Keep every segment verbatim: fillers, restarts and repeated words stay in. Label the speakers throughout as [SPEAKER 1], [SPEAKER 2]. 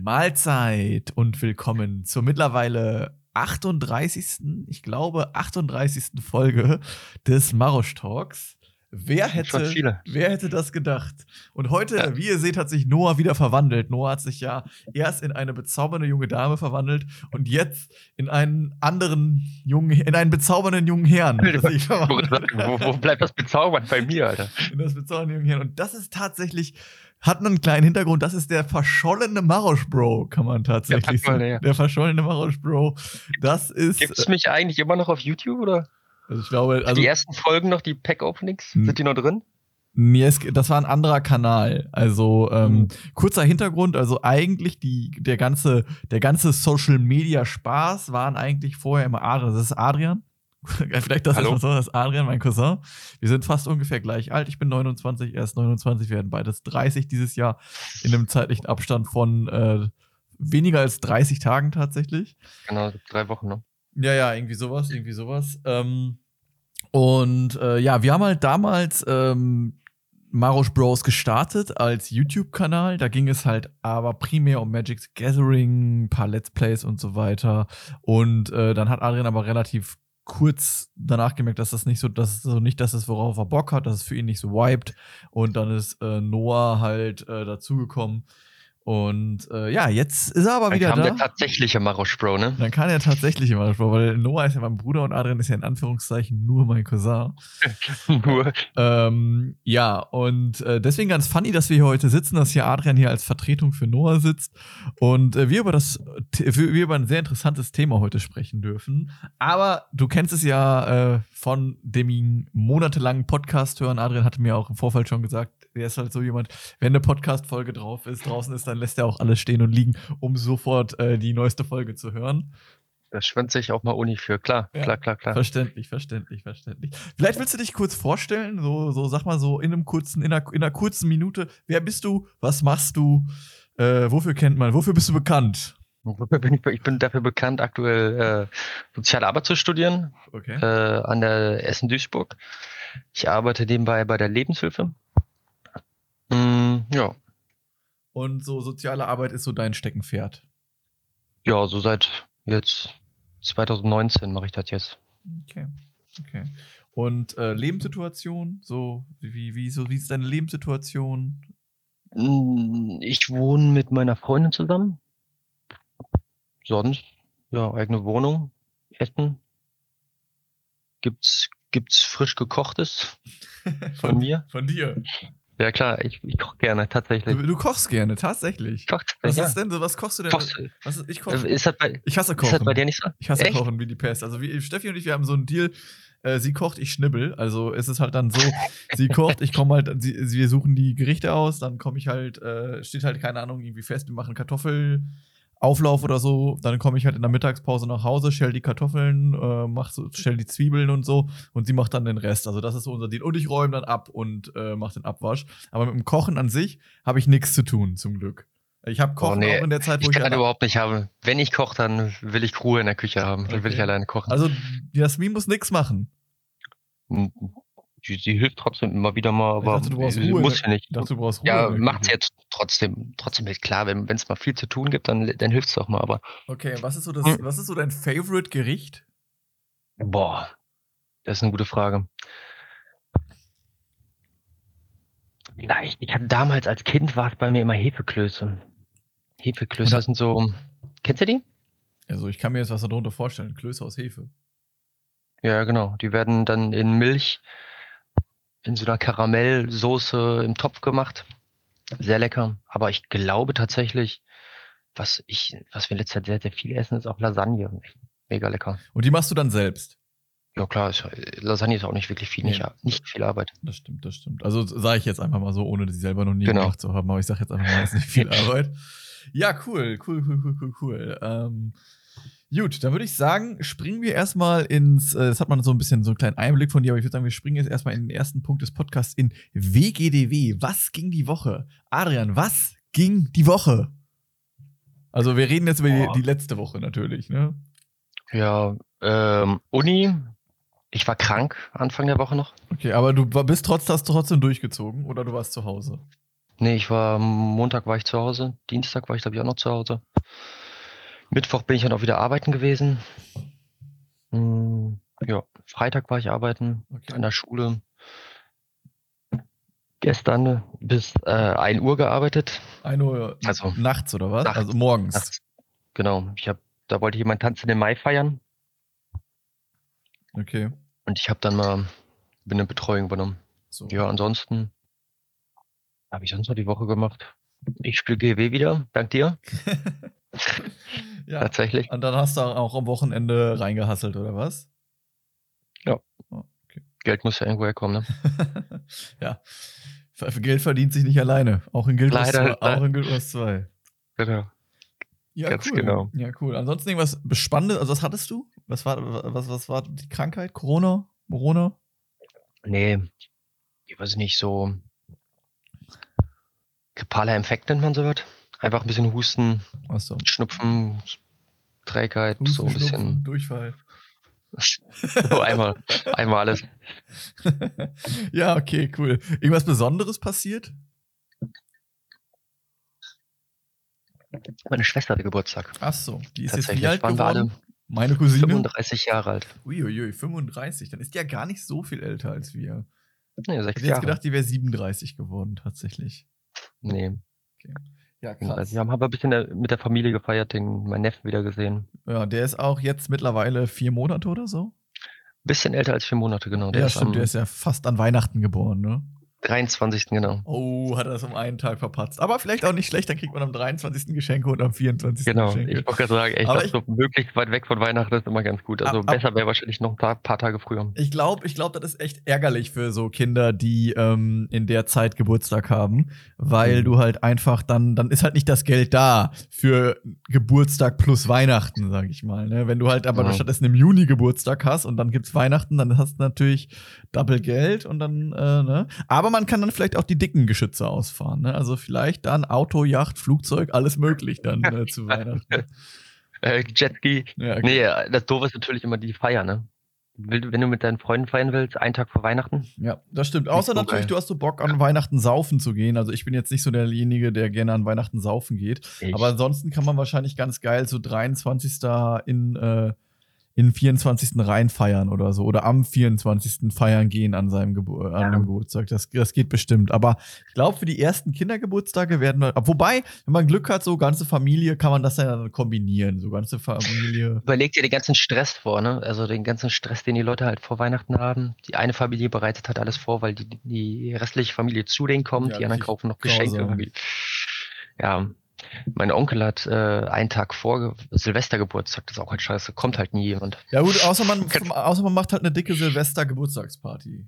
[SPEAKER 1] Mahlzeit und willkommen zur mittlerweile achtunddreißigsten. Ich glaube, achtunddreißigsten Folge des Marosch Talks. Wer hätte, wer hätte das gedacht? Und heute, ja. wie ihr seht, hat sich Noah wieder verwandelt. Noah hat sich ja erst in eine bezaubernde junge Dame verwandelt und jetzt in einen anderen jungen, in einen bezaubernden jungen Herrn.
[SPEAKER 2] wo, wo bleibt das bezaubern bei mir, Alter?
[SPEAKER 1] In das bezaubernde jungen Herrn. Und das ist tatsächlich, hat einen kleinen Hintergrund. Das ist der verschollene Marosch Bro, kann man tatsächlich sagen. Ja. Der verschollene Marosch Bro. Das ist.
[SPEAKER 2] Gibt's mich eigentlich immer noch auf YouTube oder?
[SPEAKER 1] Also ich glaube, also
[SPEAKER 2] die ersten Folgen noch, die Pack-Openings, sind die noch drin?
[SPEAKER 1] Nee, es, das war ein anderer Kanal. Also ähm, mhm. kurzer Hintergrund, also eigentlich die, der ganze, der ganze Social-Media-Spaß waren eigentlich vorher immer Adrian. Das ist Adrian. Vielleicht das
[SPEAKER 2] Hallo?
[SPEAKER 1] ist so, das ist Adrian, mein Cousin. Wir sind fast ungefähr gleich alt. Ich bin neunundzwanzig, er ist neunundzwanzig, wir werden beides dreißig dieses Jahr in einem zeitlichen Abstand von äh, weniger als dreißig Tagen tatsächlich.
[SPEAKER 2] Genau, drei Wochen, ne?
[SPEAKER 1] Ja, ja, irgendwie sowas, irgendwie sowas. Ähm, und äh, ja, wir haben halt damals ähm, Marosch Bros gestartet als YouTube-Kanal. Da ging es halt aber primär um Magic the Gathering, ein paar Let's Plays und so weiter. Und äh, dann hat Adrian aber relativ kurz danach gemerkt, dass das nicht so, dass es so nicht das ist, worauf er Bock hat, dass es für ihn nicht so vibet. Und dann ist äh, Noah halt äh, dazugekommen. Und äh, ja, jetzt ist er aber
[SPEAKER 2] dann
[SPEAKER 1] wieder da.
[SPEAKER 2] Dann kam der tatsächliche Marosch Bro, ne?
[SPEAKER 1] Dann kam der tatsächliche Marosch Bro, weil Noah ist ja mein Bruder und Adrian ist ja in Anführungszeichen nur mein Cousin.
[SPEAKER 2] nur.
[SPEAKER 1] Ähm, ja, und äh, deswegen ganz funny, dass wir hier heute sitzen, dass hier Adrian hier als Vertretung für Noah sitzt und äh, wir über das, wir über ein sehr interessantes Thema heute sprechen dürfen. Aber du kennst es ja äh, von dem monatelangen Podcast hören. Adrian hatte mir auch im Vorfeld schon gesagt, der ist halt so jemand, wenn eine Podcast-Folge drauf ist, draußen ist, dann lässt er auch alles stehen und liegen, um sofort äh, die neueste Folge zu hören.
[SPEAKER 2] Das schwänzt sich auch mal Uni für, klar, ja, klar, klar, klar.
[SPEAKER 1] Verständlich, verständlich, verständlich. Vielleicht willst du dich kurz vorstellen, so, so sag mal so in einem kurzen, in einer, in einer kurzen Minute, wer bist du, was machst du, äh, wofür kennt man, wofür bist du bekannt?
[SPEAKER 2] Wofür bin ich, ich bin dafür bekannt, aktuell äh, Soziale Arbeit zu studieren,
[SPEAKER 1] okay.
[SPEAKER 2] äh, an der Essen-Duisburg. Ich arbeite nebenbei bei der Lebenshilfe. Mm, ja.
[SPEAKER 1] Und so soziale Arbeit ist so dein Steckenpferd?
[SPEAKER 2] Ja, so seit jetzt zwanzig neunzehn mache ich das jetzt.
[SPEAKER 1] Okay, okay. Und äh, Lebenssituation, so wie, wie, so, wie ist deine Lebenssituation?
[SPEAKER 2] Ich wohne mit meiner Freundin zusammen. Sonst, ja, eigene Wohnung, Essen. Gibt's, gibt's frisch gekochtes von, von mir?
[SPEAKER 1] Von dir?
[SPEAKER 2] Ja klar, ich, ich koche gerne, tatsächlich.
[SPEAKER 1] Du, du kochst gerne, tatsächlich?
[SPEAKER 2] Kocht,
[SPEAKER 1] was
[SPEAKER 2] ja.
[SPEAKER 1] ist denn so, was kochst du denn?
[SPEAKER 2] Kochst,
[SPEAKER 1] was ist, ich koche.
[SPEAKER 2] Ist das bei,
[SPEAKER 1] ich hasse Kochen.
[SPEAKER 2] Ist das bei dir nicht so?
[SPEAKER 1] Ich hasse
[SPEAKER 2] Echt?
[SPEAKER 1] Kochen wie die Pest. Also wie, Steffi und ich, wir haben so einen Deal, äh, sie kocht, ich schnibbel. Also es ist halt dann so, sie kocht, ich komme halt, sie, wir suchen die Gerichte aus, dann komme ich halt, äh, steht halt, keine Ahnung, irgendwie fest, wir machen Kartoffelauflauf oder so, dann komme ich halt in der Mittagspause nach Hause, schäl die Kartoffeln, äh, mach so, schäl die Zwiebeln und so und sie macht dann den Rest. Also das ist so unser Deal. Und ich räume dann ab und äh, mache den Abwasch. Aber mit dem Kochen an sich habe ich nichts zu tun, zum Glück. Ich habe Kochen oh, nee. auch in der Zeit, wo
[SPEAKER 2] ich
[SPEAKER 1] ich.
[SPEAKER 2] Ich kann überhaupt nicht haben. Wenn ich koche, dann will ich Ruhe in der Küche haben. Dann okay. will ich alleine kochen.
[SPEAKER 1] Also Jasmin muss nichts machen.
[SPEAKER 2] Sie, sie hilft trotzdem immer wieder mal, aber
[SPEAKER 1] ich dachte, du brauchst Ruhe.
[SPEAKER 2] muss ja nicht.
[SPEAKER 1] Ich dachte, du brauchst Ruhe.
[SPEAKER 2] Ja, macht sie jetzt trotzdem. Trotzdem ist klar, wenn es mal viel zu tun gibt, dann, dann hilft es auch mal. Aber
[SPEAKER 1] okay, was ist so das? Hm. Was ist so dein Favorite-Gericht?
[SPEAKER 2] Boah, das ist eine gute Frage. Vielleicht. Ich hatte damals als Kind war es bei mir immer Hefeklöße. Hefeklöße das sind so. Kennst du die?
[SPEAKER 1] Also ich kann mir jetzt was darunter vorstellen. Klöße aus Hefe.
[SPEAKER 2] Ja, genau. Die werden dann in Milch, in so einer Karamellsoße im Topf gemacht. Sehr lecker. Aber ich glaube tatsächlich, was ich, was wir in letzter Zeit sehr, sehr viel essen, ist auch Lasagne. Mega lecker.
[SPEAKER 1] Und die machst du dann selbst?
[SPEAKER 2] Ja klar, ist, Lasagne ist auch nicht wirklich viel, nicht, nicht viel Arbeit.
[SPEAKER 1] Das stimmt, das stimmt. Also sage ich jetzt einfach mal so, ohne sie selber noch nie genau. gemacht zu haben, aber ich sage jetzt einfach mal, es ist nicht viel Arbeit. Ja, cool, cool, cool, cool, cool, cool. Ähm, gut, dann würde ich sagen, springen wir erstmal ins, äh, das hat man so ein bisschen so einen kleinen Einblick von dir, aber ich würde sagen, wir springen jetzt erstmal in den ersten Punkt des Podcasts in W G D W. Was ging die Woche? Adrian, was ging die Woche? Also wir reden jetzt über die, die letzte Woche natürlich, ne?
[SPEAKER 2] Ja, ähm, Uni. Ich war krank Anfang der Woche noch.
[SPEAKER 1] Okay, aber du bist trotz, hast du trotzdem durchgezogen oder du warst zu Hause?
[SPEAKER 2] Nee, ich war, Montag war ich zu Hause, Dienstag war ich, glaube ich, auch noch zu Hause. Mittwoch bin ich dann auch wieder arbeiten gewesen. Hm, ja, Freitag war ich arbeiten
[SPEAKER 1] Okay.
[SPEAKER 2] an der Schule. Gestern bis äh, ein Uhr gearbeitet.
[SPEAKER 1] ein Uhr
[SPEAKER 2] Also
[SPEAKER 1] nachts oder was?
[SPEAKER 2] nachts,
[SPEAKER 1] Also morgens.
[SPEAKER 2] nachts. Genau. Ich hab, da wollte jemand Tanz in den Mai feiern
[SPEAKER 1] Okay.
[SPEAKER 2] und ich habe dann mal bin eine Betreuung übernommen.
[SPEAKER 1] So.
[SPEAKER 2] Ja, ansonsten habe ich sonst noch die Woche gemacht. Ich spiele G W wieder, dank dir.
[SPEAKER 1] Ja.
[SPEAKER 2] Tatsächlich.
[SPEAKER 1] Und dann hast du auch am Wochenende reingehasselt, oder was?
[SPEAKER 2] Ja.
[SPEAKER 1] Oh, okay.
[SPEAKER 2] Geld muss ja irgendwo herkommen, ne?
[SPEAKER 1] Ja. Für Geld verdient sich nicht alleine. Auch in Guild Wars
[SPEAKER 2] Leider,
[SPEAKER 1] zwei. Auch in Guild Wars zwei.
[SPEAKER 2] Genau.
[SPEAKER 1] Ja,
[SPEAKER 2] Ganz
[SPEAKER 1] cool.
[SPEAKER 2] genau.
[SPEAKER 1] Ja, cool. Ansonsten irgendwas Spannendes, also was hattest du? Was war, was, was war die Krankheit? Corona? Corona?
[SPEAKER 2] Nee, ich weiß nicht, so grippaler Infekt nennt man sowas. Einfach ein bisschen Husten,
[SPEAKER 1] Ach so.
[SPEAKER 2] Schnupfen, Trägheit,
[SPEAKER 1] Husten,
[SPEAKER 2] so ein
[SPEAKER 1] Schnupfen,
[SPEAKER 2] bisschen.
[SPEAKER 1] Durchfall.
[SPEAKER 2] So einmal, einmal alles.
[SPEAKER 1] Ja, okay, cool. Irgendwas Besonderes passiert?
[SPEAKER 2] Meine Schwester hatte Geburtstag.
[SPEAKER 1] Ach so, die ist jetzt wie
[SPEAKER 2] Tatsächlich
[SPEAKER 1] alt
[SPEAKER 2] waren wir alle
[SPEAKER 1] geworden? Meine Cousine?
[SPEAKER 2] fünfunddreißig Jahre alt.
[SPEAKER 1] Uiuiui, fünfunddreißig. Dann ist die ja gar nicht so viel älter als wir.
[SPEAKER 2] Nee,
[SPEAKER 1] Ich
[SPEAKER 2] sechs
[SPEAKER 1] hätte jetzt
[SPEAKER 2] Jahre.
[SPEAKER 1] gedacht, die wäre siebenunddreißig geworden, tatsächlich.
[SPEAKER 2] Nee.
[SPEAKER 1] Okay. Ja,
[SPEAKER 2] Also
[SPEAKER 1] krass.
[SPEAKER 2] wir haben aber ein bisschen äh, mit der Familie gefeiert, den meinen Neffen wieder gesehen.
[SPEAKER 1] Ja, der ist auch jetzt mittlerweile vier Monate oder so.
[SPEAKER 2] Bisschen älter als vier Monate, genau. Der
[SPEAKER 1] Ja,
[SPEAKER 2] ist
[SPEAKER 1] stimmt,
[SPEAKER 2] am
[SPEAKER 1] der ist ja fast an Weihnachten geboren, ne?
[SPEAKER 2] dreiundzwanzigsten genau.
[SPEAKER 1] Oh, hat er das um einen Tag verpatzt. Aber vielleicht auch nicht schlecht, dann kriegt man am dreiundzwanzigsten Geschenke und am vierundzwanzigsten
[SPEAKER 2] Genau,
[SPEAKER 1] Geschenke.
[SPEAKER 2] ich wollte gerade sagen, ey, ich
[SPEAKER 1] Aber
[SPEAKER 2] glaube, so möglichst weit weg von Weihnachten ist immer ganz gut. Also
[SPEAKER 1] Ab- ab-
[SPEAKER 2] besser wäre wahrscheinlich noch ein paar, paar Tage früher.
[SPEAKER 1] Ich glaube, ich glaub, das ist echt ärgerlich für so Kinder, die ähm, in der Zeit Geburtstag haben, weil
[SPEAKER 2] Mhm.
[SPEAKER 1] du halt einfach dann, dann ist halt nicht das Geld da für Geburtstag plus Weihnachten, sag ich mal. Ne? Wenn du halt aber
[SPEAKER 2] Ja.
[SPEAKER 1] stattdessen im Juni Geburtstag hast und dann gibt's Weihnachten, dann hast du natürlich Double Geld und dann, äh, ne? Aber man kann dann vielleicht auch die dicken Geschütze ausfahren, ne? Also vielleicht dann Auto, Yacht, Flugzeug, alles möglich dann äh, zu Weihnachten.
[SPEAKER 2] Äh, Jetski.
[SPEAKER 1] Ja, okay.
[SPEAKER 2] Nee, äh, das Doofe ist natürlich immer die Feier, ne? Will- Wenn du mit deinen Freunden feiern willst, einen Tag vor Weihnachten.
[SPEAKER 1] Ja, das stimmt. Außer
[SPEAKER 2] so
[SPEAKER 1] natürlich,
[SPEAKER 2] geil.
[SPEAKER 1] du hast so Bock, an Weihnachten saufen zu gehen. Also ich bin jetzt nicht so derjenige, der gerne an Weihnachten saufen geht.
[SPEAKER 2] Ich.
[SPEAKER 1] Aber ansonsten kann man wahrscheinlich ganz geil so dreiundzwanzigsten in, äh, in vierundzwanzigsten rein feiern oder so. Oder am vierundzwanzigsten feiern gehen an seinem Gebur an
[SPEAKER 2] Ja.
[SPEAKER 1] dem Geburtstag. Das, das geht bestimmt. Aber ich glaube, für die ersten Kindergeburtstage werden wir. Wobei, wenn man Glück hat, so ganze Familie, kann man das dann kombinieren. So ganze Familie.
[SPEAKER 2] Überleg dir den ganzen Stress vor, ne? Also den ganzen Stress, den die Leute halt vor Weihnachten haben. Die eine Familie bereitet halt alles vor, weil die, die restliche Familie zu denen kommt.
[SPEAKER 1] Ja,
[SPEAKER 2] die anderen
[SPEAKER 1] richtig
[SPEAKER 2] kaufen noch Geschenke.
[SPEAKER 1] grausam.
[SPEAKER 2] Irgendwie. Ja, mein Onkel hat äh, einen Tag vor Silvester Geburtstag. Das ist auch halt scheiße. Kommt halt nie jemand.
[SPEAKER 1] Ja, gut, außer man, außer man macht halt eine dicke Silvester-Geburtstagsparty.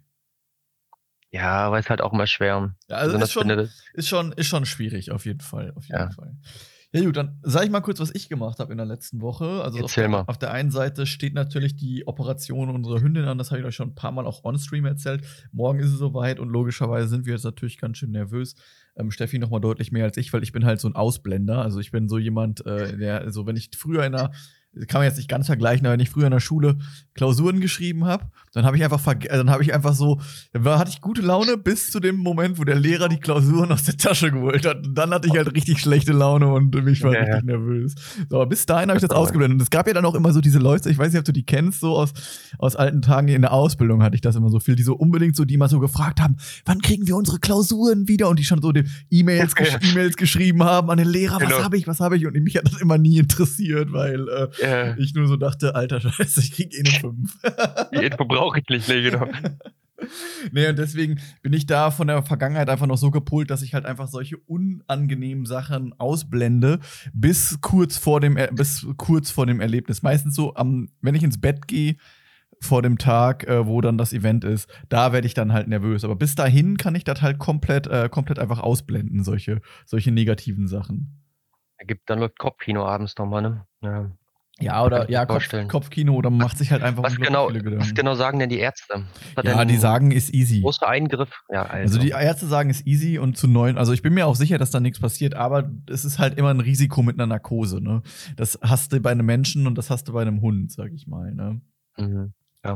[SPEAKER 2] Ja, aber ist halt auch immer schwer.
[SPEAKER 1] Ja, also
[SPEAKER 2] Besonders
[SPEAKER 1] ist schon,
[SPEAKER 2] wenn du-
[SPEAKER 1] ist, schon, ist schon schwierig, auf jeden Fall. Auf jeden
[SPEAKER 2] Ja.
[SPEAKER 1] Fall. Ja, gut, dann sage ich mal kurz, was ich gemacht habe in der letzten Woche. Also auf
[SPEAKER 2] Erzähl
[SPEAKER 1] der,
[SPEAKER 2] mal.
[SPEAKER 1] auf der einen Seite steht natürlich die Operation unserer Hündin an. Das habe ich euch schon ein paar Mal auch on-stream erzählt. Morgen ist es soweit und logischerweise sind wir jetzt natürlich ganz schön nervös. Ähm, Steffi noch mal deutlich mehr als ich, weil ich bin halt so ein Ausblender. Also ich bin so jemand, äh, der, so wenn ich früher in einer kann man jetzt nicht ganz vergleichen, aber wenn ich früher in der Schule Klausuren geschrieben habe, dann habe ich einfach verge- äh, dann habe ich einfach so, dann war, hatte ich gute Laune bis zu dem Moment, wo der Lehrer die Klausuren aus der Tasche geholt hat. Und dann hatte ich halt richtig schlechte Laune und mich war
[SPEAKER 2] Ja,
[SPEAKER 1] richtig
[SPEAKER 2] ja.
[SPEAKER 1] nervös. So, aber bis dahin habe ich das
[SPEAKER 2] Das war-
[SPEAKER 1] ausgeblendet. Und es gab ja dann auch immer so diese Leute, ich weiß nicht, ob du die kennst, so aus, aus alten Tagen in der Ausbildung hatte ich das immer so viel, die so unbedingt so, die mal so gefragt haben, wann kriegen wir unsere Klausuren wieder? Und die schon so die E-Mails gesch E-Mails geschrieben haben an den Lehrer, was
[SPEAKER 2] Genau.
[SPEAKER 1] habe ich, was habe ich? Und mich hat das immer nie interessiert, weil äh,
[SPEAKER 2] Ja,
[SPEAKER 1] ich nur so dachte, alter Scheiße, ich krieg eh eine fünf.
[SPEAKER 2] die Info brauche ich nicht, nee, genau.
[SPEAKER 1] Nee, und deswegen bin ich da von der Vergangenheit einfach noch so gepolt, dass ich halt einfach solche unangenehmen Sachen ausblende, bis kurz vor dem, Er- bis kurz vor dem Erlebnis. Meistens so am, wenn ich ins Bett gehe, vor dem Tag, äh, wo dann das Event ist, da werde ich dann halt nervös. Aber bis dahin kann ich das halt komplett, äh, komplett einfach ausblenden, solche, solche negativen Sachen.
[SPEAKER 2] Da gibt dann läuft Kopfkino abends nochmal, ne? Ja.
[SPEAKER 1] Ja,
[SPEAKER 2] Kann
[SPEAKER 1] oder
[SPEAKER 2] ich mir
[SPEAKER 1] ja, Kopf,
[SPEAKER 2] vorstellen.
[SPEAKER 1] Kopfkino, oder man macht sich halt einfach
[SPEAKER 2] Was
[SPEAKER 1] unglaublich
[SPEAKER 2] genau,
[SPEAKER 1] viele
[SPEAKER 2] was
[SPEAKER 1] Gedanken.
[SPEAKER 2] genau sagen denn die Ärzte? Was hat
[SPEAKER 1] Ja,
[SPEAKER 2] denn
[SPEAKER 1] die sagen, ist easy.
[SPEAKER 2] großer Eingriff? Ja, also.
[SPEAKER 1] Also die Ärzte sagen, ist easy und zu neun, also ich bin mir auch sicher, dass da nichts passiert, aber es ist halt immer ein Risiko mit einer Narkose, ne? Das hast du bei einem Menschen und das hast du bei einem Hund, sag ich mal, ne?
[SPEAKER 2] Mhm. Ja.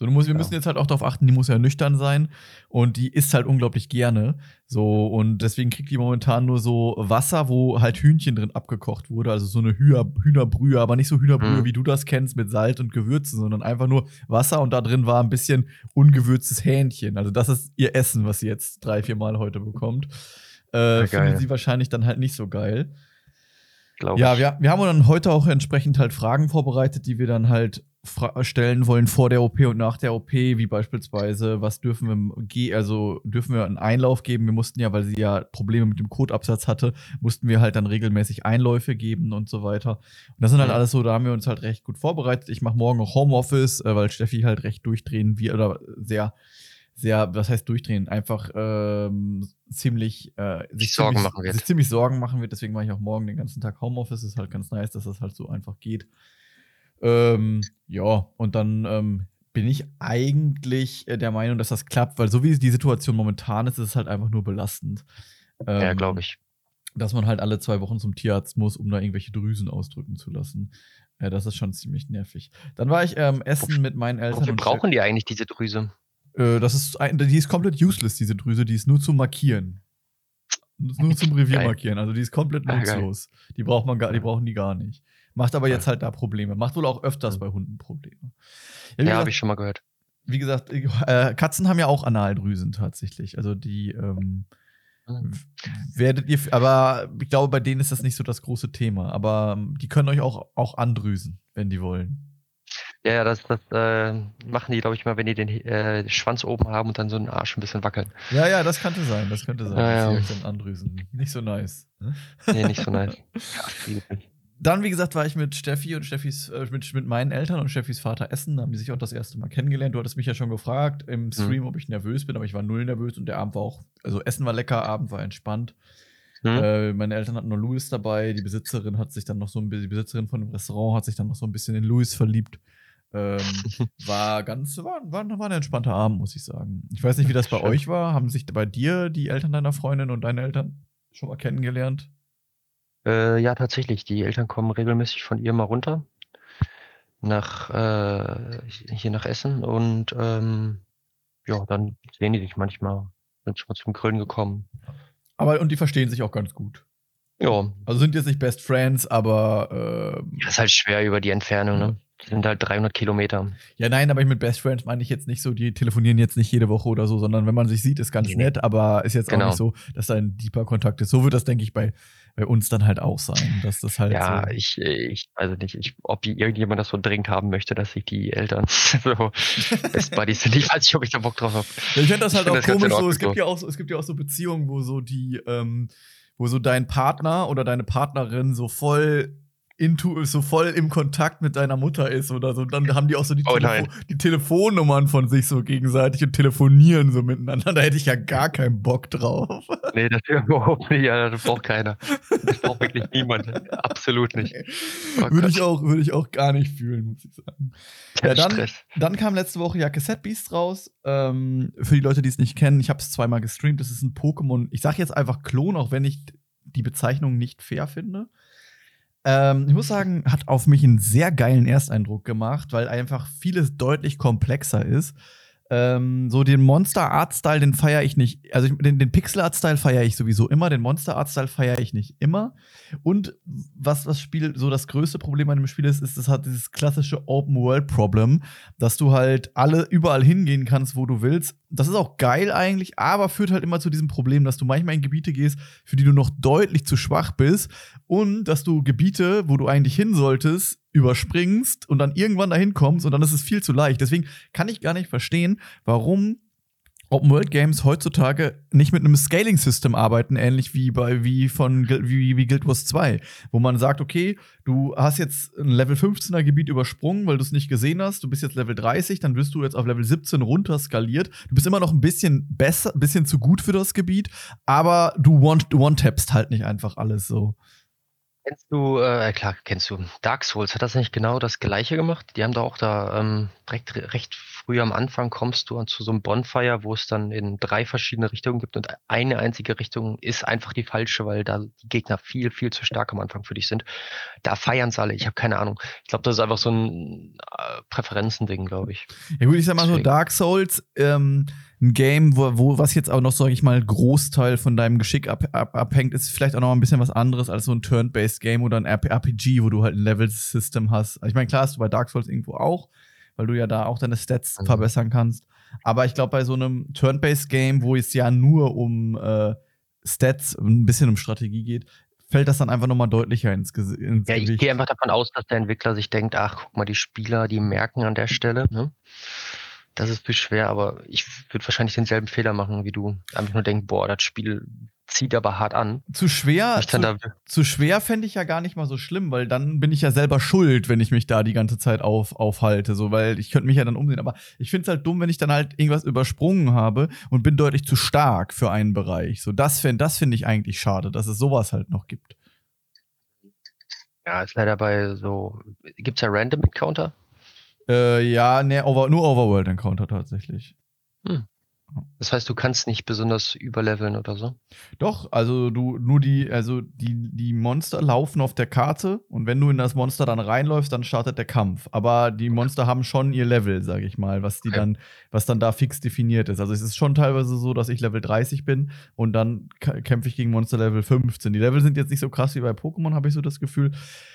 [SPEAKER 1] So, du musst, wir
[SPEAKER 2] Ja.
[SPEAKER 1] müssen jetzt halt auch darauf achten, die muss ja nüchtern sein und die isst halt unglaublich gerne. So, und deswegen kriegt die momentan nur so Wasser, wo halt Hühnchen drin abgekocht wurde, also so eine Hühner, Hühnerbrühe, aber nicht so Hühnerbrühe,
[SPEAKER 2] Mhm.
[SPEAKER 1] wie du das kennst, mit Salz und Gewürzen, sondern einfach nur Wasser und da drin war ein bisschen ungewürztes Hähnchen. Also das ist ihr Essen, was sie jetzt drei, vier Mal heute bekommt. Äh,
[SPEAKER 2] Ja,
[SPEAKER 1] findet
[SPEAKER 2] geil.
[SPEAKER 1] sie wahrscheinlich dann halt nicht so geil.
[SPEAKER 2] Glaube
[SPEAKER 1] Ja,
[SPEAKER 2] ich.
[SPEAKER 1] wir, wir haben dann heute auch entsprechend halt Fragen vorbereitet, die wir dann halt fra- stellen wollen vor der O P und nach der O P, wie beispielsweise, was dürfen wir, ge- also dürfen wir einen Einlauf geben? Wir mussten ja, weil sie ja Probleme mit dem Kotabsatz hatte, mussten wir halt dann regelmäßig Einläufe geben und so weiter. Und das sind halt
[SPEAKER 2] Mhm.
[SPEAKER 1] alles so, da haben wir uns halt recht gut vorbereitet. Ich mache morgen auch Homeoffice, äh, weil Steffi halt recht durchdrehen wir oder sehr sehr, was heißt durchdrehen, einfach ähm, ziemlich äh, sich
[SPEAKER 2] Sorgen
[SPEAKER 1] ziemlich,
[SPEAKER 2] machen wird.
[SPEAKER 1] sich ziemlich Sorgen machen wird. Deswegen mache ich auch morgen den ganzen Tag Homeoffice. Ist halt ganz nice, dass das halt so einfach geht. Ähm, ja, und dann ähm, bin ich eigentlich äh, der Meinung, dass das klappt, weil so wie die Situation momentan ist, ist es halt einfach nur belastend.
[SPEAKER 2] Ja,
[SPEAKER 1] Ähm,
[SPEAKER 2] glaube ich.
[SPEAKER 1] Dass man halt alle zwei Wochen zum Tierarzt muss, um da irgendwelche Drüsen ausdrücken zu lassen. Ja, das ist schon ziemlich nervig. Dann war ich ähm, essen mit meinen Eltern.
[SPEAKER 2] Wofür
[SPEAKER 1] und
[SPEAKER 2] brauchen die eigentlich diese Drüse?
[SPEAKER 1] Äh, das ist ein, die ist komplett useless, diese Drüse. Die ist nur zum Markieren. Nur zum Revier
[SPEAKER 2] Geil.
[SPEAKER 1] markieren. Also die ist komplett
[SPEAKER 2] Ah, geil.
[SPEAKER 1] nutzlos. Die braucht man gar, die
[SPEAKER 2] Ja.
[SPEAKER 1] brauchen die gar nicht. Macht aber jetzt
[SPEAKER 2] Ja.
[SPEAKER 1] halt da Probleme. Macht wohl auch öfters
[SPEAKER 2] Mhm.
[SPEAKER 1] bei Hunden Probleme. Ja, wie
[SPEAKER 2] Ja,
[SPEAKER 1] gesagt,
[SPEAKER 2] habe ich schon mal gehört.
[SPEAKER 1] wie gesagt, äh, Katzen haben ja auch Analdrüsen tatsächlich. Also die ähm,
[SPEAKER 2] Mhm.
[SPEAKER 1] w- werdet ihr, aber ich glaube, bei denen ist das nicht so das große Thema. Aber ähm, die können euch auch, auch andrüsen, wenn die wollen.
[SPEAKER 2] Ja, ja, das, das äh, machen die, glaube ich, mal, wenn die den äh, Schwanz oben haben und dann so einen Arsch ein bisschen wackeln.
[SPEAKER 1] Ja, ja, das könnte sein, das könnte sein,
[SPEAKER 2] Ja,
[SPEAKER 1] dass sie
[SPEAKER 2] ja.
[SPEAKER 1] euch dann andrüsen. Nicht so nice. Ne?
[SPEAKER 2] Nee, nicht so nice. Ach, liebe mich.
[SPEAKER 1] Dann, wie gesagt, war ich mit Steffi und Steffis, äh, mit, mit meinen Eltern und Steffis Vater essen. Da haben die sich auch das erste Mal kennengelernt. Du hattest mich ja schon gefragt im Stream, ob ich nervös bin, aber ich war null nervös und der Abend war auch, also Essen war lecker, Abend war entspannt.
[SPEAKER 2] Hm?
[SPEAKER 1] Äh, meine Eltern hatten nur Louis dabei. Die Besitzerin hat sich dann noch so ein bisschen, die Besitzerin von dem Restaurant hat sich dann noch so ein bisschen in Louis verliebt. Ähm, war ganz, war, war, war ein entspannter Abend, muss ich sagen. Ich weiß nicht, wie das bei
[SPEAKER 2] Schön.
[SPEAKER 1] euch war. Haben sich bei dir die Eltern deiner Freundin und deine Eltern schon mal kennengelernt?
[SPEAKER 2] Äh, ja, tatsächlich. Die Eltern kommen regelmäßig von ihr mal runter nach äh, hier nach Essen und ähm, ja, dann sehen die sich manchmal. Sind schon mal zum Grillen gekommen.
[SPEAKER 1] Aber und die verstehen sich auch ganz gut.
[SPEAKER 2] Ja,
[SPEAKER 1] Also sind jetzt nicht Best Friends, aber ähm,
[SPEAKER 2] das ist halt schwer über die Entfernung,
[SPEAKER 1] Ja.
[SPEAKER 2] ne? Das sind halt dreihundert Kilometer.
[SPEAKER 1] ja, nein, aber ich mit Best Friends meine ich jetzt nicht so, die telefonieren jetzt nicht jede Woche oder so, sondern wenn man sich sieht, ist ganz
[SPEAKER 2] Nee, nee.
[SPEAKER 1] nett, aber ist jetzt
[SPEAKER 2] Genau.
[SPEAKER 1] auch nicht so, dass da ein deeper Kontakt ist. So wird das, denke ich, bei, bei uns dann halt auch sein, dass das halt
[SPEAKER 2] Ja,
[SPEAKER 1] so.
[SPEAKER 2] ich, ich weiß nicht, ich, ob die- irgendjemand das so dringend haben möchte, dass sich die Eltern so Best Buddies sind. Ich weiß nicht, ob ich da Bock drauf habe.
[SPEAKER 1] Ja, ich finde das
[SPEAKER 2] Ich
[SPEAKER 1] halt
[SPEAKER 2] find
[SPEAKER 1] auch
[SPEAKER 2] das ganz in
[SPEAKER 1] komisch so.
[SPEAKER 2] Ordnung
[SPEAKER 1] Es gibt
[SPEAKER 2] so.
[SPEAKER 1] ja auch so, es gibt ja auch so Beziehungen, wo so die, ähm, wo so dein Partner oder deine Partnerin so voll into, so voll im Kontakt mit deiner Mutter ist oder so. Und dann haben die auch so die,
[SPEAKER 2] Oh
[SPEAKER 1] Telefo
[SPEAKER 2] nein.
[SPEAKER 1] die Telefonnummern von sich so gegenseitig und telefonieren so miteinander. Da hätte ich ja gar keinen Bock drauf.
[SPEAKER 2] Nee, das überhaupt nicht, ja, das braucht keiner. Das braucht wirklich niemand. Absolut nicht. Oh
[SPEAKER 1] würde, ich
[SPEAKER 2] Gott.
[SPEAKER 1] auch, würde ich auch gar nicht fühlen, muss ich sagen. Ja,
[SPEAKER 2] Der
[SPEAKER 1] dann,
[SPEAKER 2] Stress.
[SPEAKER 1] dann kam letzte Woche ja Cassette Beast raus. Ähm, für die Leute, die es nicht kennen, ich habe es zweimal gestreamt. Das ist ein Pokémon. Ich sage jetzt einfach Klon, auch wenn ich die Bezeichnung nicht fair finde. Ähm, ich muss sagen, hat auf mich einen sehr geilen Ersteindruck gemacht, weil einfach vieles deutlich komplexer ist. Ähm, so den Monster-Art-Style, den feiere ich nicht. Also ich, den, den Pixel-Art-Style feiere ich sowieso immer, den Monster-Art-Style feiere ich nicht immer. Und was das Spiel, so das größte Problem an dem Spiel ist, ist, es hat dieses klassische Open-World-Problem, dass du halt alle überall hingehen kannst, wo du willst. Das ist auch geil eigentlich, aber führt halt immer zu diesem Problem, dass du manchmal in Gebiete gehst, für die du noch deutlich zu schwach bist und dass du Gebiete, wo du eigentlich hin solltest, überspringst und dann irgendwann dahin kommst und dann ist es viel zu leicht. Deswegen kann ich gar nicht verstehen, warum Open-World-Games heutzutage nicht mit einem Scaling-System arbeiten, ähnlich wie bei wie von wie, wie Guild Wars zwei, wo man sagt, okay, du hast jetzt ein Level fünfzehner Gebiet übersprungen, weil du es nicht gesehen hast, du bist jetzt Level dreißig, dann wirst du jetzt auf Level siebzehn runter skaliert. Du bist immer noch ein bisschen besser, ein bisschen zu gut für das Gebiet, aber du one- du one-tappst halt nicht einfach alles so.
[SPEAKER 2] Kennst du, äh, klar, kennst du Dark Souls, hat das nicht genau das Gleiche gemacht? Die haben da auch da ähm, direkt re- recht früh am Anfang kommst du an zu so einem Bonfire, wo es dann in drei verschiedene Richtungen gibt und eine einzige Richtung ist einfach die falsche, weil da die Gegner viel, viel zu stark am Anfang für dich sind. Da feiern es alle, ich habe keine Ahnung. Ich glaube, das ist einfach so ein äh, Präferenzending, glaube ich.
[SPEAKER 1] Ja gut, ich sag mal so,
[SPEAKER 2] Deswegen.
[SPEAKER 1] Dark Souls, ähm, ein Game, wo, wo was jetzt auch noch, sag ich mal, Großteil von deinem Geschick ab, ab, abhängt, ist vielleicht auch noch ein bisschen was anderes als so ein Turn-Based Game oder ein R P G, wo du halt ein Level-System hast. Also ich meine, klar hast du bei Dark Souls irgendwo auch, weil du ja da auch deine Stats
[SPEAKER 2] Mhm.
[SPEAKER 1] verbessern kannst. Aber ich glaube, bei so einem Turn-Based Game, wo es ja nur um äh, Stats, ein bisschen um Strategie geht, fällt das dann einfach nochmal deutlicher ins, Ges ins
[SPEAKER 2] Ja, ich
[SPEAKER 1] Gewicht.
[SPEAKER 2] gehe einfach davon aus, dass der Entwickler sich denkt, ach, guck mal, die Spieler, die merken an der Stelle, ne? Das ist viel schwer, aber ich würde wahrscheinlich denselben Fehler machen wie du. Einfach nur denken, boah, das Spiel zieht aber hart an.
[SPEAKER 1] Zu schwer,
[SPEAKER 2] Mich dann
[SPEAKER 1] zu,
[SPEAKER 2] da,
[SPEAKER 1] zu schwer fände ich ja gar nicht mal so schlimm, weil dann bin ich ja selber schuld, wenn ich mich da die ganze Zeit auf, aufhalte, so, weil ich könnte mich ja dann umsehen. Aber ich finde es halt dumm, wenn ich dann halt irgendwas übersprungen habe und bin deutlich zu stark für einen Bereich. So, das finde das find ich eigentlich schade, dass es sowas halt noch gibt.
[SPEAKER 2] ja, ist leider bei so, gibt's ja Random Encounter?
[SPEAKER 1] Äh, ja, ne, over, nur Overworld Encounter tatsächlich.
[SPEAKER 2] Hm. Das heißt, du kannst nicht besonders überleveln oder so?
[SPEAKER 1] Doch, also du nur die, also die, die Monster laufen auf der Karte und wenn du in das Monster dann reinläufst, dann startet der Kampf. Aber die Monster haben schon ihr Level, sag ich mal, was die
[SPEAKER 2] Okay.
[SPEAKER 1] dann, was dann da fix definiert ist. Also es ist schon teilweise so, dass ich Level dreißig bin und dann kämpfe ich gegen Monster Level fünfzehn. Die Level sind jetzt nicht so krass wie bei Pokémon, habe ich so das Gefühl.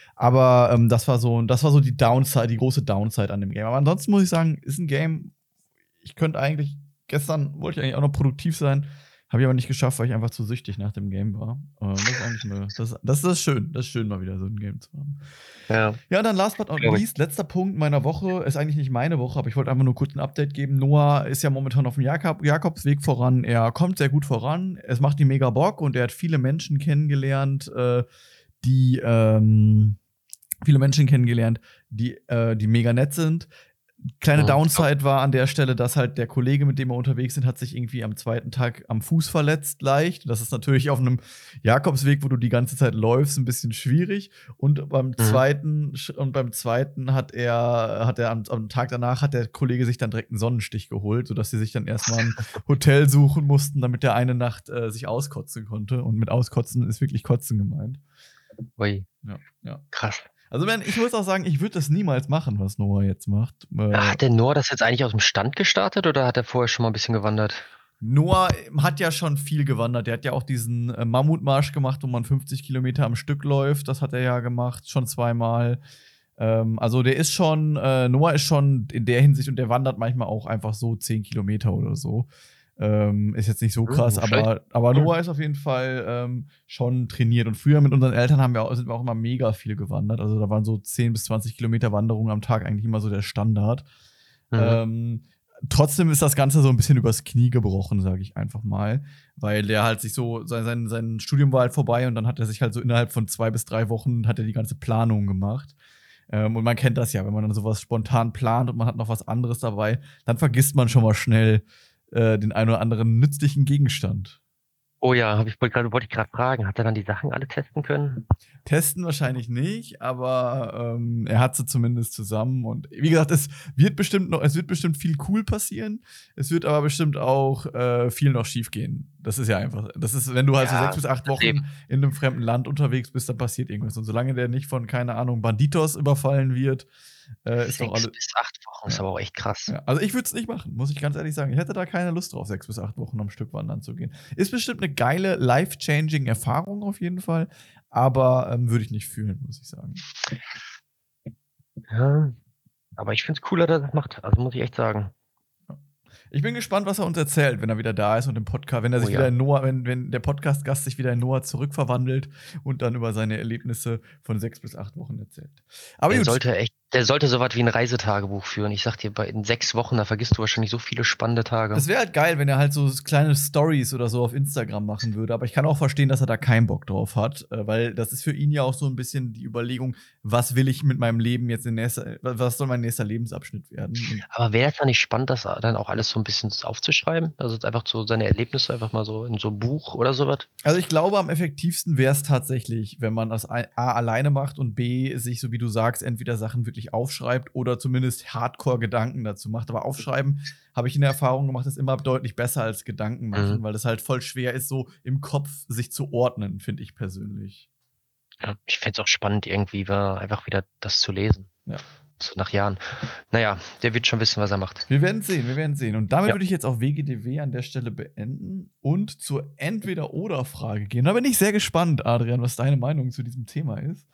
[SPEAKER 1] Aber ähm, das war so, das war so die Downside, die große Downside an dem Game. Aber ansonsten muss ich sagen, ist ein Game, ich könnte eigentlich, gestern wollte ich eigentlich auch noch produktiv sein, habe ich aber nicht geschafft, weil ich einfach zu süchtig nach dem Game war. Ähm, das ist eigentlich eine, das, das ist schön, das ist schön, mal wieder so ein Game zu haben.
[SPEAKER 2] Ja,
[SPEAKER 1] Ja, und dann last but not
[SPEAKER 2] glaube ich.
[SPEAKER 1] least, letzter Punkt meiner Woche, ist eigentlich nicht meine Woche, aber ich wollte einfach nur kurz ein Update geben. Noah ist ja momentan auf dem Jakob Jakobsweg voran. Er kommt sehr gut voran. Es macht ihm mega Bock und er hat viele Menschen kennengelernt, äh, die ähm, viele Menschen kennengelernt, die, äh, die mega nett sind. Kleine
[SPEAKER 2] Mhm.
[SPEAKER 1] Downside war an der Stelle, dass halt der Kollege, mit dem wir unterwegs sind, hat sich irgendwie am zweiten Tag am Fuß verletzt, leicht. Das ist natürlich auf einem Jakobsweg, wo du die ganze Zeit läufst, ein bisschen schwierig. Und beim
[SPEAKER 2] Mhm.
[SPEAKER 1] zweiten, und beim zweiten hat er, hat er am, am Tag danach hat der Kollege sich dann direkt einen Sonnenstich geholt, sodass sie sich dann erstmal ein Hotel suchen mussten, damit der eine Nacht äh, sich auskotzen konnte. Und mit auskotzen ist wirklich Kotzen gemeint.
[SPEAKER 2] Ui.
[SPEAKER 1] Ja, ja.
[SPEAKER 2] Krass.
[SPEAKER 1] Also, man, ich muss auch sagen, ich würde das niemals machen, was Noah jetzt macht. Äh,
[SPEAKER 2] Hat der Noah das jetzt eigentlich aus dem Stand gestartet oder hat er vorher schon mal ein bisschen gewandert?
[SPEAKER 1] Noah hat ja schon viel gewandert. Der hat ja auch diesen äh, Mammutmarsch gemacht, wo man fünfzig Kilometer am Stück läuft. Das hat er ja gemacht, schon zweimal. Ähm, also, der ist schon, äh, Noah ist schon in der Hinsicht und der wandert manchmal auch einfach so zehn Kilometer oder so. Ähm, ist jetzt nicht so krass,
[SPEAKER 2] Hm, nicht schlecht.
[SPEAKER 1] aber, aber
[SPEAKER 2] Hm.
[SPEAKER 1] Noah ist auf jeden Fall ähm, schon trainiert. Und früher mit unseren Eltern haben wir auch, sind wir auch immer mega viel gewandert. Also da waren so zehn bis zwanzig Kilometer Wanderungen am Tag eigentlich immer so der Standard.
[SPEAKER 2] Mhm.
[SPEAKER 1] Ähm, trotzdem ist das Ganze so ein bisschen übers Knie gebrochen, sage ich einfach mal. Weil der halt sich so, sein, sein, sein Studium war halt vorbei und dann hat er sich halt so innerhalb von zwei bis drei Wochen hat er die ganze Planung gemacht. Ähm, und man kennt das ja, wenn man dann sowas spontan plant und man hat noch was anderes dabei, dann vergisst man schon mal schnell äh, den einen oder anderen nützlichen Gegenstand.
[SPEAKER 2] Oh ja, hab ich wollte gerade wollte ich gerade fragen, hat er dann die Sachen alle testen können?
[SPEAKER 1] Testen wahrscheinlich nicht, aber ähm, er hat sie zumindest zusammen. Und wie gesagt, es wird bestimmt noch, es wird bestimmt viel cool passieren. Es wird aber bestimmt auch äh, viel noch schief gehen. Das ist ja einfach. Das ist, wenn du halt
[SPEAKER 2] Ja,
[SPEAKER 1] so sechs bis acht Wochen
[SPEAKER 2] eben.
[SPEAKER 1] in einem fremden Land unterwegs bist, dann passiert irgendwas. Und solange der nicht von, keine Ahnung, Banditos überfallen wird, äh, ist doch
[SPEAKER 2] Sechs
[SPEAKER 1] alles.
[SPEAKER 2] bis acht Wochen ist
[SPEAKER 1] Ja.
[SPEAKER 2] aber auch echt krass.
[SPEAKER 1] Ja, also ich würde es nicht machen, muss ich ganz ehrlich sagen. Ich hätte da keine Lust drauf, sechs bis acht Wochen am Stück wandern zu gehen. Ist bestimmt eine geile, life-changing Erfahrung auf jeden Fall, aber ähm, würde ich nicht fühlen, muss ich sagen.
[SPEAKER 2] Ja, aber ich find's cooler, dass er das macht. Also muss ich echt sagen.
[SPEAKER 1] Ich bin gespannt, was er uns erzählt, wenn er wieder da ist und im Podcast, wenn er
[SPEAKER 2] Oh
[SPEAKER 1] sich
[SPEAKER 2] ja.
[SPEAKER 1] wieder in Noah, wenn, wenn der Podcast-Gast sich wieder in Noah zurückverwandelt und dann über seine Erlebnisse von sechs bis acht Wochen erzählt. Aber
[SPEAKER 2] Der
[SPEAKER 1] gut.
[SPEAKER 2] sollte echt, Der sollte so was wie ein Reisetagebuch führen. Ich sag dir, bei in sechs Wochen, da vergisst du wahrscheinlich so viele spannende Tage.
[SPEAKER 1] Das wäre halt geil, wenn er halt so kleine Stories oder so auf Instagram machen würde. Aber ich kann auch verstehen, dass er da keinen Bock drauf hat, äh, weil das ist für ihn ja auch so ein bisschen die Überlegung, was will ich mit meinem Leben jetzt in nächster, was soll mein nächster Lebensabschnitt werden? Und
[SPEAKER 2] Aber wäre es da nicht spannend, das dann auch alles so ein bisschen aufzuschreiben? Also einfach so seine Erlebnisse einfach mal so in so ein Buch oder sowas?
[SPEAKER 1] Also ich glaube, am effektivsten wäre es tatsächlich, wenn man das A alleine macht und B sich, so wie du sagst, entweder Sachen wirklich aufschreibt oder zumindest Hardcore-Gedanken dazu macht. Aber aufschreiben, habe ich in der Erfahrung gemacht, ist immer deutlich besser als Gedanken machen,
[SPEAKER 2] Mhm.
[SPEAKER 1] weil das halt voll schwer ist, so im Kopf sich zu ordnen, finde ich persönlich.
[SPEAKER 2] Ja, ich fände es auch spannend, irgendwie war einfach wieder das zu lesen.
[SPEAKER 1] Ja.
[SPEAKER 2] So nach Jahren. Naja, der wird schon wissen, was er macht.
[SPEAKER 1] Wir werden sehen, wir werden sehen. Und damit
[SPEAKER 2] Ja.
[SPEAKER 1] würde ich jetzt auch W G D W an der Stelle beenden und zur Entweder-Oder-Frage gehen. Da bin ich sehr gespannt, Adrian, was deine Meinung zu diesem Thema ist.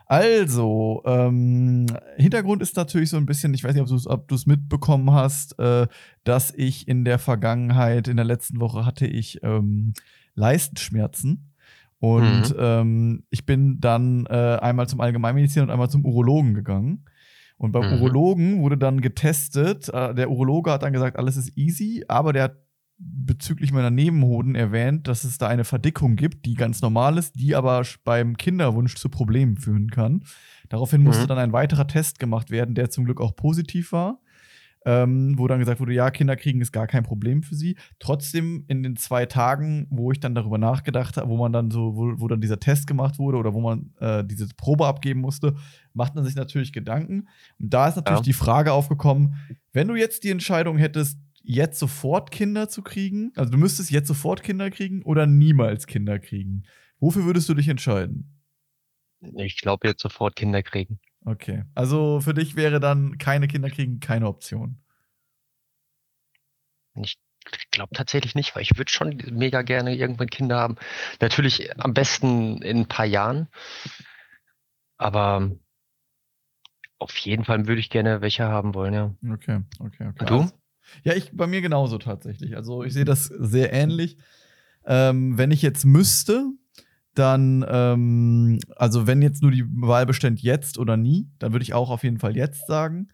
[SPEAKER 1] Also, ähm, Hintergrund ist natürlich so ein bisschen, ich weiß nicht, ob du es mitbekommen hast, äh, dass ich in der Vergangenheit, in der letzten Woche hatte ich ähm, Leistenschmerzen. Und
[SPEAKER 2] Mhm.
[SPEAKER 1] ähm, ich bin dann äh, einmal zum Allgemeinmediziner und einmal zum Urologen gegangen. Und beim
[SPEAKER 2] Mhm.
[SPEAKER 1] Urologen wurde dann getestet. Äh, der Urologe hat dann gesagt, alles ist easy, aber der hat bezüglich meiner Nebenhoden erwähnt, dass es da eine Verdickung gibt, die ganz normal ist, die aber beim Kinderwunsch zu Problemen führen kann. Daraufhin musste
[SPEAKER 2] Mhm.
[SPEAKER 1] dann ein weiterer Test gemacht werden, der zum Glück auch positiv war. Ähm, wo dann gesagt wurde, ja, Kinder kriegen ist gar kein Problem für sie. Trotzdem in den zwei Tagen, wo ich dann darüber nachgedacht habe, wo man dann so, wo, wo dann dieser Test gemacht wurde oder wo man äh, diese Probe abgeben musste, macht man sich natürlich Gedanken. Und da ist natürlich
[SPEAKER 2] Ja.
[SPEAKER 1] die Frage aufgekommen, wenn du jetzt die Entscheidung hättest, jetzt sofort Kinder zu kriegen, also du müsstest jetzt sofort Kinder kriegen oder niemals Kinder kriegen. Wofür würdest du dich entscheiden?
[SPEAKER 2] Ich glaube jetzt sofort Kinder kriegen.
[SPEAKER 1] Okay. Also für dich wäre dann keine Kinder kriegen keine Option.
[SPEAKER 2] Ich glaube tatsächlich nicht, weil ich würde schon mega gerne irgendwann Kinder haben. Natürlich am besten in ein paar Jahren. Aber auf jeden Fall würde ich gerne welche haben wollen, ja.
[SPEAKER 1] Okay, okay, okay.
[SPEAKER 2] Und du?
[SPEAKER 1] Also, ja, ich bei mir genauso tatsächlich. Also ich sehe das sehr ähnlich. Ähm, wenn ich jetzt müsste, dann, ähm, also wenn jetzt nur die Wahl bestand, jetzt oder nie, dann würde ich auch auf jeden Fall jetzt sagen.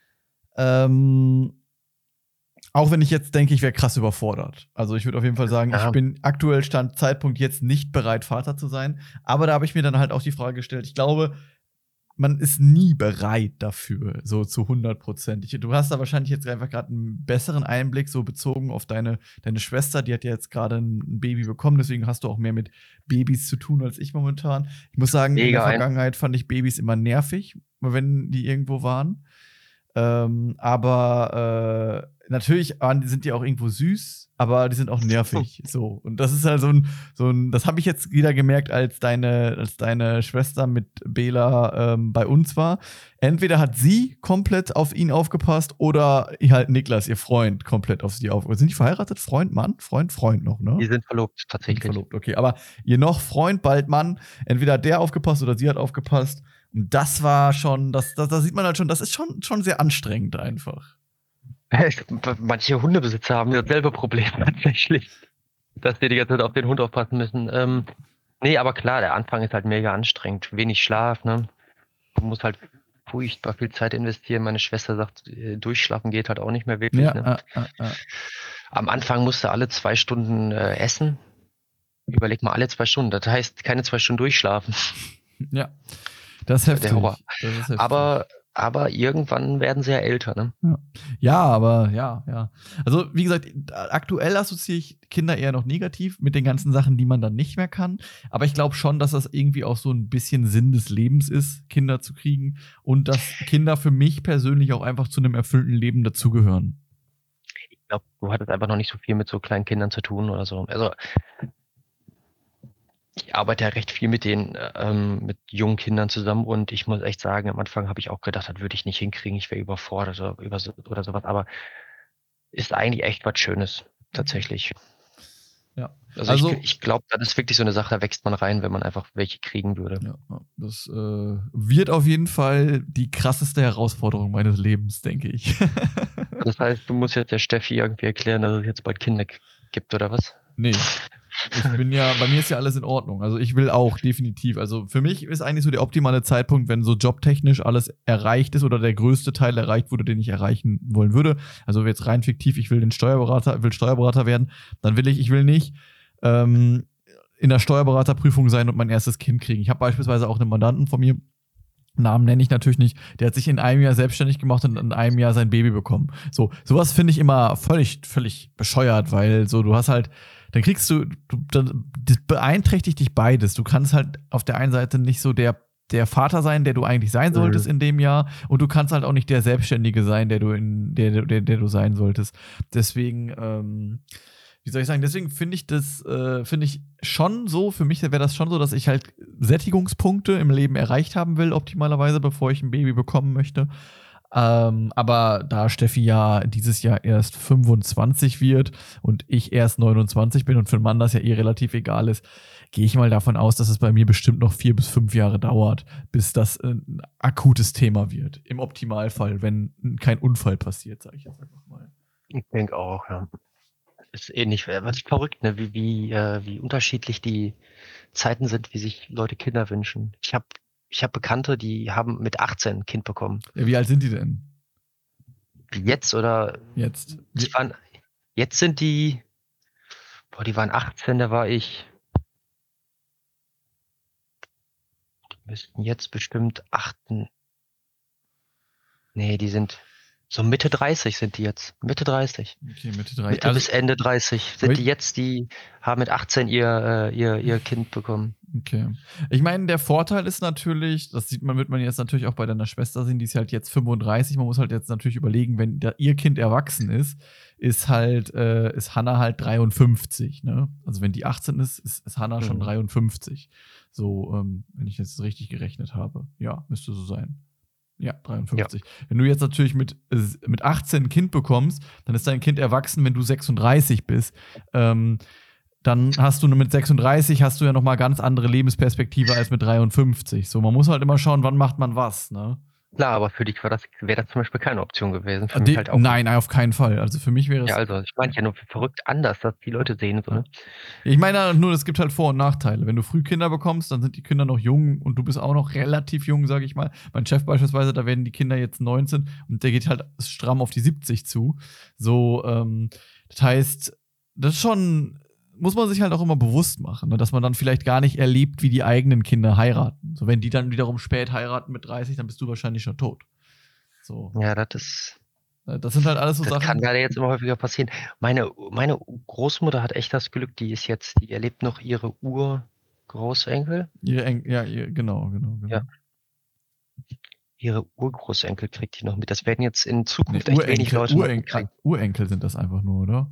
[SPEAKER 1] Ähm, auch wenn ich jetzt denke, ich wäre krass überfordert. Also ich würde auf jeden Fall sagen,
[SPEAKER 2] Ja.
[SPEAKER 1] ich bin aktuell Stand Zeitpunkt jetzt nicht bereit, Vater zu sein. Aber da habe ich mir dann halt auch die Frage gestellt, ich glaube, man ist nie bereit dafür, so zu hundert Prozent. Du hast da wahrscheinlich jetzt einfach gerade einen besseren Einblick, so bezogen auf deine, deine Schwester. Die hat ja jetzt gerade ein Baby bekommen, deswegen hast du auch mehr mit Babys zu tun als ich momentan. Ich muss sagen, in der
[SPEAKER 2] Mega ein-
[SPEAKER 1] Vergangenheit fand ich Babys immer nervig, wenn die irgendwo waren. Ähm, aber äh, natürlich waren- sind die auch irgendwo süß, aber die sind auch nervig. So. Und das ist halt so ein, so ein, das habe ich jetzt wieder gemerkt, als deine, als deine Schwester mit Bela ähm, bei uns war. Entweder hat sie komplett auf ihn aufgepasst oder halt Niklas, ihr Freund, komplett auf sie aufgepasst. Sind die verheiratet? Freund, Mann? Freund, Freund noch, ne?
[SPEAKER 2] Die sind verlobt,
[SPEAKER 1] Sind
[SPEAKER 2] tatsächlich.
[SPEAKER 1] verlobt, okay. Aber ihr noch Freund, bald Mann, entweder hat der aufgepasst oder sie hat aufgepasst. Und das war schon, das, das, da sieht man halt schon, das ist schon, schon sehr anstrengend einfach.
[SPEAKER 2] Manche Hundebesitzer haben dasselbe Problem tatsächlich, dass die die ganze Zeit auf den Hund aufpassen müssen. Ähm, nee, aber klar, der Anfang ist halt mega anstrengend. Wenig Schlaf, ne? Du musst halt furchtbar viel Zeit investieren. Meine Schwester sagt, äh, durchschlafen geht halt auch nicht mehr wirklich.
[SPEAKER 1] Ja,
[SPEAKER 2] Ne?
[SPEAKER 1] äh, äh, äh.
[SPEAKER 2] Am Anfang musste alle zwei Stunden äh, essen. Überleg mal, alle zwei Stunden. Das heißt, keine zwei Stunden durchschlafen.
[SPEAKER 1] Ja, das ist
[SPEAKER 2] Der
[SPEAKER 1] heftig.
[SPEAKER 2] Horror.
[SPEAKER 1] Das ist heftig.
[SPEAKER 2] Aber, aber irgendwann werden sie ja älter, ne?
[SPEAKER 1] Ja. ja, aber ja, ja. Also, wie gesagt, aktuell assoziiere ich Kinder eher noch negativ mit den ganzen Sachen, die man dann nicht mehr kann. Aber ich glaube schon, dass das irgendwie auch so ein bisschen Sinn des Lebens ist, Kinder zu kriegen. Und dass Kinder für mich persönlich auch einfach zu einem erfüllten Leben dazugehören.
[SPEAKER 2] Ich glaube, du hattest einfach noch nicht so viel mit so kleinen Kindern zu tun oder so. Also, ich arbeite ja recht viel mit den ähm, mit jungen Kindern zusammen und ich muss echt sagen, am Anfang habe ich auch gedacht, das würde ich nicht hinkriegen, ich wäre überfordert oder, über so, oder sowas, aber ist eigentlich echt was Schönes, tatsächlich.
[SPEAKER 1] Ja.
[SPEAKER 2] Also,
[SPEAKER 1] Also-
[SPEAKER 2] ich, ich glaube, das ist wirklich so eine Sache, da wächst man rein, wenn man einfach welche kriegen würde.
[SPEAKER 1] Ja, ja. das äh, wird auf jeden Fall die krasseste Herausforderung meines Lebens, denke ich.
[SPEAKER 2] Das heißt, du musst jetzt der Steffi irgendwie erklären, dass es jetzt bald Kinder g- gibt oder was?
[SPEAKER 1] Nee. ich bin ja, bei mir ist ja alles in Ordnung. Also ich will auch, definitiv. Also für mich ist eigentlich so der optimale Zeitpunkt, wenn so jobtechnisch alles erreicht ist oder der größte Teil erreicht wurde, den ich erreichen wollen würde. Also jetzt rein fiktiv, ich will den Steuerberater, will Steuerberater werden, dann will ich, ich will nicht ähm, in der Steuerberaterprüfung sein und mein erstes Kind kriegen. Ich habe beispielsweise auch einen Mandanten von mir, Namen nenne ich natürlich nicht, der hat sich in einem Jahr selbstständig gemacht und in einem Jahr sein Baby bekommen. So, sowas finde ich immer völlig, völlig bescheuert, weil so, du hast halt, dann kriegst du, du dann, das beeinträchtigt dich beides. Du kannst halt auf der einen Seite nicht so der, der Vater sein, der du eigentlich sein solltest mhm. in dem Jahr, und du kannst halt auch nicht der Selbstständige sein, der du in, der, der, der du sein solltest. Deswegen, ähm, wie soll ich sagen, deswegen finde ich das, äh, finde ich schon so, für mich wäre das schon so, dass ich halt Sättigungspunkte im Leben erreicht haben will, optimalerweise, bevor ich ein Baby bekommen möchte. Ähm, aber da Steffi ja dieses Jahr erst fünfundzwanzig wird und ich erst neunundzwanzig bin und für einen Mann das ja eh relativ egal ist, gehe ich mal davon aus, dass es bei mir bestimmt noch vier bis fünf Jahre dauert, bis das ein akutes Thema wird. Im Optimalfall, wenn kein Unfall passiert, sage ich jetzt einfach mal.
[SPEAKER 2] Ich denke auch, ja. Ist ähnlich, was verrückt, ne? Wie, wie, äh, wie unterschiedlich die Zeiten sind, wie sich Leute Kinder wünschen. Ich habe ich hab Bekannte, die haben mit achtzehn ein Kind bekommen.
[SPEAKER 1] Ja, wie alt sind die denn?
[SPEAKER 2] Wie jetzt oder?
[SPEAKER 1] Jetzt.
[SPEAKER 2] Die waren, jetzt sind die, boah, die waren achtzehn, da war ich. Die müssten jetzt bestimmt achten. Nee, die sind so Mitte dreißig sind die jetzt. Mitte dreißig.
[SPEAKER 1] Okay, Mitte dreißig.
[SPEAKER 2] Mitte also, bis Ende dreißig sind die jetzt, die haben mit achtzehn ihr, äh, ihr, ihr Kind bekommen.
[SPEAKER 1] Okay. Ich meine, der Vorteil ist natürlich, das sieht man, wird man jetzt natürlich auch bei deiner Schwester sehen, die ist halt jetzt fünfunddreißig. Man muss halt jetzt natürlich überlegen, wenn da ihr Kind erwachsen ist, ist halt, äh, ist Hannah halt dreiundfünfzig, ne? Also wenn die achtzehn ist, ist, ist Hannah mhm. schon dreiundfünfzig. So, ähm, wenn ich jetzt richtig gerechnet habe. Ja, müsste so sein. Ja, dreiundfünfzig. Ja. Wenn du jetzt natürlich mit, mit achtzehn ein Kind bekommst, dann ist dein Kind erwachsen, wenn du sechsunddreißig bist. Ähm, dann hast du mit sechsunddreißig hast du ja noch mal ganz andere Lebensperspektive als mit dreiundfünfzig. So, man muss halt immer schauen, wann macht man was, ne?
[SPEAKER 2] Klar, aber für dich war das, wäre das zum Beispiel keine Option gewesen. Für
[SPEAKER 1] Die,
[SPEAKER 2] mich halt auch
[SPEAKER 1] nein, auf keinen Fall. Also für mich wäre es.
[SPEAKER 2] Ja, also ich meine ja nur verrückt anders, dass die Leute sehen. So, ne?
[SPEAKER 1] Ich meine nur, es gibt halt Vor- und Nachteile. Wenn du früh Kinder bekommst, dann sind die Kinder noch jung und du bist auch noch relativ jung, sage ich mal. Mein Chef beispielsweise, da werden die Kinder jetzt neunzehn und der geht halt stramm auf die siebzig zu. So, ähm, das heißt, das ist schon, muss man sich halt auch immer bewusst machen, ne? Dass man dann vielleicht gar nicht erlebt, wie die eigenen Kinder heiraten. So, wenn die dann wiederum spät heiraten mit dreißig, dann bist du wahrscheinlich schon tot. So.
[SPEAKER 2] Ja, das ist.
[SPEAKER 1] Das sind halt alles so
[SPEAKER 2] das
[SPEAKER 1] Sachen.
[SPEAKER 2] Das kann leider jetzt immer häufiger passieren. Meine, meine Großmutter hat echt das Glück, die ist jetzt, die erlebt noch ihre Urgroßenkel.
[SPEAKER 1] Ihre Enkel, ja, ihr, genau, genau, genau.
[SPEAKER 2] Ja. Ihre Urgroßenkel kriegt die noch mit. Das werden jetzt in Zukunft
[SPEAKER 1] nee,
[SPEAKER 2] echt
[SPEAKER 1] Urenkel,
[SPEAKER 2] wenig Leute
[SPEAKER 1] Urenkel, kriegen. Urenkel sind das einfach nur, oder?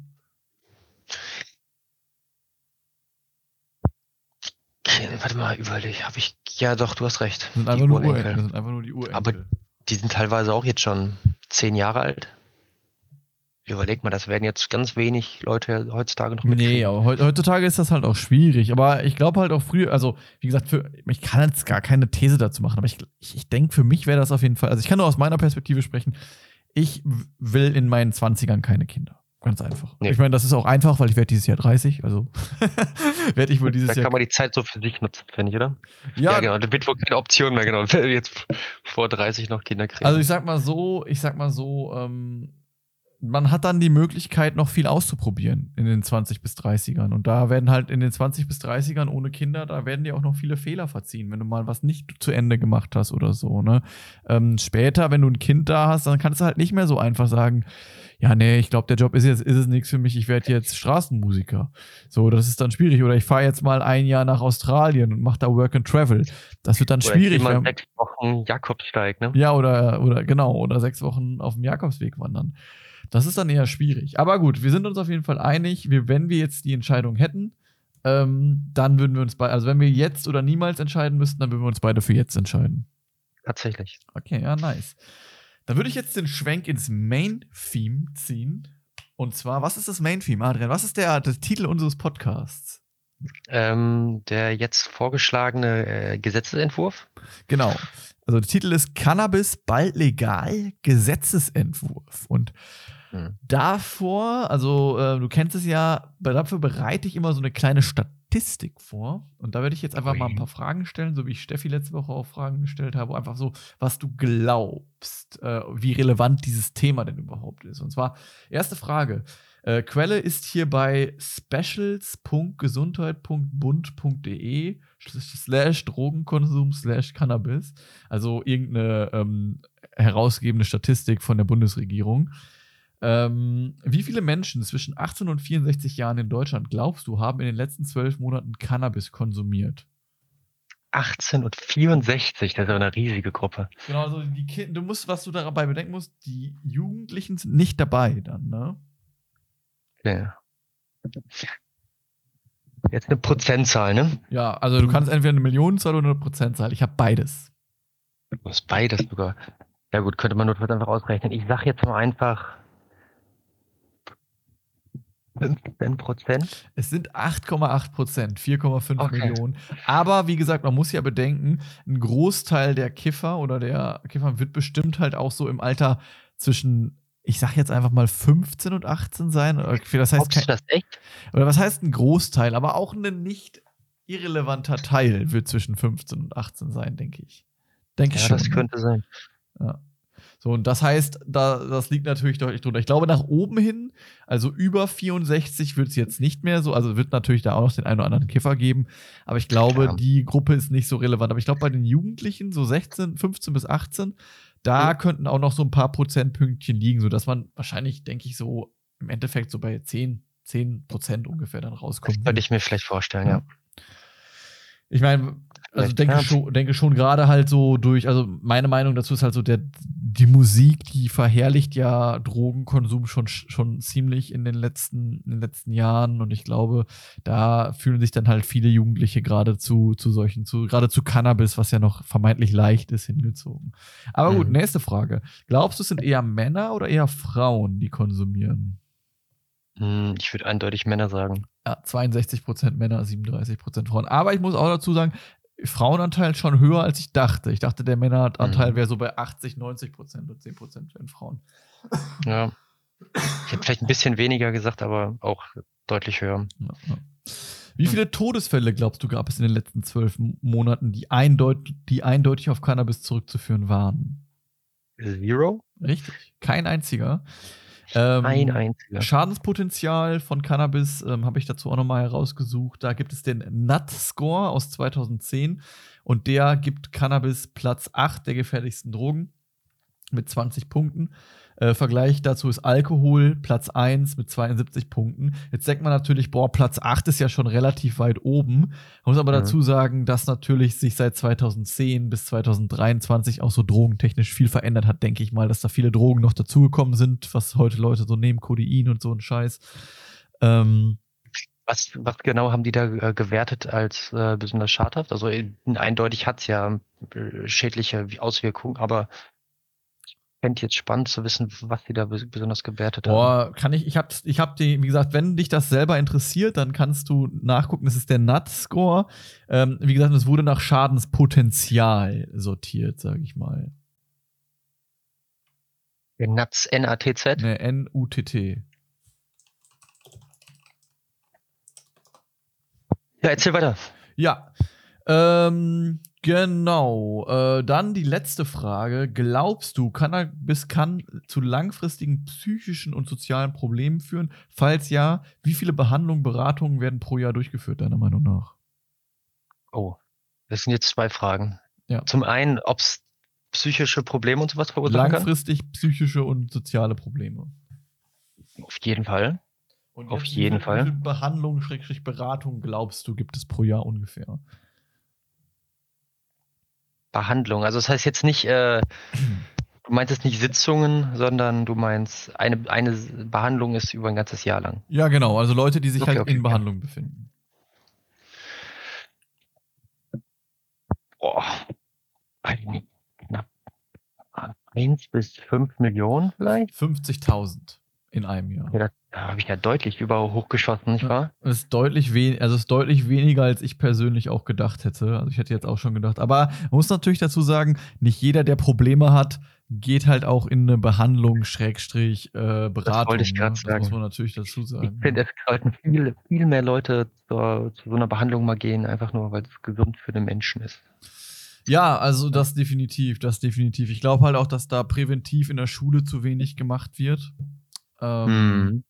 [SPEAKER 2] Okay, warte mal, überleg, habe ich. Ja, doch, du hast recht.
[SPEAKER 1] Das sind einfach, nur Urenkel. Das sind einfach nur die Urenkel.
[SPEAKER 2] Aber die sind teilweise auch jetzt schon zehn Jahre alt. Überleg mal, das werden jetzt ganz wenig Leute heutzutage noch mitkriegen.
[SPEAKER 1] Nee, aber heutzutage ist das halt auch schwierig. Aber ich glaube halt auch früher, also wie gesagt, für, ich kann jetzt gar keine These dazu machen, aber ich, ich, ich denke, für mich wäre das auf jeden Fall, also ich kann nur aus meiner Perspektive sprechen, ich will in meinen zwanzigern keine Kinder. Ganz einfach. Nee. Ich meine, das ist auch einfach, weil ich werde dieses Jahr dreißig, also werde ich wohl dieses Jahr.
[SPEAKER 2] Da kann man die Zeit so für sich nutzen, finde ich, oder?
[SPEAKER 1] Ja,
[SPEAKER 2] ja, genau. Das wird wohl keine Option mehr, genau. Jetzt vor dreißig noch Kinder kriegen.
[SPEAKER 1] Also ich sag mal so, ich sag mal so, ähm, man hat dann die Möglichkeit, noch viel auszuprobieren in den zwanzig bis dreißigern. Und da werden halt in den zwanzig bis dreißigern ohne Kinder, da werden dir auch noch viele Fehler verziehen, wenn du mal was nicht zu Ende gemacht hast oder so, ne? Ähm, später, wenn du ein Kind da hast, dann kannst du halt nicht mehr so einfach sagen, ja, nee, ich glaube, der Job ist jetzt, ist es nichts für mich, ich werde jetzt Straßenmusiker. So, das ist dann schwierig. Oder ich fahre jetzt mal ein Jahr nach Australien und mache da Work and Travel. Das wird dann
[SPEAKER 2] oder
[SPEAKER 1] schwierig.
[SPEAKER 2] Oder sechs Wochen Jakobssteig, ne?
[SPEAKER 1] Ja, oder, oder genau, oder sechs Wochen auf dem Jakobsweg wandern. Das ist dann eher schwierig. Aber gut, wir sind uns auf jeden Fall einig, wir, wenn wir jetzt die Entscheidung hätten, ähm, dann würden wir uns beide, also wenn wir jetzt oder niemals entscheiden müssten, dann würden wir uns beide für jetzt entscheiden.
[SPEAKER 2] Tatsächlich.
[SPEAKER 1] Okay, ja, nice. Dann würde ich jetzt den Schwenk ins Main-Theme ziehen. Und zwar, was ist das Main-Theme, Adrian? Was ist der, der Titel unseres Podcasts?
[SPEAKER 2] Ähm, der jetzt vorgeschlagene äh, Gesetzesentwurf.
[SPEAKER 1] Genau. Also der Titel ist Cannabis bald legal, Gesetzesentwurf. Und
[SPEAKER 2] Hm.
[SPEAKER 1] Davor, also äh, du kennst es ja, dafür bereite ich immer so eine kleine Statistik vor. Und da werde ich jetzt einfach mal ein paar Fragen stellen, so wie ich Steffi letzte Woche auch Fragen gestellt habe, einfach so, was du glaubst, äh, wie relevant dieses Thema denn überhaupt ist. Und zwar, erste Frage. Äh, Quelle ist hier bei specials punkt gesundheit punkt bund punkt de slash Drogenkonsum slash Cannabis. Also irgendeine ähm, herausgegebene Statistik von der Bundesregierung. Ähm, wie viele Menschen zwischen achtzehn und vierundsechzig Jahren in Deutschland, glaubst du, haben in den letzten zwölf Monaten Cannabis konsumiert?
[SPEAKER 2] achtzehn und vierundsechzig, das ist aber eine riesige Gruppe.
[SPEAKER 1] Genau, also die Kinder, du musst, was du dabei bedenken musst, die Jugendlichen sind nicht dabei dann, ne?
[SPEAKER 2] Okay. Jetzt eine Prozentzahl, ne?
[SPEAKER 1] Ja, also du kannst entweder eine Millionenzahl oder eine Prozentzahl. Ich habe beides.
[SPEAKER 2] Du hast beides sogar. Ja gut, könnte man nur einfach ausrechnen. Ich sag jetzt mal einfach fünfzehn Prozent.
[SPEAKER 1] Es sind acht Komma acht Prozent, vier Komma fünf
[SPEAKER 2] Okay.
[SPEAKER 1] Millionen. Aber wie gesagt, man muss ja bedenken, ein Großteil der Kiffer oder der Kiffer wird bestimmt halt auch so im Alter zwischen, ich sag jetzt einfach mal fünfzehn und achtzehn sein. Oder das heißt,
[SPEAKER 2] Glaubst du
[SPEAKER 1] kein,
[SPEAKER 2] das echt?
[SPEAKER 1] oder was heißt ein Großteil? Aber auch ein nicht irrelevanter Teil wird zwischen fünfzehn und achtzehn sein, denke ich. Denke ich
[SPEAKER 2] Ja,
[SPEAKER 1] schon.
[SPEAKER 2] das
[SPEAKER 1] ne?
[SPEAKER 2] könnte sein.
[SPEAKER 1] Ja. So, und das heißt, da, das liegt natürlich deutlich drunter. Ich glaube, nach oben hin, also über vierundsechzig wird es jetzt nicht mehr so. Also wird natürlich da auch noch den einen oder anderen Kiffer geben. Aber ich glaube,
[SPEAKER 2] Klar.
[SPEAKER 1] die Gruppe ist nicht so relevant. Aber ich glaube, bei den Jugendlichen, so sechzehn, fünfzehn bis achtzehn, da
[SPEAKER 2] Mhm.
[SPEAKER 1] könnten auch noch so ein paar Prozentpünktchen liegen, sodass man wahrscheinlich, denke ich, so im Endeffekt so bei zehn, zehn Prozent ungefähr dann
[SPEAKER 2] Das
[SPEAKER 1] rauskommt.
[SPEAKER 2] könnte ich mir vielleicht vorstellen, ja.
[SPEAKER 1] Ich meine, also
[SPEAKER 2] Vielleicht,
[SPEAKER 1] denke
[SPEAKER 2] ja.
[SPEAKER 1] schon, denke schon gerade halt so durch, also meine Meinung dazu ist halt so, der, die Musik, die verherrlicht ja Drogenkonsum schon, schon ziemlich in den letzten, in den letzten Jahren und ich glaube, da fühlen sich dann halt viele Jugendliche gerade zu, zu solchen, zu, gerade zu Cannabis, was ja noch vermeintlich leicht ist, hingezogen. Aber gut,
[SPEAKER 2] Mhm.
[SPEAKER 1] nächste Frage. Glaubst du, es sind eher Männer oder eher Frauen, die konsumieren?
[SPEAKER 2] Hm, Ich würde eindeutig Männer sagen.
[SPEAKER 1] Ja, zweiundsechzig Prozent Männer, siebenunddreißig Prozent Frauen. Aber ich muss auch dazu sagen, Frauenanteil schon höher, als ich dachte. Ich dachte, der Männeranteil
[SPEAKER 2] Mhm.
[SPEAKER 1] wäre so bei achtzig, neunzig Prozent und zehn Prozent wären Frauen.
[SPEAKER 2] Ja. Ich hätte vielleicht ein bisschen weniger gesagt, aber auch deutlich höher.
[SPEAKER 1] Ja, ja. Wie viele Todesfälle, glaubst du, gab es in den letzten zwölf Monaten, die, eindeut die eindeutig auf Cannabis zurückzuführen waren?
[SPEAKER 2] Zero?
[SPEAKER 1] Richtig, kein einziger. Ähm,
[SPEAKER 2] Ein einziger.
[SPEAKER 1] Schadenspotenzial von Cannabis ähm, habe ich dazu auch nochmal herausgesucht. Da gibt es den N A T-Score aus zweitausendzehn und der gibt Cannabis Platz acht der gefährlichsten Drogen mit zwanzig Punkten. Äh, Vergleich dazu ist Alkohol Platz eins mit zweiundsiebzig Punkten. Jetzt denkt man natürlich, boah, Platz acht ist ja schon relativ weit oben. Man muss aber
[SPEAKER 2] Mhm.
[SPEAKER 1] dazu sagen, dass natürlich sich seit zweitausendzehn bis zweitausenddreiundzwanzig auch so drogentechnisch viel verändert hat, denke ich mal, dass da viele Drogen noch dazugekommen sind, was heute Leute so nehmen, Codein und so ein Scheiß. Ähm,
[SPEAKER 2] Was, was genau haben die da äh, gewertet als äh, besonders schadhaft? Also äh, eindeutig hat es ja äh, schädliche Auswirkungen, aber ich fände jetzt spannend zu wissen, was die da bes- besonders gewertet haben.
[SPEAKER 1] Boah, kann ich, ich hab, ich hab die, wie gesagt, wenn dich das selber interessiert, dann kannst du nachgucken, das ist der N A T-Score. Ähm, wie gesagt, es wurde nach Schadenspotenzial sortiert, sag ich mal.
[SPEAKER 2] Der N A T Z, N A T Z?
[SPEAKER 1] Ne, N U T T.
[SPEAKER 2] Ja, erzähl weiter.
[SPEAKER 1] Ja. Ähm, genau. Äh, dann die letzte Frage. Glaubst du, Cannabis kann zu langfristigen psychischen und sozialen Problemen führen? Falls ja, wie viele Behandlungen, Beratungen werden pro Jahr durchgeführt, deiner Meinung nach?
[SPEAKER 2] Oh, das sind jetzt zwei Fragen.
[SPEAKER 1] Ja.
[SPEAKER 2] Zum einen, ob es psychische Probleme und sowas verursachen kann?
[SPEAKER 1] Langfristig psychische und soziale Probleme.
[SPEAKER 2] Auf jeden Fall.
[SPEAKER 1] Und
[SPEAKER 2] Auf
[SPEAKER 1] jetzt,
[SPEAKER 2] jeden
[SPEAKER 1] wie viel,
[SPEAKER 2] Fall.
[SPEAKER 1] Wie viel Behandlung, Schrägstrich Beratung glaubst du, gibt es pro Jahr ungefähr?
[SPEAKER 2] Behandlung. Also das heißt jetzt nicht, äh, du meinst jetzt nicht Sitzungen, sondern du meinst, eine, eine Behandlung ist über ein ganzes Jahr lang.
[SPEAKER 1] Ja, genau. Also Leute, die sich
[SPEAKER 2] Okay,
[SPEAKER 1] halt
[SPEAKER 2] okay,
[SPEAKER 1] in
[SPEAKER 2] okay.
[SPEAKER 1] Behandlung befinden.
[SPEAKER 2] Boah. Knapp eins bis fünf Millionen vielleicht?
[SPEAKER 1] fünfzigtausend in einem Jahr.
[SPEAKER 2] Ja, da da habe ich ja deutlich über hochgeschossen, nicht wahr?
[SPEAKER 1] Das ist deutlich wen also ist deutlich weniger, als ich persönlich auch gedacht hätte. Also ich hätte jetzt auch schon gedacht. Aber man muss natürlich dazu sagen, nicht jeder, der Probleme hat, geht halt auch in eine Behandlung, Schrägstrich, äh, Beratung.
[SPEAKER 2] Das wollte ich gerade
[SPEAKER 1] ne?
[SPEAKER 2] sagen.
[SPEAKER 1] Das muss man natürlich dazu sagen.
[SPEAKER 2] Ich finde,
[SPEAKER 1] ja.
[SPEAKER 2] es sollten viel, viel mehr Leute zur, zu so einer Behandlung mal gehen, einfach nur, weil es gesund für den Menschen ist.
[SPEAKER 1] Ja, also das definitiv, das definitiv. Ich glaube halt auch, dass da präventiv in der Schule zu wenig gemacht wird. Ähm,
[SPEAKER 2] Mhm.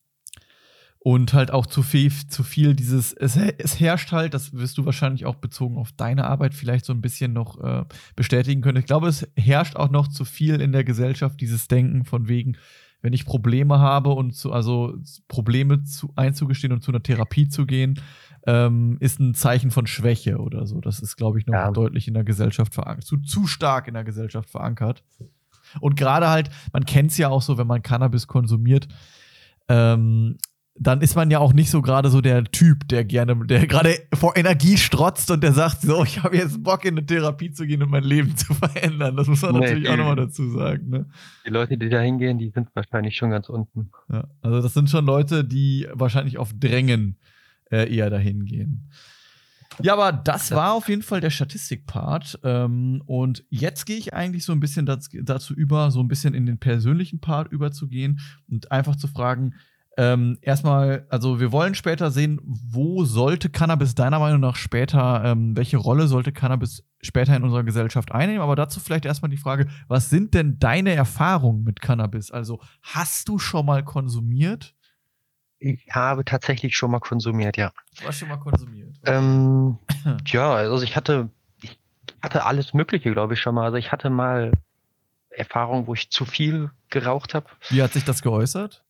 [SPEAKER 1] Und halt auch zu viel, zu viel dieses, es, es herrscht halt, das wirst du wahrscheinlich auch bezogen auf deine Arbeit vielleicht so ein bisschen noch äh, bestätigen können. Ich glaube, es herrscht auch noch zu viel in der Gesellschaft, dieses Denken von wegen, wenn ich Probleme habe und zu, also Probleme zu, einzugestehen und zu einer Therapie zu gehen, ähm, ist ein Zeichen von Schwäche oder so. Das ist, glaube ich, noch
[SPEAKER 2] Ja.
[SPEAKER 1] deutlich in der Gesellschaft verankert, zu, zu stark in der Gesellschaft verankert. Und gerade halt, man kennt es ja auch so, wenn man Cannabis konsumiert, ähm, dann ist man ja auch nicht so gerade so der Typ, der gerne, der gerade vor Energie strotzt und der sagt, so, ich habe jetzt Bock, in eine Therapie zu gehen und mein Leben zu verändern. Das muss man
[SPEAKER 2] Nee,
[SPEAKER 1] natürlich
[SPEAKER 2] die-
[SPEAKER 1] auch nochmal dazu sagen. Ne?
[SPEAKER 2] Die Leute, die da hingehen, die sind wahrscheinlich schon ganz unten.
[SPEAKER 1] Ja, also das sind schon Leute, die wahrscheinlich auf Drängen äh, eher dahin gehen. Ja, aber das war auf jeden Fall der Statistik-Part. Ähm, und jetzt gehe ich eigentlich so ein bisschen dazu, dazu über, so ein bisschen in den persönlichen Part überzugehen und einfach zu fragen, ähm, erstmal, also wir wollen später sehen, wo sollte Cannabis deiner Meinung nach später, ähm, welche Rolle sollte Cannabis später in unserer Gesellschaft einnehmen? Aber dazu vielleicht erstmal die Frage, was sind denn deine Erfahrungen mit Cannabis? Also hast du schon mal konsumiert?
[SPEAKER 2] Ich habe tatsächlich schon mal konsumiert, ja.
[SPEAKER 1] Du hast schon mal konsumiert. Okay.
[SPEAKER 2] Ähm, ja, also ich hatte, ich hatte alles Mögliche, glaube ich, schon mal. Also ich hatte mal Erfahrungen, wo ich zu viel geraucht habe.
[SPEAKER 1] Wie hat sich das geäußert?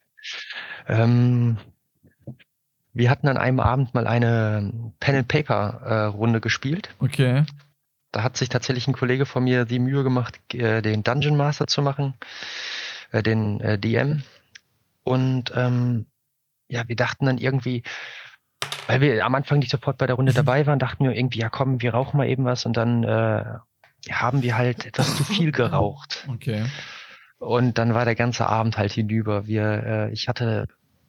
[SPEAKER 2] Ähm, wir hatten an einem Abend mal eine Pen-and-Paper-Runde gespielt.
[SPEAKER 1] Okay.
[SPEAKER 2] Da hat sich tatsächlich ein Kollege von mir die Mühe gemacht, äh, den Dungeon Master zu machen, äh, den äh, D M. Und ähm, ja, wir dachten dann irgendwie, weil wir am Anfang nicht sofort bei der Runde dabei waren, dachten wir irgendwie, ja komm, wir rauchen mal eben was. Und dann äh, haben wir halt etwas zu viel geraucht.
[SPEAKER 1] Okay.
[SPEAKER 2] Und dann war der ganze Abend halt hinüber. Wir, äh, ich hatte,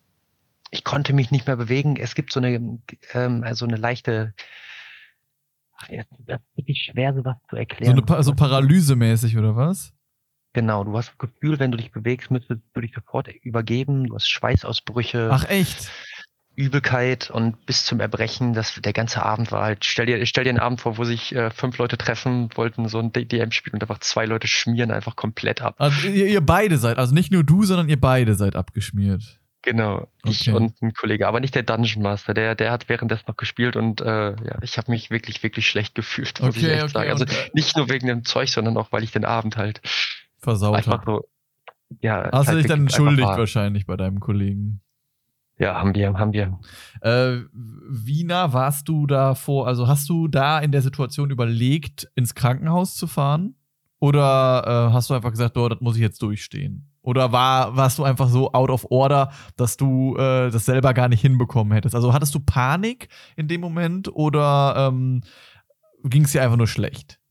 [SPEAKER 2] ich konnte mich nicht mehr bewegen. Es gibt so eine, ähm, also eine leichte, ach, ja, das ist wirklich schwer, sowas zu
[SPEAKER 1] So
[SPEAKER 2] erklären.
[SPEAKER 1] eine pa so Paralyse-mäßig, oder was?
[SPEAKER 2] Genau, du hast das Gefühl, wenn du dich bewegst, müsstest du dich sofort übergeben. Du hast Schweißausbrüche,
[SPEAKER 1] Ach, echt?
[SPEAKER 2] Übelkeit und bis zum Erbrechen. Das, der ganze Abend war halt, stell dir, stell dir einen Abend vor, wo sich äh, fünf Leute treffen, wollten so ein D M spielen und einfach zwei Leute schmieren einfach komplett ab.
[SPEAKER 1] Also ihr, ihr beide seid, also nicht nur du, sondern ihr beide seid abgeschmiert.
[SPEAKER 2] Genau, ich
[SPEAKER 1] Okay.
[SPEAKER 2] und ein Kollege, aber nicht der Dungeon Master, der, der hat währenddessen noch gespielt und äh, ja, ich habe mich wirklich, wirklich schlecht gefühlt, muss ich
[SPEAKER 1] Okay,
[SPEAKER 2] echt
[SPEAKER 1] okay,
[SPEAKER 2] sagen. Also
[SPEAKER 1] und, äh,
[SPEAKER 2] nicht nur wegen dem Zeug, sondern auch, weil ich den Abend halt
[SPEAKER 1] Versaut
[SPEAKER 2] einfach
[SPEAKER 1] hab.
[SPEAKER 2] so, ja.
[SPEAKER 1] Hast
[SPEAKER 2] es
[SPEAKER 1] du
[SPEAKER 2] halt
[SPEAKER 1] dich dann
[SPEAKER 2] wirklich einfach
[SPEAKER 1] entschuldigt
[SPEAKER 2] war.
[SPEAKER 1] wahrscheinlich bei deinem Kollegen?
[SPEAKER 2] Ja, haben wir, haben wir.
[SPEAKER 1] Äh, wie nah warst du da vor, also hast du da in der Situation überlegt, ins Krankenhaus zu fahren? Oder äh, hast du einfach gesagt, oh, das muss ich jetzt durchstehen? Oder war, warst du einfach so out of order, dass du äh, das selber gar nicht hinbekommen hättest? Also hattest du Panik in dem Moment oder ähm, ging es dir einfach nur schlecht?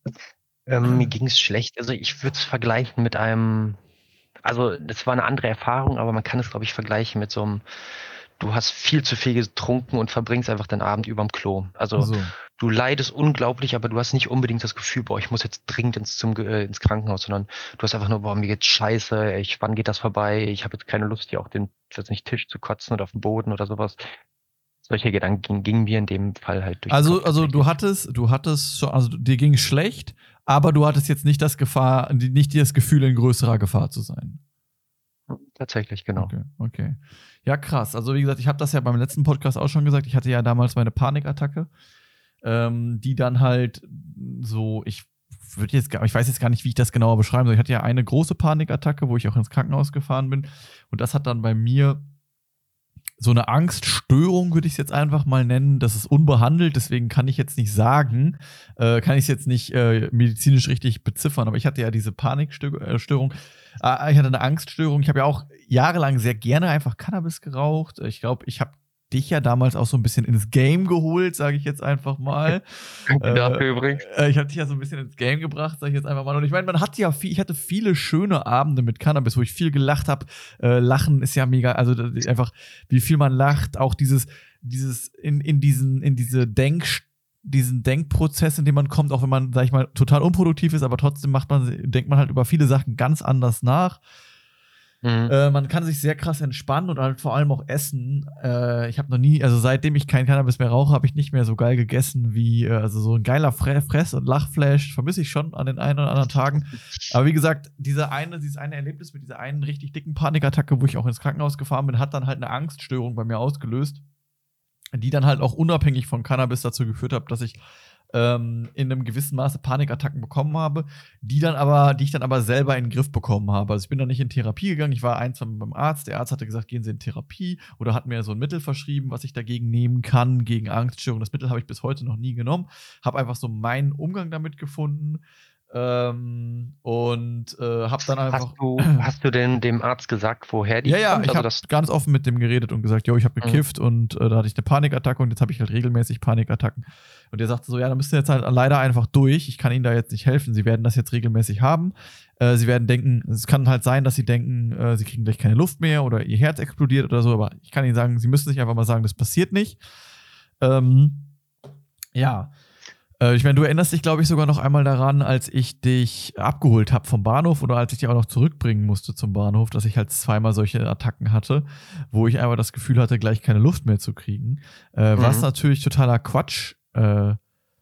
[SPEAKER 2] Ähm, mir ging es schlecht. Also ich würde es vergleichen mit einem, also das war eine andere Erfahrung, aber man kann es, glaube ich, vergleichen mit so einem, du hast viel zu viel getrunken und verbringst einfach den Abend überm Klo. Also
[SPEAKER 1] So.
[SPEAKER 2] du leidest unglaublich, aber du hast nicht unbedingt das Gefühl, boah, ich muss jetzt dringend ins, zum, äh, ins Krankenhaus, sondern du hast einfach nur, boah, mir geht's scheiße, ich, wann geht das vorbei? Ich habe jetzt keine Lust, hier auf den, ich weiß nicht, Tisch zu kotzen oder auf den Boden oder sowas. Solche Gedanken gingen mir in dem Fall halt durch den
[SPEAKER 1] Also,
[SPEAKER 2] Kopf
[SPEAKER 1] also du
[SPEAKER 2] tatsächlich.
[SPEAKER 1] hattest, du hattest schon, also dir ging es schlecht, aber du hattest jetzt nicht das Gefahr, nicht das Gefühl, in größerer Gefahr zu sein.
[SPEAKER 2] Tatsächlich, genau.
[SPEAKER 1] Okay, okay. Ja, krass. Also, wie gesagt, ich habe das ja beim letzten Podcast auch schon gesagt. Ich hatte ja damals meine Panikattacke, ähm, die dann halt so, ich würde jetzt gar, ich weiß jetzt gar nicht, wie ich das genauer beschreiben soll. Ich hatte ja eine große Panikattacke, wo ich auch ins Krankenhaus gefahren bin. Und das hat dann bei mir so eine Angststörung, würde ich es jetzt einfach mal nennen. Das ist unbehandelt, deswegen kann ich jetzt nicht sagen, äh, kann ich es jetzt nicht äh, medizinisch richtig beziffern. Aber ich hatte ja diese Panikstörung. Äh, ich hatte eine Angststörung. Ich habe ja auch jahrelang sehr gerne einfach Cannabis geraucht. Ich glaube, ich habe dich ja damals auch so ein bisschen ins Game geholt, sage ich jetzt einfach mal.
[SPEAKER 2] Danke
[SPEAKER 1] Äh,
[SPEAKER 2] dafür übrigens.
[SPEAKER 1] äh, ich habe dich ja so ein bisschen ins Game gebracht, sage ich jetzt einfach mal. Und ich meine, man hat ja viel, ich hatte viele schöne Abende mit Cannabis, wo ich viel gelacht habe. Äh, Lachen ist ja mega, also einfach, wie viel man lacht, auch dieses, dieses in, in diesen, in diese Denk diesen Denkprozess, in dem man kommt, auch wenn man, sag ich mal, total unproduktiv ist, aber trotzdem macht man, denkt man halt über viele Sachen ganz anders nach. Mhm. Äh, man kann sich sehr krass entspannen und halt vor allem auch essen. Äh, ich habe noch nie, also seitdem ich kein Cannabis mehr rauche, habe ich nicht mehr so geil gegessen wie, äh, also so ein geiler Fre- Fress- und Lachflash vermisse ich schon an den einen oder anderen Tagen. Aber wie gesagt, diese eine, dieses eine Erlebnis mit dieser einen richtig dicken Panikattacke, wo ich auch ins Krankenhaus gefahren bin, hat dann halt eine Angststörung bei mir ausgelöst, die dann halt auch unabhängig von Cannabis dazu geführt hat, dass ich ähm, in einem gewissen Maße Panikattacken bekommen habe, die dann aber, die ich dann aber selber in den Griff bekommen habe. Also ich bin dann nicht in Therapie gegangen, ich war ein, zwei Mal beim Arzt, der Arzt hatte gesagt, gehen Sie in Therapie oder hat mir so ein Mittel verschrieben, was ich dagegen nehmen kann, gegen Angststörungen. Das Mittel habe ich bis heute noch nie genommen, habe einfach so meinen Umgang damit gefunden. Ähm, und äh, hab dann einfach.
[SPEAKER 2] Hast du, hast du denn dem Arzt gesagt, woher die
[SPEAKER 1] ja, ja,
[SPEAKER 2] kommt?
[SPEAKER 1] ich
[SPEAKER 2] Also
[SPEAKER 1] habe
[SPEAKER 2] das
[SPEAKER 1] ganz offen mit dem geredet und gesagt, jo, ich habe gekifft mhm. und äh, da hatte ich eine Panikattacke und jetzt habe ich halt regelmäßig Panikattacken. Und der sagte so, ja, da müsst ihr jetzt halt leider einfach durch. Ich kann Ihnen da jetzt nicht helfen. Sie werden das jetzt regelmäßig haben. Äh, sie werden denken, es kann halt sein, dass Sie denken, äh, Sie kriegen gleich keine Luft mehr oder Ihr Herz explodiert oder so. Aber ich kann Ihnen sagen, Sie müssen sich einfach mal sagen, das passiert nicht. Ähm, ja. Ich meine, du erinnerst dich, glaube ich, sogar noch einmal daran, als ich dich abgeholt habe vom Bahnhof oder als ich dich auch noch zurückbringen musste zum Bahnhof, dass ich halt zweimal solche Attacken hatte, wo ich einfach das Gefühl hatte, gleich keine Luft mehr zu kriegen. Äh, mhm. Was natürlich totaler Quatsch äh,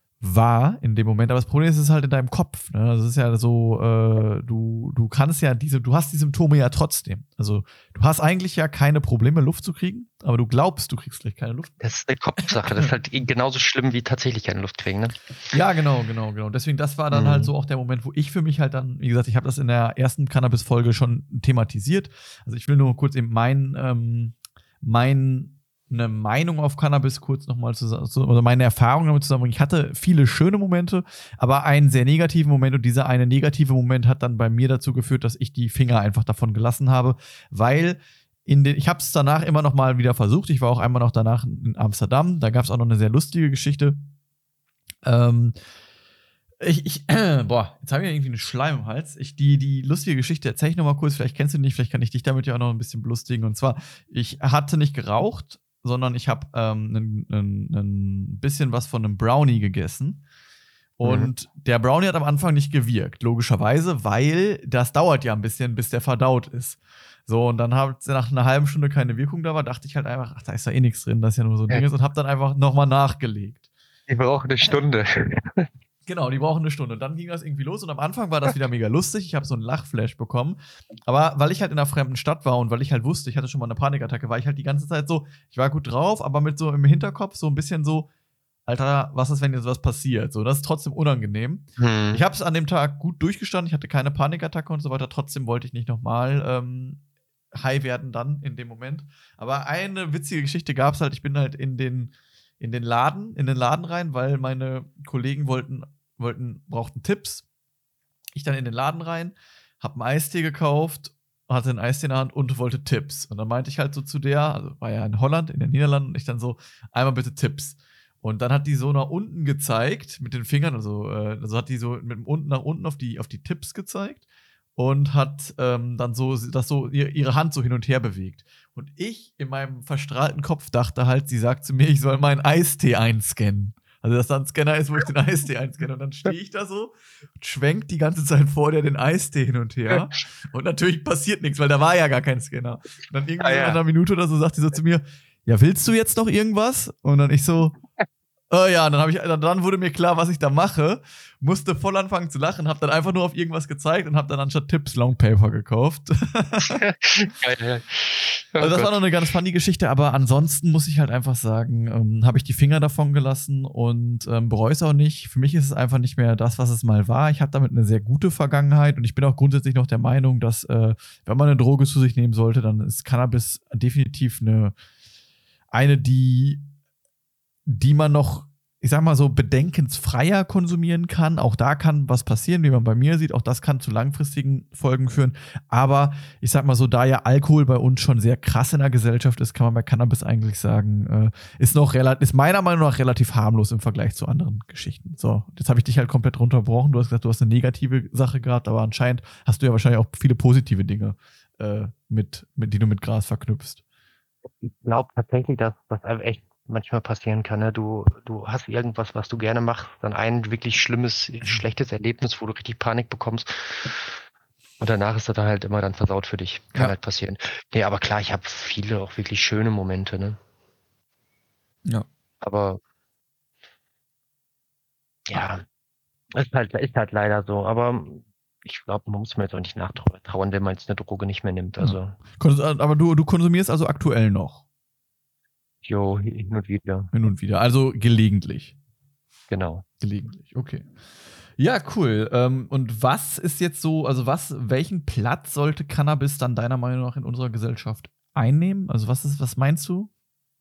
[SPEAKER 1] war in dem Moment. Aber das Problem ist, es ist halt in deinem Kopf. Ne? Das ist ja so, äh, du, du kannst ja diese, du hast die Symptome ja trotzdem. Also du hast eigentlich ja keine Probleme, Luft zu kriegen, aber du glaubst, du kriegst gleich keine Luft.
[SPEAKER 2] Das ist eine Kopfsache. Das ist halt genauso schlimm wie tatsächlich keine Luft kriegen, ne?
[SPEAKER 1] Ja, genau, genau, genau. Deswegen, das war dann mhm. halt so auch der Moment, wo ich für mich halt dann, wie gesagt, ich habe das in der ersten Cannabis-Folge schon thematisiert. Also ich will nur kurz eben mein, ähm, mein eine Meinung auf Cannabis kurz nochmal zusammen, oder meine Erfahrung damit zusammenbringen. Ich hatte viele schöne Momente, aber einen sehr negativen Moment und dieser eine negative Moment hat dann bei mir dazu geführt, dass ich die Finger einfach davon gelassen habe, weil in den, ich habe es danach immer noch mal wieder versucht. Ich war auch einmal noch danach in Amsterdam, da gab es auch noch eine sehr lustige Geschichte. Ähm, Ich, ich, boah, jetzt habe ich irgendwie einen Schleim im Hals. Ich, die, die lustige Geschichte erzähle ich noch mal kurz. Vielleicht kennst du die nicht, vielleicht kann ich dich damit ja auch noch ein bisschen belustigen. Und zwar, ich hatte nicht geraucht, sondern ich habe ähm, ein bisschen was von einem Brownie gegessen. Und mhm. der Brownie hat am Anfang nicht gewirkt, logischerweise, weil das dauert ja ein bisschen, bis der verdaut ist. So, und dann hat nach einer halben Stunde keine Wirkung da war, dachte ich halt einfach, ach, da ist ja eh nichts drin, das ist ja nur so ein ja. Ding. Und habe dann einfach noch mal nachgelegt.
[SPEAKER 2] Ich brauche eine Stunde.
[SPEAKER 1] Genau, die brauchen eine Stunde. Und dann ging das irgendwie los und am Anfang war das wieder mega lustig. Ich habe so einen Lachflash bekommen. Aber weil ich halt in einer fremden Stadt war und weil ich halt wusste, ich hatte schon mal eine Panikattacke, war ich halt die ganze Zeit so, ich war gut drauf, aber mit so im Hinterkopf so ein bisschen so, Alter, was ist, wenn jetzt was passiert? So, das ist trotzdem unangenehm. Hm. Ich habe es an dem Tag gut durchgestanden, ich hatte keine Panikattacke und so weiter. Trotzdem wollte ich nicht nochmal ähm, high werden dann in dem Moment. Aber eine witzige Geschichte gab es halt. Ich bin halt in den, in den Laden, in den Laden rein, weil meine Kollegen wollten wollten, brauchten Tipps. Ich dann in den Laden rein, hab einen Eistee gekauft, hatte einen Eistee in der Hand und wollte Tipps. Und dann meinte ich halt so zu der, also war ja in Holland, in den Niederlanden, und ich dann so, einmal bitte Tipps. Und dann hat die so nach unten gezeigt mit den Fingern, also, äh, also hat die so mit dem unten nach unten auf die, auf die Tipps gezeigt und hat ähm, dann so, das so ihre Hand so hin und her bewegt. Und ich in meinem verstrahlten Kopf dachte halt, sie sagt zu mir, ich soll meinen Eistee einscannen. Also, dass da ein Scanner ist, wo ich den Eistee einscanne. Und dann stehe ich da so und schwenkt die ganze Zeit vor der den Eistee hin und her. Und natürlich passiert nichts, weil da war ja gar kein Scanner. Und dann irgendwie ah, ja. nach einer Minute oder so sagt die so zu mir, ja, willst du jetzt noch irgendwas? Und dann ich so, äh, ja, dann, hab ich, dann, dann wurde mir klar, was ich da mache. Musste voll anfangen zu lachen, hab dann einfach nur auf irgendwas gezeigt und hab dann anstatt Tipps Longpaper gekauft.
[SPEAKER 2] Geil. Oh
[SPEAKER 1] also das
[SPEAKER 2] Gott.
[SPEAKER 1] war noch eine ganz funny Geschichte, aber ansonsten muss ich halt einfach sagen, ähm, habe ich die Finger davon gelassen und ähm, bereue es auch nicht. Für mich ist es einfach nicht mehr das, was es mal war. Ich habe damit eine sehr gute Vergangenheit und ich bin auch grundsätzlich noch der Meinung, dass äh, wenn man eine Droge zu sich nehmen sollte, dann ist Cannabis definitiv eine, eine die, die man noch, ich sag mal so, bedenkensfreier konsumieren kann. Auch da kann was passieren, wie man bei mir sieht. Auch das kann zu langfristigen Folgen führen. Aber ich sag mal so, da ja Alkohol bei uns schon sehr krass in der Gesellschaft ist, kann man bei Cannabis eigentlich sagen, äh, ist noch relativ, ist meiner Meinung nach relativ harmlos im Vergleich zu anderen Geschichten. So, jetzt habe ich dich halt komplett runterbrochen. Du hast gesagt, du hast eine negative Sache gehabt, aber anscheinend hast du ja wahrscheinlich auch viele positive Dinge, äh, mit, mit, die du mit Gras verknüpfst.
[SPEAKER 2] Ich glaube tatsächlich, dass das echt manchmal passieren kann. Ne? Du, du hast irgendwas, was du gerne machst, dann ein wirklich schlimmes, schlechtes Erlebnis, wo du richtig Panik bekommst. Und danach ist das dann halt immer dann versaut für dich. Kann
[SPEAKER 1] Ja.
[SPEAKER 2] halt passieren. Nee, aber klar, ich habe viele auch wirklich schöne Momente, ne?
[SPEAKER 1] Ja.
[SPEAKER 2] Aber ja, ist halt, ist halt leider so. Aber ich glaube, man muss mir jetzt auch nicht nachtrauern, wenn man jetzt eine Droge nicht mehr nimmt. Also,
[SPEAKER 1] ja. Aber du, du konsumierst also aktuell noch?
[SPEAKER 2] jo, hin und wieder.
[SPEAKER 1] Hin und wieder. Also gelegentlich.
[SPEAKER 2] Genau.
[SPEAKER 1] Gelegentlich, okay. Ja, cool. Ähm, und was ist jetzt so, also was, welchen Platz sollte Cannabis dann deiner Meinung nach in unserer Gesellschaft einnehmen? Also was ist, was meinst du?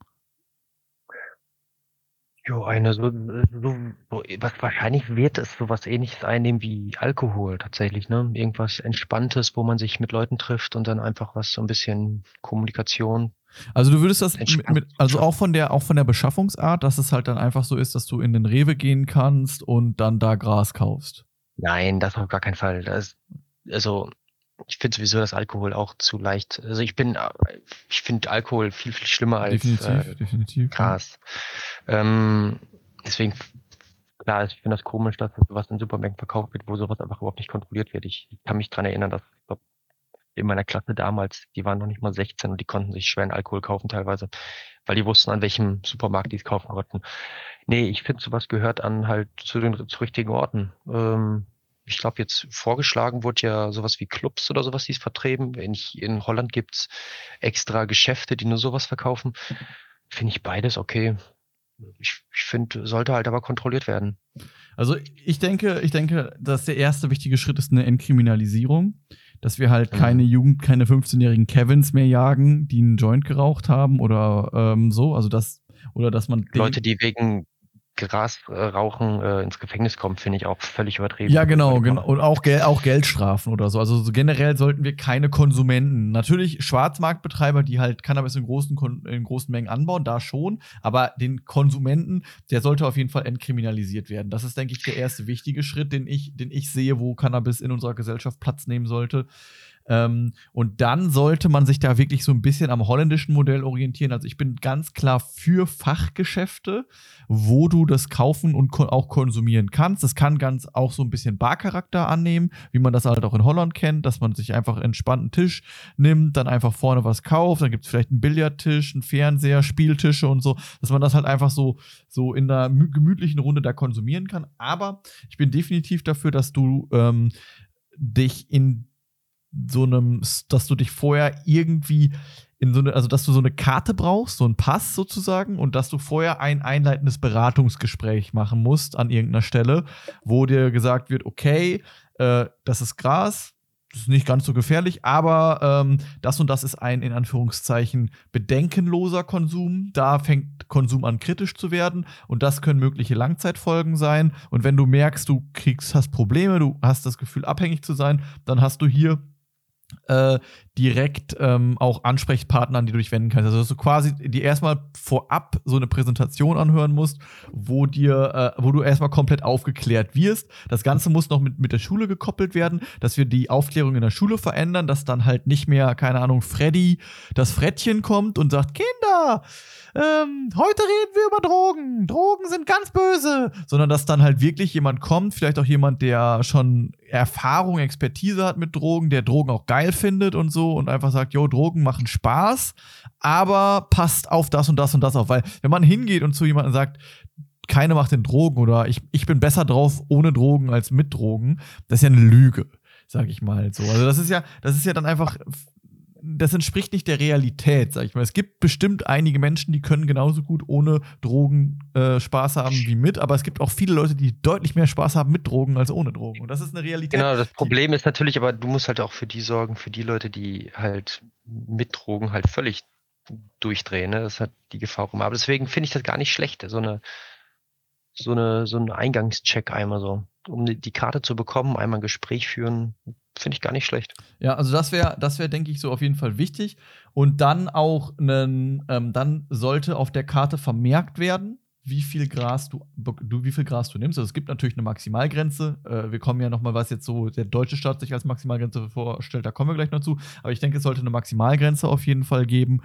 [SPEAKER 2] Jo, eine so, so, so, was wahrscheinlich wird es sowas Ähnliches einnehmen wie Alkohol tatsächlich, ne? Irgendwas Entspanntes, wo man sich mit Leuten trifft und dann einfach was so ein bisschen Kommunikation.
[SPEAKER 1] Also du würdest das mit,
[SPEAKER 2] Entspannt
[SPEAKER 1] mit also
[SPEAKER 2] schaffen.
[SPEAKER 1] auch von der auch von der Beschaffungsart, dass es halt dann einfach so ist, dass du in den Rewe gehen kannst und dann da Gras kaufst.
[SPEAKER 2] Nein, das auf gar keinen Fall. Das, also ich finde sowieso das Alkohol auch zu leicht. Also ich bin, äh, ich finde Alkohol viel, viel schlimmer als
[SPEAKER 1] Definitiv,
[SPEAKER 2] äh,
[SPEAKER 1] definitiv. Ja.
[SPEAKER 2] Gras. Ähm, deswegen, klar, ich finde das komisch, dass sowas in Supermärkten verkauft wird, wo sowas einfach überhaupt nicht kontrolliert wird. Ich kann mich dran erinnern, dass ich glaub, in meiner Klasse damals, die waren noch nicht mal sechzehn und die konnten sich schweren Alkohol kaufen teilweise, weil die wussten, an welchem Supermarkt die es kaufen konnten. Nee, ich finde, sowas gehört an halt zu den zu richtigen Orten. Ähm, ich glaube, jetzt vorgeschlagen wurde ja sowas wie Clubs oder sowas, die es vertreten. In, in Holland gibt's extra Geschäfte, die nur sowas verkaufen. Finde ich beides okay. Ich, ich finde, sollte halt aber kontrolliert werden.
[SPEAKER 1] Also ich denke, ich denke, dass der erste wichtige Schritt ist eine Entkriminalisierung, dass wir halt keine
[SPEAKER 2] Mhm.
[SPEAKER 1] Jugend, keine fünfzehnjährigen Kevins mehr jagen, die einen Joint geraucht haben oder ähm, so, also das oder dass man den,
[SPEAKER 2] Leute, die wegen Gras äh, rauchen äh, ins Gefängnis kommen, finde ich auch völlig übertrieben.
[SPEAKER 1] ja, genau,
[SPEAKER 2] Sollte
[SPEAKER 1] genau.
[SPEAKER 2] man-
[SPEAKER 1] Und auch, Gel auch Geldstrafen oder so. Also so generell sollten wir keine Konsumenten. Natürlich Schwarzmarktbetreiber, die halt Cannabis in großen, Kon in großen Mengen anbauen, da schon. Aber den Konsumenten, der sollte auf jeden Fall entkriminalisiert werden. Das ist, denke ich, der erste wichtige Schritt, den ich, den ich sehe, wo Cannabis in unserer Gesellschaft Platz nehmen sollte. Ähm, und dann sollte man sich da wirklich so ein bisschen am holländischen Modell orientieren. Also ich bin ganz klar für Fachgeschäfte, wo du das kaufen und ko auch konsumieren kannst. Das kann ganz auch so ein bisschen Barcharakter annehmen, wie man das halt auch in Holland kennt, dass man sich einfach entspannten Tisch nimmt, dann einfach vorne was kauft, dann gibt es vielleicht einen Billardtisch, einen Fernseher, Spieltische und so, dass man das halt einfach so, so in einer gemütlichen Runde da konsumieren kann. Aber ich bin definitiv dafür, dass du ähm, dich in so einem, dass du dich vorher irgendwie in so eine, also dass du so eine Karte brauchst, so einen Pass sozusagen, und dass du vorher ein einleitendes Beratungsgespräch machen musst an irgendeiner Stelle, wo dir gesagt wird, okay, äh, das ist Gras, das ist nicht ganz so gefährlich, aber ähm, das und das ist ein in Anführungszeichen bedenkenloser Konsum. Da fängt Konsum an kritisch zu werden und das können mögliche Langzeitfolgen sein. Und wenn du merkst, du kriegst, hast Probleme, du hast das Gefühl, abhängig zu sein, dann hast du hier Äh, direkt ähm, auch Ansprechpartner, an die du dich wenden kannst. Also, dass du quasi dir erstmal vorab so eine Präsentation anhören musst, wo dir, äh, wo du erstmal komplett aufgeklärt wirst. Das Ganze muss noch mit, mit der Schule gekoppelt werden, dass wir die Aufklärung in der Schule verändern, dass dann halt nicht mehr, keine Ahnung, Freddy, das Frettchen kommt und sagt, Kinder, ähm, heute reden wir über Drogen. Drogen sind ganz böse. Sondern dass dann halt wirklich jemand kommt, vielleicht auch jemand, der schon Erfahrung, Expertise hat mit Drogen, der Drogen auch geil findet und so und einfach sagt, jo, Drogen machen Spaß, aber passt auf das und das und das auf. Weil wenn man hingeht und zu jemandem sagt, keine macht den Drogen oder ich, ich bin besser drauf ohne Drogen als mit Drogen, das ist ja eine Lüge, sag ich mal so. Also das ist ja, das ist ja dann einfach, das entspricht nicht der Realität, sag ich mal. Es gibt bestimmt einige Menschen, die können genauso gut ohne Drogen äh, Spaß haben wie mit, aber es gibt auch viele Leute, die deutlich mehr Spaß haben mit Drogen als ohne Drogen. Und das ist eine Realität.
[SPEAKER 2] Genau, das Problem ist natürlich, aber du musst halt auch für die sorgen, für die Leute, die halt mit Drogen halt völlig durchdrehen. Ne? Das hat die Gefahr auch immer. Aber deswegen finde ich das gar nicht schlecht, so eine, so eine, so ein Eingangscheck einmal so. Um die Karte zu bekommen, einmal ein Gespräch führen, finde ich gar nicht schlecht.
[SPEAKER 1] Ja, also das wäre, das wäre, denke ich, so auf jeden Fall wichtig. Und dann auch einen, ähm, dann sollte auf der Karte vermerkt werden, wie viel Gras du, du, wie viel Gras du nimmst. Also es gibt natürlich eine Maximalgrenze. Äh, wir kommen ja noch mal, was jetzt so der deutsche Staat sich als Maximalgrenze vorstellt, da kommen wir gleich noch zu. Aber ich denke, es sollte eine Maximalgrenze auf jeden Fall geben.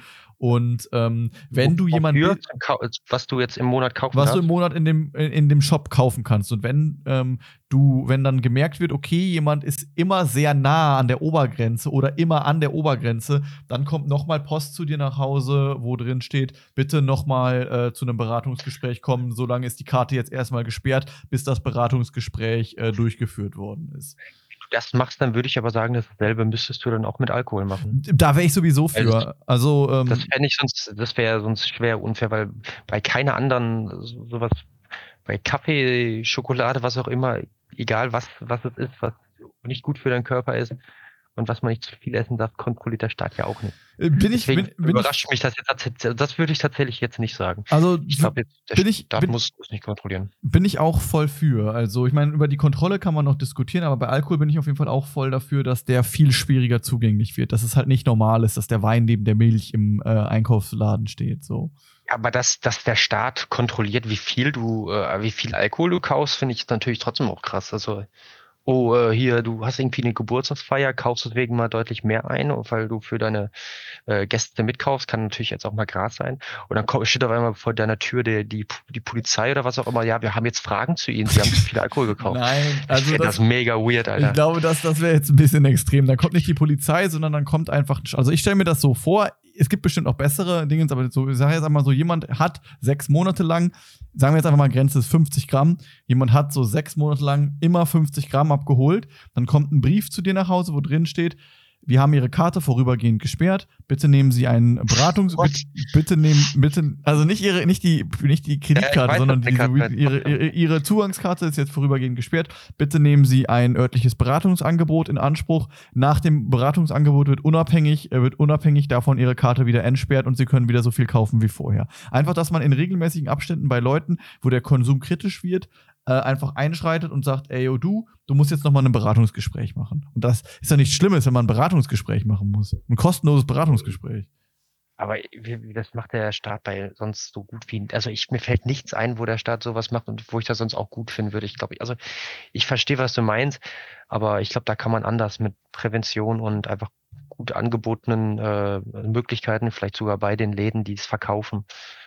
[SPEAKER 1] Und ähm, wenn du jemand
[SPEAKER 2] Wofür?
[SPEAKER 1] bist,
[SPEAKER 2] Zum Kau- was du jetzt im Monat kaufen
[SPEAKER 1] was du im
[SPEAKER 2] darfst?
[SPEAKER 1] Monat in dem, in, in dem Shop kaufen kannst. Und wenn ähm, du, wenn dann gemerkt wird, okay, jemand ist immer sehr nah an der Obergrenze oder immer an der Obergrenze, dann kommt nochmal Post zu dir nach Hause, wo drin steht, bitte nochmal äh, zu einem Beratungsgespräch kommen. Solange ist die Karte jetzt erstmal gesperrt, bis das Beratungsgespräch äh, durchgeführt worden ist.
[SPEAKER 2] Das machst, dann würde ich aber sagen, dasselbe müsstest du dann auch mit Alkohol machen.
[SPEAKER 1] Da wäre ich sowieso für. Also, ähm,
[SPEAKER 2] Das wäre nicht sonst, das wäre sonst schwer unfair, weil bei keiner anderen so- sowas, bei Kaffee, Schokolade, was auch immer, egal was, was es ist, was nicht gut für deinen Körper ist und was man nicht zu viel essen darf, kontrolliert der Staat ja auch nicht.
[SPEAKER 1] äh, bin ich,
[SPEAKER 2] Deswegen
[SPEAKER 1] bin, bin
[SPEAKER 2] überrascht
[SPEAKER 1] ich,
[SPEAKER 2] mich das jetzt, tats- das würde ich tatsächlich jetzt nicht sagen.
[SPEAKER 1] also
[SPEAKER 2] Ich glaube, der
[SPEAKER 1] bin ich,
[SPEAKER 2] Staat
[SPEAKER 1] bin,
[SPEAKER 2] muss es nicht kontrollieren.
[SPEAKER 1] bin ich auch voll für. Also, ich meine, über die Kontrolle kann man noch diskutieren, aber bei Alkohol bin ich auf jeden Fall auch voll dafür, dass der viel schwieriger zugänglich wird. Dass es halt nicht normal ist, dass der Wein neben der Milch im äh, Einkaufsladen steht. So.
[SPEAKER 2] Aber dass, dass der Staat kontrolliert, wie viel du, äh, wie viel Alkohol du kaufst, finde ich natürlich trotzdem auch krass. Also, oh, äh, hier, du hast irgendwie eine Geburtstagsfeier, kaufst deswegen mal deutlich mehr ein, weil du für deine äh, Gäste mitkaufst, kann natürlich jetzt auch mal Gras sein. Und dann kommt, steht auf einmal vor deiner Tür die, die, die Polizei oder was auch immer, ja, wir haben jetzt Fragen zu Ihnen, Sie haben zu viel Alkohol gekauft.
[SPEAKER 1] Nein,
[SPEAKER 2] Ich
[SPEAKER 1] also
[SPEAKER 2] finde
[SPEAKER 1] das,
[SPEAKER 2] das mega weird, Alter.
[SPEAKER 1] ich glaube, das, das wäre jetzt ein bisschen extrem. Dann kommt nicht die Polizei, sondern dann kommt einfach. Also ich stelle mir das so vor, es gibt bestimmt auch bessere Dinge, aber so, ich sage jetzt einmal so, jemand hat sechs Monate lang, sagen wir jetzt einfach mal, Grenze ist fünfzig Gramm, jemand hat so sechs Monate lang immer fünfzig Gramm abgeholt, dann kommt ein Brief zu dir nach Hause, wo drin steht, wir haben Ihre Karte vorübergehend gesperrt. Bitte nehmen Sie einen Beratungs...
[SPEAKER 2] Was?
[SPEAKER 1] bitte, bitte nehmen... Bitte, also nicht Ihre, nicht die, nicht die Kreditkarte,
[SPEAKER 2] Ja, ich weiß,
[SPEAKER 1] sondern
[SPEAKER 2] dass die
[SPEAKER 1] diese,
[SPEAKER 2] Karte-
[SPEAKER 1] ihre, ihre, ihre Zugangskarte ist jetzt vorübergehend gesperrt. Bitte nehmen Sie ein örtliches Beratungsangebot in Anspruch. Nach dem Beratungsangebot wird unabhängig, äh, wird unabhängig davon Ihre Karte wieder entsperrt und Sie können wieder so viel kaufen wie vorher. Einfach, dass man in regelmäßigen Abständen bei Leuten, wo der Konsum kritisch wird, äh, einfach einschreitet und sagt, ey, yo, du, du musst jetzt noch mal ein Beratungsgespräch machen. Und das ist ja nichts Schlimmes, wenn man ein Beratungsgespräch machen muss. Ein kostenloses Beratungsgespräch.
[SPEAKER 2] Aber wie, wie das macht der Staat bei sonst so gut wie, also ich, mir fällt nichts ein, wo der Staat sowas macht und wo ich das sonst auch gut finden würde. Ich glaube, also ich verstehe, was du meinst, aber ich glaube, da kann man anders mit Prävention und einfach gut angebotenen äh, Möglichkeiten, vielleicht sogar bei den Läden, die es verkaufen,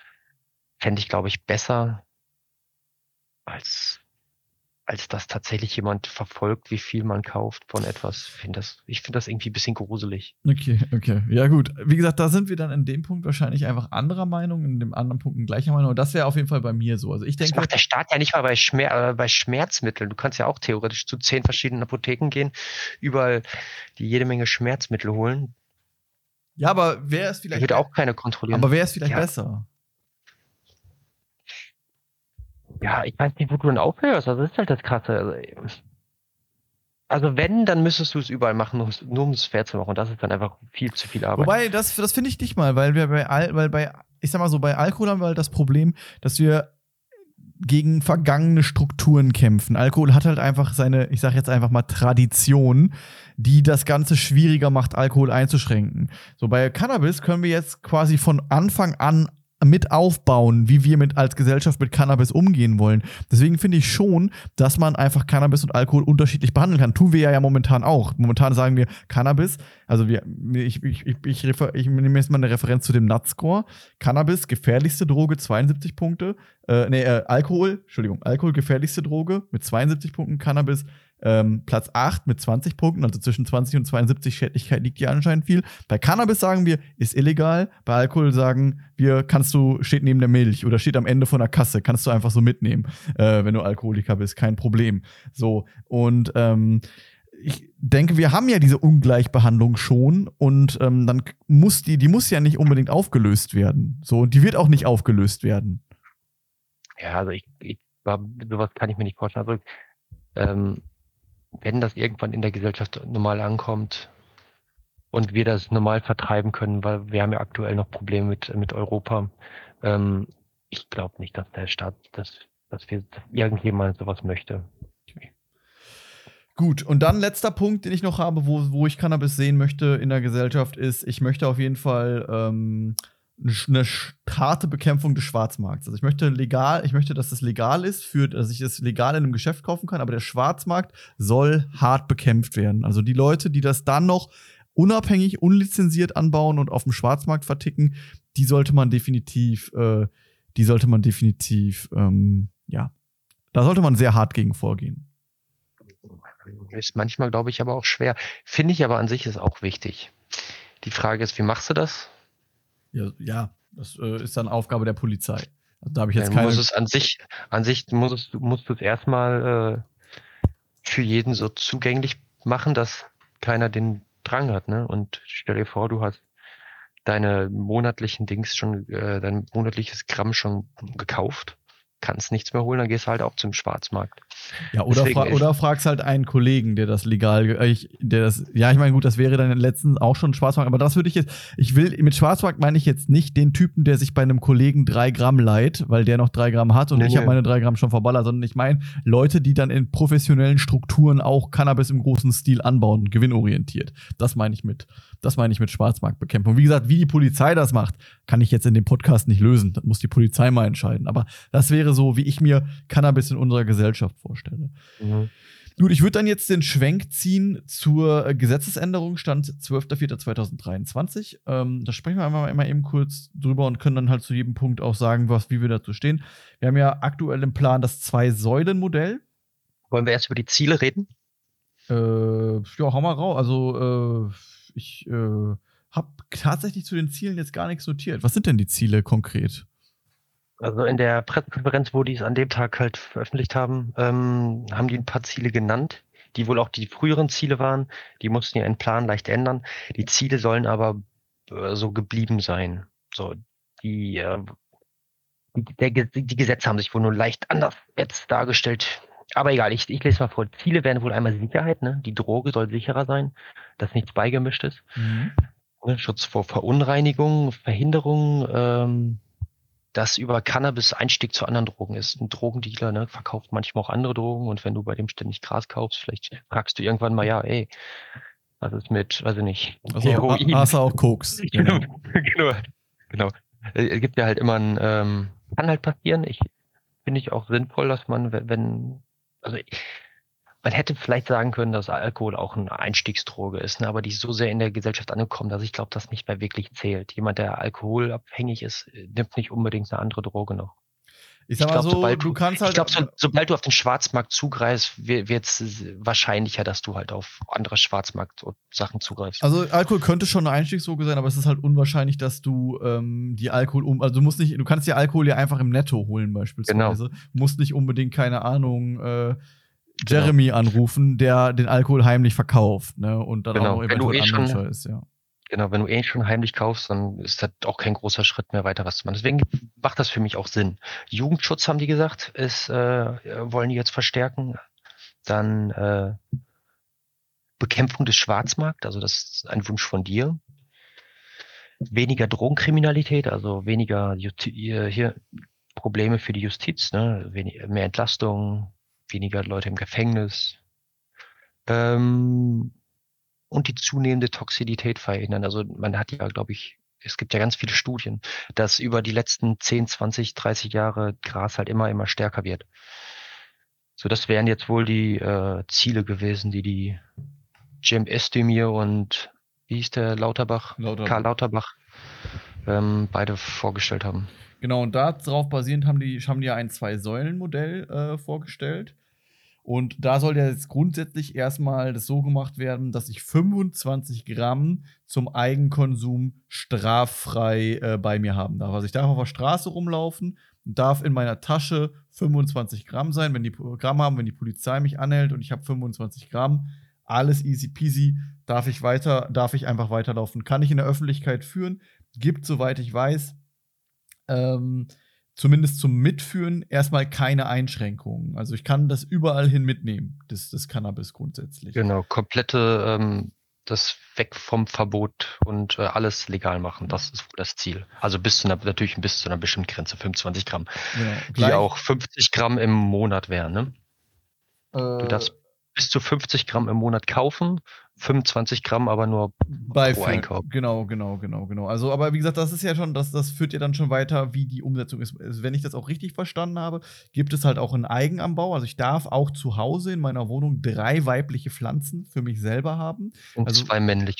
[SPEAKER 2] fände ich, glaube ich, besser, als, als dass tatsächlich jemand verfolgt, wie viel man kauft von etwas. Find das, ich finde das irgendwie ein bisschen gruselig.
[SPEAKER 1] Okay, okay. Ja, gut. Wie gesagt, da sind wir dann in dem Punkt wahrscheinlich einfach anderer Meinung, in dem anderen Punkt gleicher Meinung. Und das wäre auf jeden Fall bei mir so. Also ich
[SPEAKER 2] Das
[SPEAKER 1] denke,
[SPEAKER 2] macht der Staat ja nicht mal bei, Schmer äh, bei Schmerzmitteln. Du kannst ja auch theoretisch zu zehn verschiedenen Apotheken gehen, überall die jede Menge Schmerzmittel holen.
[SPEAKER 1] ja, aber wer ist
[SPEAKER 2] Da
[SPEAKER 1] vielleicht,
[SPEAKER 2] wird auch keiner kontrollieren.
[SPEAKER 1] aber wer ist vielleicht
[SPEAKER 2] Ja.
[SPEAKER 1] besser?
[SPEAKER 2] Ja, ich weiß nicht, wo du dann aufhörst. Also das ist halt das Krasse. Also, also wenn, dann müsstest du es überall machen, nur, nur um es fair zu machen. Und das ist dann einfach viel zu viel Arbeit.
[SPEAKER 1] Wobei, das, das finde ich nicht mal, weil wir bei, Al weil bei, ich sag mal so, bei Alkohol haben wir halt das Problem, dass wir gegen vergangene Strukturen kämpfen. Alkohol hat halt einfach seine, ich sag jetzt einfach mal Tradition, die das Ganze schwieriger macht, Alkohol einzuschränken. So bei Cannabis können wir jetzt quasi von Anfang an mit aufbauen, wie wir mit als Gesellschaft mit Cannabis umgehen wollen. Deswegen finde ich schon, dass man einfach Cannabis und Alkohol unterschiedlich behandeln kann. Tun wir ja, ja momentan auch. Momentan sagen wir Cannabis, also wir, ich, ich, ich, ich, refer, ich nehme jetzt mal eine Referenz zu dem Nut-Score. Cannabis, gefährlichste Droge, zweiundsiebzig Punkte. Äh, nee, äh, Alkohol, Entschuldigung, Alkohol, gefährlichste Droge mit zweiundsiebzig Punkten. Cannabis, Ähm, Platz acht mit zwanzig Punkten, also zwischen zwanzig und zweiundsiebzig Schädlichkeit liegt hier anscheinend viel. Bei Cannabis sagen wir, ist illegal. Bei Alkohol sagen wir, kannst du, steht neben der Milch oder steht am Ende von der Kasse, kannst du einfach so mitnehmen, äh, wenn du Alkoholiker bist, kein Problem. So, und ähm, ich denke, wir haben ja diese Ungleichbehandlung schon und ähm, dann muss die, die muss ja nicht unbedingt aufgelöst werden. So, und die wird auch nicht aufgelöst werden.
[SPEAKER 2] Ja, also ich, ich sowas kann ich mir nicht vorstellen. Also ähm, wenn das irgendwann in der Gesellschaft normal ankommt und wir das normal vertreiben können, weil wir haben ja aktuell noch Probleme mit, mit Europa. Ähm, ich glaube nicht, dass der Staat, dass, dass wir dass irgendjemand sowas möchte.
[SPEAKER 1] Gut, und dann letzter Punkt, den ich noch habe, wo, wo ich Cannabis sehen möchte in der Gesellschaft, ist, ich möchte auf jeden Fall ähm, eine harte Bekämpfung des Schwarzmarkts. Also ich möchte legal, ich möchte, dass das legal ist, für, dass ich es legal in einem Geschäft kaufen kann, aber der Schwarzmarkt soll hart bekämpft werden. Also die Leute, die das dann noch unabhängig, unlizenziert anbauen und auf dem Schwarzmarkt verticken, die sollte man definitiv, äh, die sollte man definitiv, ähm, ja, da sollte man sehr hart gegen vorgehen.
[SPEAKER 2] Ist manchmal, glaube ich, aber auch schwer. Finde ich aber an sich ist auch wichtig. Die Frage ist, wie machst du das?
[SPEAKER 1] Ja, ja das äh, ist dann Aufgabe der Polizei. Also da habe ich jetzt
[SPEAKER 2] Ja,
[SPEAKER 1] keine.
[SPEAKER 2] muss es an sich, an sich musst, es, musst du es erstmal äh, für jeden so zugänglich machen, dass keiner den Drang hat, ne? Und stell dir vor, du hast deine monatlichen Dings schon, äh, dein monatliches Gramm schon gekauft, kannst nichts mehr holen, dann gehst du halt auch zum Schwarzmarkt.
[SPEAKER 1] Ja, oder, fra oder fragst halt einen Kollegen, der das legal, äh, ich, der das, ja, ich meine, gut, das wäre dann letztens auch schon Schwarzmarkt, aber das würde ich jetzt, ich will, mit Schwarzmarkt meine ich jetzt nicht den Typen, der sich bei einem Kollegen drei Gramm leiht, weil der noch drei Gramm hat und nee, ich nee. habe meine drei Gramm schon verballert, sondern ich meine Leute, die dann in professionellen Strukturen auch Cannabis im großen Stil anbauen, gewinnorientiert. Das meine ich mit, das meine ich mit Schwarzmarktbekämpfung. Wie gesagt, wie die Polizei das macht, kann ich jetzt in dem Podcast nicht lösen. Das muss die Polizei mal entscheiden. Aber das wäre so, wie ich mir Cannabis in unserer Gesellschaft vorstelle.
[SPEAKER 2] Mhm.
[SPEAKER 1] Gut, ich würde dann jetzt den Schwenk ziehen zur Gesetzesänderung, Stand zwölfter vierter zweitausenddreiundzwanzig. Ähm, da sprechen wir einmal, einmal eben kurz drüber und können dann halt zu jedem Punkt auch sagen, was, wie wir dazu stehen. Wir haben ja aktuell im Plan das Zwei-Säulen-Modell.
[SPEAKER 2] Wollen wir erst über die Ziele reden?
[SPEAKER 1] Äh, ja, hau mal raus. Also, äh, ich äh, habe tatsächlich zu den Zielen jetzt gar nichts notiert. Was sind denn die Ziele konkret?
[SPEAKER 2] Also in der Pressekonferenz, wo die es an dem Tag halt veröffentlicht haben, ähm, haben die ein paar Ziele genannt, die wohl auch die früheren Ziele waren. Die mussten ja ihren Plan leicht ändern. Die Ziele sollen aber äh, so geblieben sein. So die, äh, die, der, die Gesetze haben sich wohl nur leicht anders jetzt dargestellt. Aber egal, ich, ich lese mal vor. Ziele werden wohl einmal Sicherheit, ne? Die Droge soll sicherer sein, dass nichts beigemischt ist.
[SPEAKER 1] Mhm.
[SPEAKER 2] Schutz vor Verunreinigung, Verhinderung, ähm, dass über Cannabis Einstieg zu anderen Drogen ist. Ein Drogendealer, ne, verkauft manchmal auch andere Drogen und wenn du bei dem ständig Gras kaufst, vielleicht fragst du irgendwann mal, ja, ey, was ist mit, weiß ich nicht,
[SPEAKER 1] also, Heroin. Hast du auch Koks.
[SPEAKER 2] Genau, genau, genau. Es gibt ja halt immer ein, ähm, kann halt passieren. Ich finde ich auch sinnvoll, dass man, wenn, also ich, man hätte vielleicht sagen können, dass Alkohol auch eine Einstiegsdroge ist, ne? Aber die ist so sehr in der Gesellschaft angekommen, dass ich glaube, das nicht mehr wirklich zählt. Jemand, der alkoholabhängig ist, nimmt nicht unbedingt eine andere Droge noch.
[SPEAKER 1] Ich sag mal so, sobald du, du kannst halt.
[SPEAKER 2] Ich glaube, so, sobald du auf den Schwarzmarkt zugreifst, wird es wahrscheinlicher, dass du halt auf andere Schwarzmarkt-Sachen zugreifst.
[SPEAKER 1] Also Alkohol könnte schon eine Einstiegsdroge sein, aber es ist halt unwahrscheinlich, dass du ähm, die Alkohol um. Also du musst nicht, du kannst dir Alkohol ja einfach im Netto holen, beispielsweise. Genau. Du musst nicht unbedingt, keine Ahnung, äh, Jeremy genau. anrufen, der den Alkohol heimlich verkauft, ne? Und dann
[SPEAKER 2] genau.
[SPEAKER 1] auch noch eventuell
[SPEAKER 2] eh
[SPEAKER 1] anderen Scheiß, ja.
[SPEAKER 2] Genau, wenn du eh schon heimlich kaufst, dann ist das auch kein großer Schritt mehr weiter, was zu machen. Deswegen macht das für mich auch Sinn. Jugendschutz, haben die gesagt, ist, äh, wollen die jetzt verstärken. Dann äh, Bekämpfung des Schwarzmarkts, also das ist ein Wunsch von dir. Weniger Drogenkriminalität, also weniger Justi- hier Probleme für die Justiz, ne? Wenig, mehr Entlastung, weniger Leute im Gefängnis. Ähm, und die zunehmende Toxizität verhindern. Also man hat ja, glaube ich, es gibt ja ganz viele Studien, dass über die letzten zehn, zwanzig, dreißig Jahre Gras halt immer, immer stärker wird. So, das wären jetzt wohl die äh, Ziele gewesen, die die Cem Özdemir und wie hieß der Lauterbach?
[SPEAKER 1] Lauterbach.
[SPEAKER 2] Karl Lauterbach ähm, beide vorgestellt haben.
[SPEAKER 1] Genau, und darauf basierend haben die, haben die ja ein Zwei-Säulen-Modell äh, vorgestellt. Und da soll ja jetzt grundsätzlich erstmal das so gemacht werden, dass ich fünfundzwanzig Gramm zum Eigenkonsum straffrei äh, bei mir haben darf. Also ich darf auf der Straße rumlaufen und darf in meiner Tasche fünfundzwanzig Gramm sein, wenn die Gramm haben, wenn die Polizei mich anhält und ich habe fünfundzwanzig Gramm, alles easy peasy, darf ich weiter, darf ich einfach weiterlaufen. Kann ich in der Öffentlichkeit führen, gibt, soweit ich weiß, ähm, zumindest zum Mitführen erstmal keine Einschränkungen. Also ich kann das überall hin mitnehmen, das, das Cannabis grundsätzlich.
[SPEAKER 2] Genau, komplette, ähm, das weg vom Verbot und äh, alles legal machen, das ist das Ziel. Also bis zu einer, natürlich bis zu einer bestimmten Grenze, fünfundzwanzig Gramm.
[SPEAKER 1] Genau.
[SPEAKER 2] Die
[SPEAKER 1] Gleich,
[SPEAKER 2] auch fünfzig Gramm im Monat wären, ne?
[SPEAKER 1] Äh,
[SPEAKER 2] du darfst bis zu fünfzig Gramm im Monat kaufen, fünfundzwanzig Gramm aber nur pro Einkauf.
[SPEAKER 1] Genau, genau, genau, genau. Also, aber wie gesagt, das ist ja schon, das, das führt ja dann schon weiter, wie die Umsetzung ist. Wenn ich das auch richtig verstanden habe, gibt es halt auch einen Eigenanbau. Also ich darf auch zu Hause in meiner Wohnung drei weibliche Pflanzen für mich selber haben.
[SPEAKER 2] Und
[SPEAKER 1] also,
[SPEAKER 2] zwei männliche.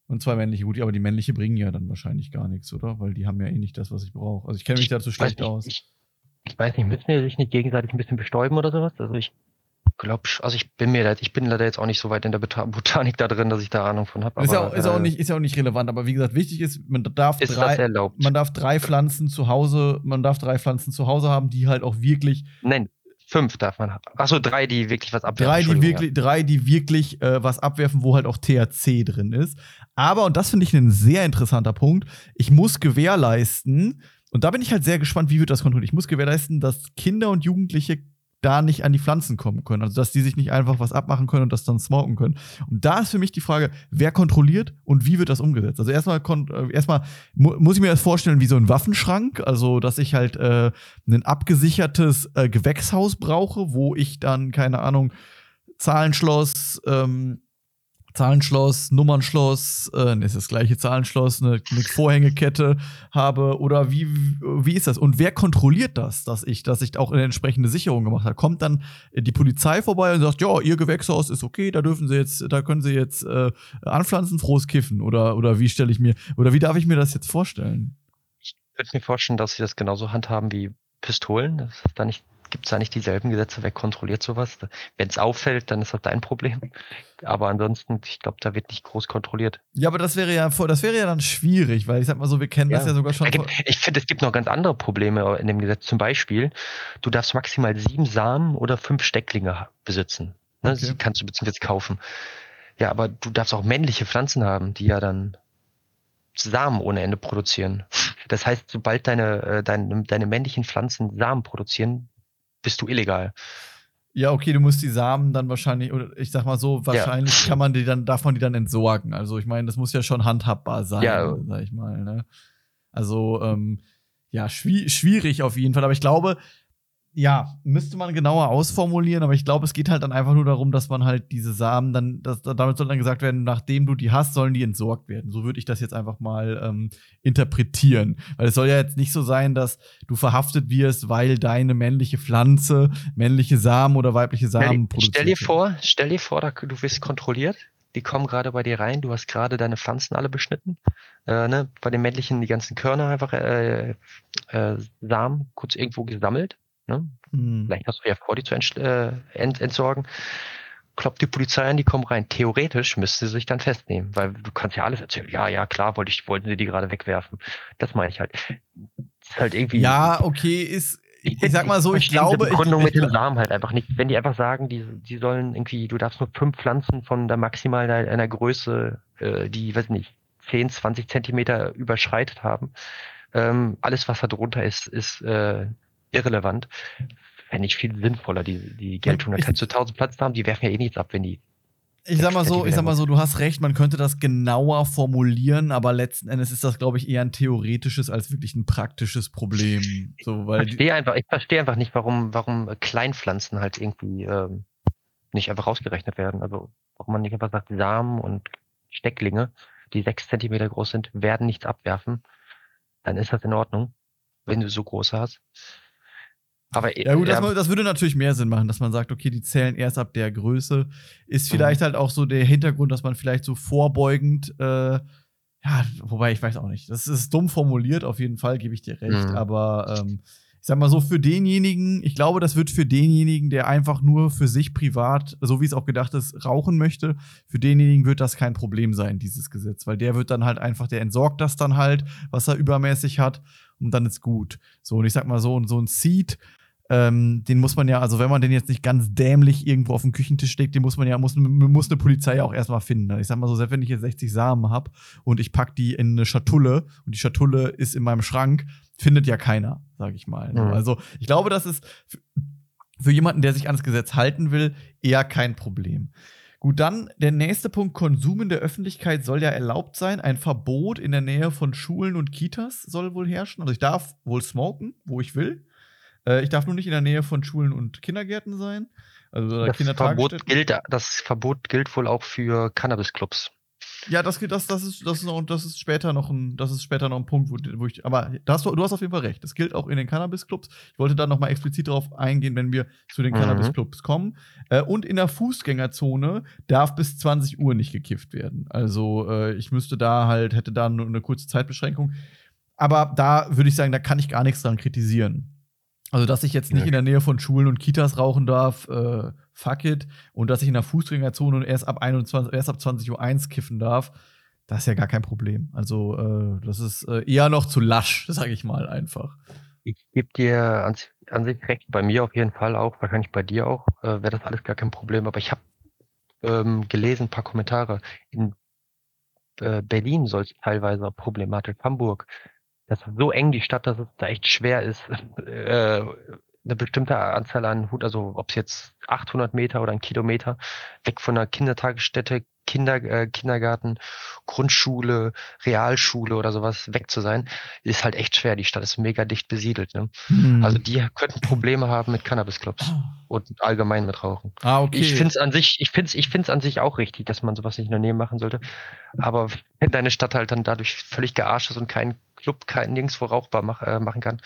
[SPEAKER 1] Und zwei männliche, gut, aber die männliche bringen ja dann wahrscheinlich gar nichts, oder? Weil die haben ja eh nicht das, was ich brauche. Also ich kenne mich dazu schlecht
[SPEAKER 2] nicht,
[SPEAKER 1] aus.
[SPEAKER 2] Ich, ich weiß nicht, müssen die sich nicht gegenseitig ein bisschen bestäuben oder sowas? Also ich glaube, also ich bin mir da, ich bin leider jetzt auch nicht so weit in der Botanik da drin, dass ich da Ahnung von habe.
[SPEAKER 1] Ist, ja auch, ist, auch nicht, ist ja auch nicht relevant, aber wie gesagt, wichtig ist, man darf,
[SPEAKER 2] ist
[SPEAKER 1] drei,
[SPEAKER 2] das erlaubt?
[SPEAKER 1] man darf drei Pflanzen zu Hause, man darf drei Pflanzen zu Hause haben, die halt auch wirklich.
[SPEAKER 2] Nein, fünf darf man haben. Achso, drei, die wirklich was abwerfen.
[SPEAKER 1] Drei, die wirklich, ja. drei, die wirklich äh, was abwerfen, wo halt auch T H C drin ist. Aber, und das finde ich ein sehr interessanter Punkt, ich muss gewährleisten, und da bin ich halt sehr gespannt, wie wird das kontrolliert. Ich muss gewährleisten, dass Kinder und Jugendliche da nicht an die Pflanzen kommen können. Also, dass die sich nicht einfach was abmachen können und das dann smoken können. Und da ist für mich die Frage, wer kontrolliert und wie wird das umgesetzt? Also, erstmal äh, erstmal mu muss ich mir das vorstellen wie so ein Waffenschrank. Also, dass ich halt äh, ein abgesichertes äh, Gewächshaus brauche, wo ich dann, keine Ahnung, Zahlenschloss, ähm, Zahlenschloss, Nummernschloss, äh, ist das gleiche Zahlenschloss, eine, eine Vorhängekette habe oder wie, wie ist das? Und wer kontrolliert das, dass ich, dass ich auch eine entsprechende Sicherung gemacht habe? Kommt dann die Polizei vorbei und sagt, ja, ihr Gewächshaus ist okay, da dürfen sie jetzt, da können sie jetzt äh, anpflanzen, frohes Kiffen oder, oder wie stelle ich mir, oder wie darf ich mir das jetzt vorstellen?
[SPEAKER 2] Ich könnte mir vorstellen, dass sie das genauso handhaben wie Pistolen, das ist da nicht Gibt es da nicht dieselben Gesetze? Wer kontrolliert sowas? Wenn es auffällt, dann ist das dein Problem. Aber ansonsten, ich glaube, da wird nicht groß kontrolliert.
[SPEAKER 1] Ja, aber das wäre ja, das wäre ja dann schwierig, weil ich sag mal so, wir kennen ja. das ja sogar schon.
[SPEAKER 2] Gibt, ich finde, es gibt noch ganz andere Probleme in dem Gesetz. Zum Beispiel, du darfst maximal sieben Samen oder fünf Stecklinge besitzen. Ne? Okay. Die kannst du beziehungsweise kaufen. Ja, aber du darfst auch männliche Pflanzen haben, die ja dann Samen ohne Ende produzieren. Das heißt, sobald deine, deine, deine männlichen Pflanzen Samen produzieren, bist du illegal.
[SPEAKER 1] Ja, okay, du musst die Samen dann wahrscheinlich, oder ich sag mal so, wahrscheinlich ja. kann man die dann, darf man die dann entsorgen. Also ich meine, das muss ja schon handhabbar sein, ja. sag ich mal. Ne? Also, ähm, ja, schwi schwierig auf jeden Fall. Aber ich glaube, ja, müsste man genauer ausformulieren, aber ich glaube, es geht halt dann einfach nur darum, dass man halt diese Samen dann, dass, damit soll dann gesagt werden, nachdem du die hast, sollen die entsorgt werden. So würde ich das jetzt einfach mal ähm, interpretieren. Weil es soll ja jetzt nicht so sein, dass du verhaftet wirst, weil deine männliche Pflanze männliche Samen oder weibliche Samen produziert.
[SPEAKER 2] Stell dir vor, stell dir vor, du wirst kontrolliert, die kommen gerade bei dir rein, du hast gerade deine Pflanzen alle beschnitten. Äh, ne? Bei den männlichen die ganzen Körner einfach äh, äh, Samen kurz irgendwo gesammelt. Ne? Hm. Vielleicht hast du ja vor, die zu ent äh, ent entsorgen. Kloppt die Polizei an, die kommen rein. Theoretisch müsste sie sich dann festnehmen, weil du kannst ja alles erzählen. Ja, ja, klar, wollte ich, wollten sie die gerade wegwerfen. Das meine ich halt. Ist halt irgendwie.
[SPEAKER 1] Ja, okay, ist. Ich, ich sag mal so, ich glaube.
[SPEAKER 2] Die Begründung mit dem Samen halt einfach nicht. Wenn die einfach sagen, die, die sollen irgendwie, du darfst nur fünf Pflanzen von der maximal einer Größe, äh, die, weiß nicht, zehn, zwanzig Zentimeter überschreitet haben. Ähm, alles, was da drunter ist, ist äh, irrelevant. Fände ich viel sinnvoller, die, die Geltung. Da kannst du tausend Pflanzen haben, die werfen ja eh nichts ab, wenn die.
[SPEAKER 1] Ich sag mal so, ich sag mal so, du hast recht, man könnte das genauer formulieren, aber letzten Endes ist das, glaube ich, eher ein theoretisches als wirklich ein praktisches Problem. So, weil
[SPEAKER 2] ich verstehe einfach, ich verstehe einfach nicht, warum, warum Kleinpflanzen halt irgendwie ähm, nicht einfach rausgerechnet werden. Also warum man nicht einfach sagt, Samen und Stecklinge, die sechs Zentimeter groß sind, werden nichts abwerfen. Dann ist das in Ordnung, wenn du so große hast. Aber
[SPEAKER 1] ja gut, das, das würde natürlich mehr Sinn machen, dass man sagt, okay, die zählen erst ab der Größe. Ist vielleicht mhm. halt auch so der Hintergrund, dass man vielleicht so vorbeugend, äh, ja, wobei ich weiß auch nicht. Das ist dumm formuliert, auf jeden Fall, gebe ich dir recht. Mhm. Aber ähm, ich sag mal so, für denjenigen, ich glaube, das wird für denjenigen, der einfach nur für sich privat, so wie es auch gedacht ist, rauchen möchte, für denjenigen wird das kein Problem sein, dieses Gesetz. Weil der wird dann halt einfach, der entsorgt das dann halt, was er übermäßig hat, und dann ist gut. So, und ich sag mal so, so ein Seed, Ähm, den muss man ja, also wenn man den jetzt nicht ganz dämlich irgendwo auf den Küchentisch steckt, den muss man ja, muss, muss eine Polizei ja auch erstmal finden. Ich sag mal so, selbst wenn ich jetzt sechzig Samen habe und ich pack die in eine Schatulle und die Schatulle ist in meinem Schrank, findet ja keiner, sag ich mal. Mhm. Also ich glaube, das ist für jemanden, der sich ans Gesetz halten will, eher kein Problem. Gut, dann der nächste Punkt, Konsum in der Öffentlichkeit soll ja erlaubt sein. Ein Verbot in der Nähe von Schulen und Kitas soll wohl herrschen. Also ich darf wohl smoken, wo ich will. Ich darf nur nicht in der Nähe von Schulen und Kindergärten sein. Also
[SPEAKER 2] das, Verbot gilt, das Verbot gilt wohl auch für Cannabis-Clubs.
[SPEAKER 1] Ja, das, das, das, ist, das, ist noch, das ist später noch ein, das ist später noch ein Punkt, wo, wo ich. Aber da hast du, du hast auf jeden Fall recht. Das gilt auch in den Cannabis-Clubs. Ich wollte da noch mal explizit darauf eingehen, wenn wir zu den
[SPEAKER 2] Mhm.
[SPEAKER 1] Cannabis-Clubs kommen. Äh, und in der Fußgängerzone darf bis zwanzig Uhr nicht gekifft werden. Also äh, ich müsste da halt, hätte da nur eine kurze Zeitbeschränkung. Aber da würde ich sagen, da kann ich gar nichts dran kritisieren. Also, dass ich jetzt nicht
[SPEAKER 2] Ja.
[SPEAKER 1] in der Nähe von Schulen und Kitas rauchen darf, äh, fuck it. Und dass ich in der Fußgängerzone erst ab einundzwanzig, erst ab zwanzig Uhr eins kiffen darf, das ist ja gar kein Problem. Also, äh, das ist äh, eher noch zu lasch, sage ich mal einfach.
[SPEAKER 2] Ich gebe dir an, an sich recht, bei mir auf jeden Fall auch, wahrscheinlich bei dir auch, äh, wäre das alles gar kein Problem. Aber ich habe ähm, gelesen, ein paar Kommentare. In äh, Berlin soll es teilweise problematisch, Hamburg. Das ist so eng, die Stadt, dass es da echt schwer ist, äh, eine bestimmte Anzahl an Hut, also ob es jetzt achthundert Meter oder ein Kilometer weg von einer Kindertagesstätte, Kinder, äh, Kindergarten, Grundschule, Realschule oder sowas weg zu sein, ist halt echt schwer. Die Stadt ist mega dicht besiedelt. Ne?
[SPEAKER 1] Hm.
[SPEAKER 2] Also die könnten Probleme haben mit Cannabis-Clubs und allgemein mit Rauchen.
[SPEAKER 1] Ah, okay.
[SPEAKER 2] Ich finde es an sich, ich finde ich finde es an sich auch richtig, dass man sowas nicht in der Nähe machen sollte. Aber wenn deine Stadt halt dann dadurch völlig gearscht ist und kein Club, kein nirgendwo rauchbar mach, äh, machen kann,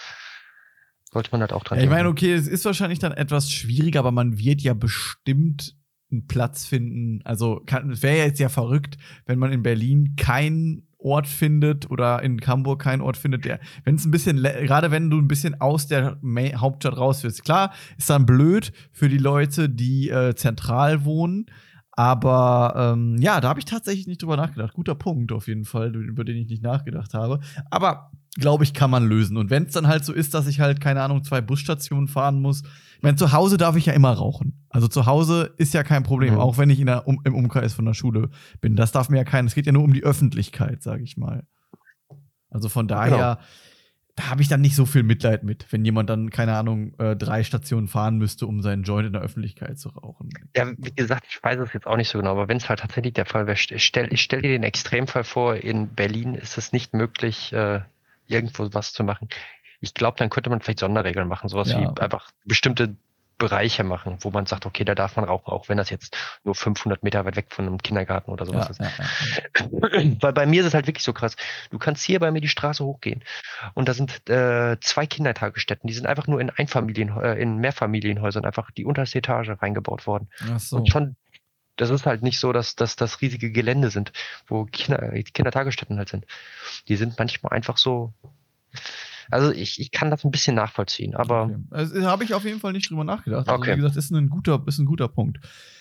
[SPEAKER 2] sollte man halt auch dran
[SPEAKER 1] Ja, ich meine,
[SPEAKER 2] denken.
[SPEAKER 1] okay, es ist wahrscheinlich dann etwas schwieriger, aber man wird ja bestimmt einen Platz finden. Also, kann- es wäre ja jetzt ja verrückt, wenn man in Berlin keinen Ort findet oder in Hamburg keinen Ort findet, der, wenn es ein bisschen, le- gerade wenn du ein bisschen aus der Ma- Hauptstadt raus willst. Klar, ist dann blöd für die Leute, die äh, zentral wohnen. Aber ähm, ja, da habe ich tatsächlich nicht drüber nachgedacht. Guter Punkt auf jeden Fall, über den ich nicht nachgedacht habe. Aber glaube ich, kann man lösen. Und wenn es dann halt so ist, dass ich halt, keine Ahnung, zwei Busstationen fahren muss. Ich meine, zu Hause darf ich ja immer rauchen. Also zu Hause ist ja kein Problem,
[SPEAKER 2] Mhm.
[SPEAKER 1] auch wenn ich in der, um, im Umkreis von der Schule bin. Das darf mir ja kein, es geht ja nur um die Öffentlichkeit, sage ich mal. Also von daher, da habe ich dann nicht so viel Mitleid mit, wenn jemand dann, keine Ahnung, äh, drei Stationen fahren müsste, um seinen Joint in der Öffentlichkeit zu rauchen.
[SPEAKER 2] Ja, wie gesagt, ich weiß es jetzt auch nicht so genau, aber wenn es halt tatsächlich der Fall wäre, ich stell, ich stell dir den Extremfall vor, in Berlin ist es nicht möglich, äh, irgendwo was zu machen. Ich glaube, dann könnte man vielleicht Sonderregeln machen, sowas
[SPEAKER 1] Ja.
[SPEAKER 2] wie einfach bestimmte Bereiche machen, wo man sagt, okay, da darf man rauchen, auch wenn das jetzt nur fünfhundert Meter weit weg von einem Kindergarten oder sowas
[SPEAKER 1] Ja,
[SPEAKER 2] ist.
[SPEAKER 1] ja, ja.
[SPEAKER 2] Weil bei mir ist es halt wirklich so krass. Du kannst hier bei mir die Straße hochgehen und da sind äh, zwei Kindertagesstätten, die sind einfach nur in Einfamilien, äh, in Mehrfamilienhäusern einfach die unterste Etage reingebaut worden.
[SPEAKER 1] Ach so.
[SPEAKER 2] Und schon, das ist halt nicht so, dass, dass das riesige Gelände sind, wo Kinder, Kindertagesstätten halt sind. Die sind manchmal einfach so. Also ich, ich kann das ein bisschen nachvollziehen, aber
[SPEAKER 1] Okay. Also, habe ich auf jeden Fall nicht drüber nachgedacht. Also,
[SPEAKER 2] Okay.
[SPEAKER 1] wie gesagt, ist ein guter, ist ein guter Punkt.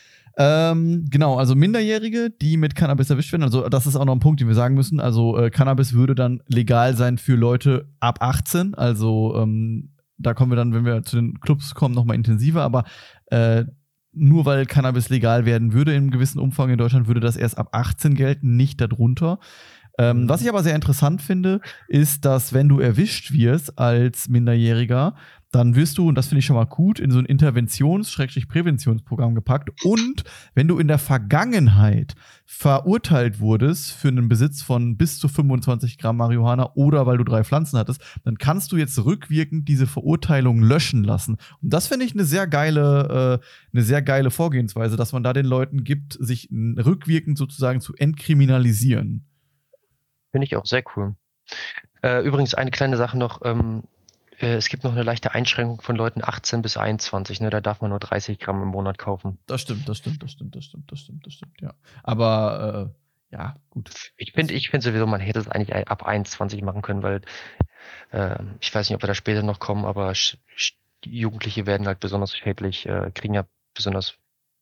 [SPEAKER 1] Ähm, genau, also Minderjährige, die mit Cannabis erwischt werden, also das ist auch noch ein Punkt, den wir sagen müssen. Also äh, Cannabis würde dann legal sein für Leute ab achtzehn. Also ähm, da kommen wir dann, wenn wir zu den Clubs kommen, noch mal intensiver. Aber äh, nur weil Cannabis legal werden würde in einem gewissen Umfang in Deutschland, würde das erst ab achtzehn gelten, nicht darunter. Ähm,
[SPEAKER 2] Mhm.
[SPEAKER 1] was ich aber sehr interessant finde, ist, dass wenn du erwischt wirst als Minderjähriger, dann wirst du, und das finde ich schon mal gut, in so ein Interventions-Präventionsprogramm gepackt. Und wenn du in der Vergangenheit verurteilt wurdest für einen Besitz von bis zu fünfundzwanzig Gramm Marihuana oder weil du drei Pflanzen hattest, dann kannst du jetzt rückwirkend diese Verurteilung löschen lassen. Und das finde ich eine sehr geile, äh, eine sehr geile Vorgehensweise, dass man da den Leuten gibt, sich rückwirkend sozusagen zu entkriminalisieren.
[SPEAKER 2] Finde ich auch sehr cool. Äh, übrigens eine kleine Sache noch. Ähm, äh, es gibt noch eine leichte Einschränkung von Leuten achtzehn bis einundzwanzig. Ne? Da darf man nur dreißig Gramm im Monat kaufen.
[SPEAKER 1] Das stimmt, das stimmt, das stimmt, das stimmt, das stimmt, das stimmt, ja. Aber äh, ja, gut.
[SPEAKER 2] Ich finde ich finde sowieso, man hätte es eigentlich ab einundzwanzig machen können, weil äh, ich weiß nicht, ob wir da später noch kommen, aber sch- sch- Jugendliche werden halt besonders schädlich, äh, kriegen ja besonders,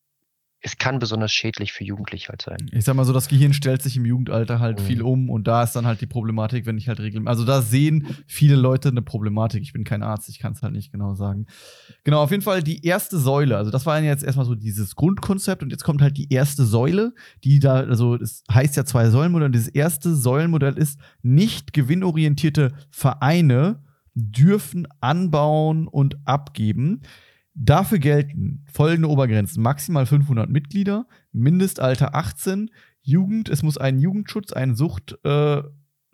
[SPEAKER 2] es kann besonders schädlich für Jugendliche halt sein.
[SPEAKER 1] Ich sag mal so, das Gehirn stellt sich im Jugendalter halt
[SPEAKER 2] Mhm.
[SPEAKER 1] viel um und da ist dann halt die Problematik, wenn ich halt regelmäßig. Also da sehen viele Leute eine Problematik. Ich bin kein Arzt, ich kann es halt nicht genau sagen. Genau, auf jeden Fall die erste Säule. Also das war ja jetzt erstmal so dieses Grundkonzept und jetzt kommt halt die erste Säule, die da, also es heißt ja zwei Säulenmodell. Dieses erste Säulenmodell ist, nicht gewinnorientierte Vereine dürfen anbauen und abgeben. Dafür gelten folgende Obergrenzen: maximal fünfhundert Mitglieder, Mindestalter achtzehn, Jugend, es muss einen Jugendschutz, einen Sucht, äh,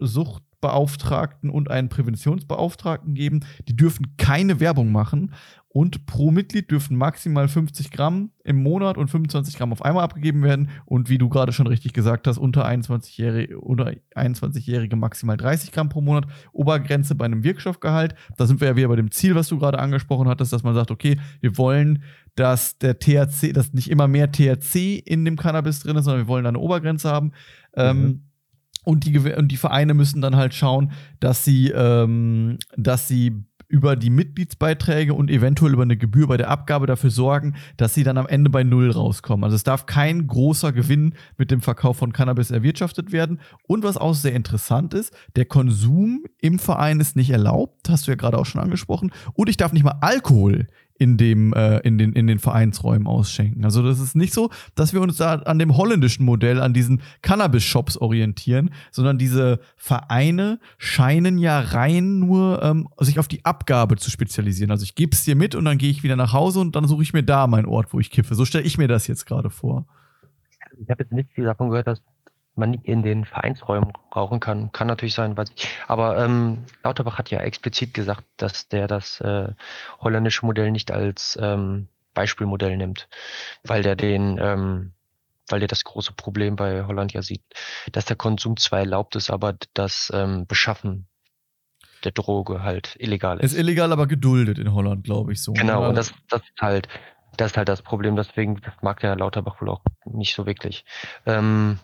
[SPEAKER 1] Suchtbeauftragten und einen Präventionsbeauftragten geben. Die dürfen keine Werbung machen und pro Mitglied dürfen maximal fünfzig Gramm im Monat und fünfundzwanzig Gramm auf einmal abgegeben werden. Und wie du gerade schon richtig gesagt hast, unter einundzwanzigjährige, unter einundzwanzigjährige maximal dreißig Gramm pro Monat. Obergrenze bei einem Wirkstoffgehalt. Da sind wir ja wieder bei dem Ziel, was du gerade angesprochen hattest, dass man sagt, okay, wir wollen, dass der T H C, dass nicht immer mehr T H C in dem Cannabis drin ist, sondern wir wollen da eine Obergrenze haben. Mhm. Ähm, und, die, und die Vereine müssen dann halt schauen, dass sie, ähm, dass sie über die Mitgliedsbeiträge und eventuell über eine Gebühr bei der Abgabe dafür sorgen, dass sie dann am Ende bei Null rauskommen. Also es darf kein großer Gewinn mit dem Verkauf von Cannabis erwirtschaftet werden. Und was auch sehr interessant ist, der Konsum im Verein ist nicht erlaubt, hast du ja gerade auch schon angesprochen. Und ich darf nicht mal Alkohol in dem, äh, in den, in den Vereinsräumen ausschenken. Also das ist nicht so, dass wir uns da an dem holländischen Modell, an diesen Cannabis-Shops orientieren, sondern diese Vereine scheinen ja rein nur ähm, sich auf die Abgabe zu spezialisieren. Also ich gebe es dir mit und dann gehe ich wieder nach Hause und dann suche ich mir da meinen Ort, wo ich kiffe. So stelle ich mir das jetzt gerade vor.
[SPEAKER 2] Ich habe jetzt nicht viel davon gehört, dass man nicht in den Vereinsräumen rauchen kann. Kann natürlich sein, weiß ich. Aber ähm, Lauterbach hat ja explizit gesagt, dass der das äh, holländische Modell nicht als ähm, Beispielmodell nimmt, weil der den, ähm, weil der das große Problem bei Holland ja sieht, dass der Konsum zwar erlaubt ist, aber das ähm, Beschaffen der Droge halt illegal ist.
[SPEAKER 1] Ist illegal, aber geduldet in Holland, glaube ich so.
[SPEAKER 2] Genau,
[SPEAKER 1] oder?
[SPEAKER 2] Und das, das ist halt, das ist halt das Problem. Deswegen mag der Lauterbach wohl auch nicht so wirklich. Ähm,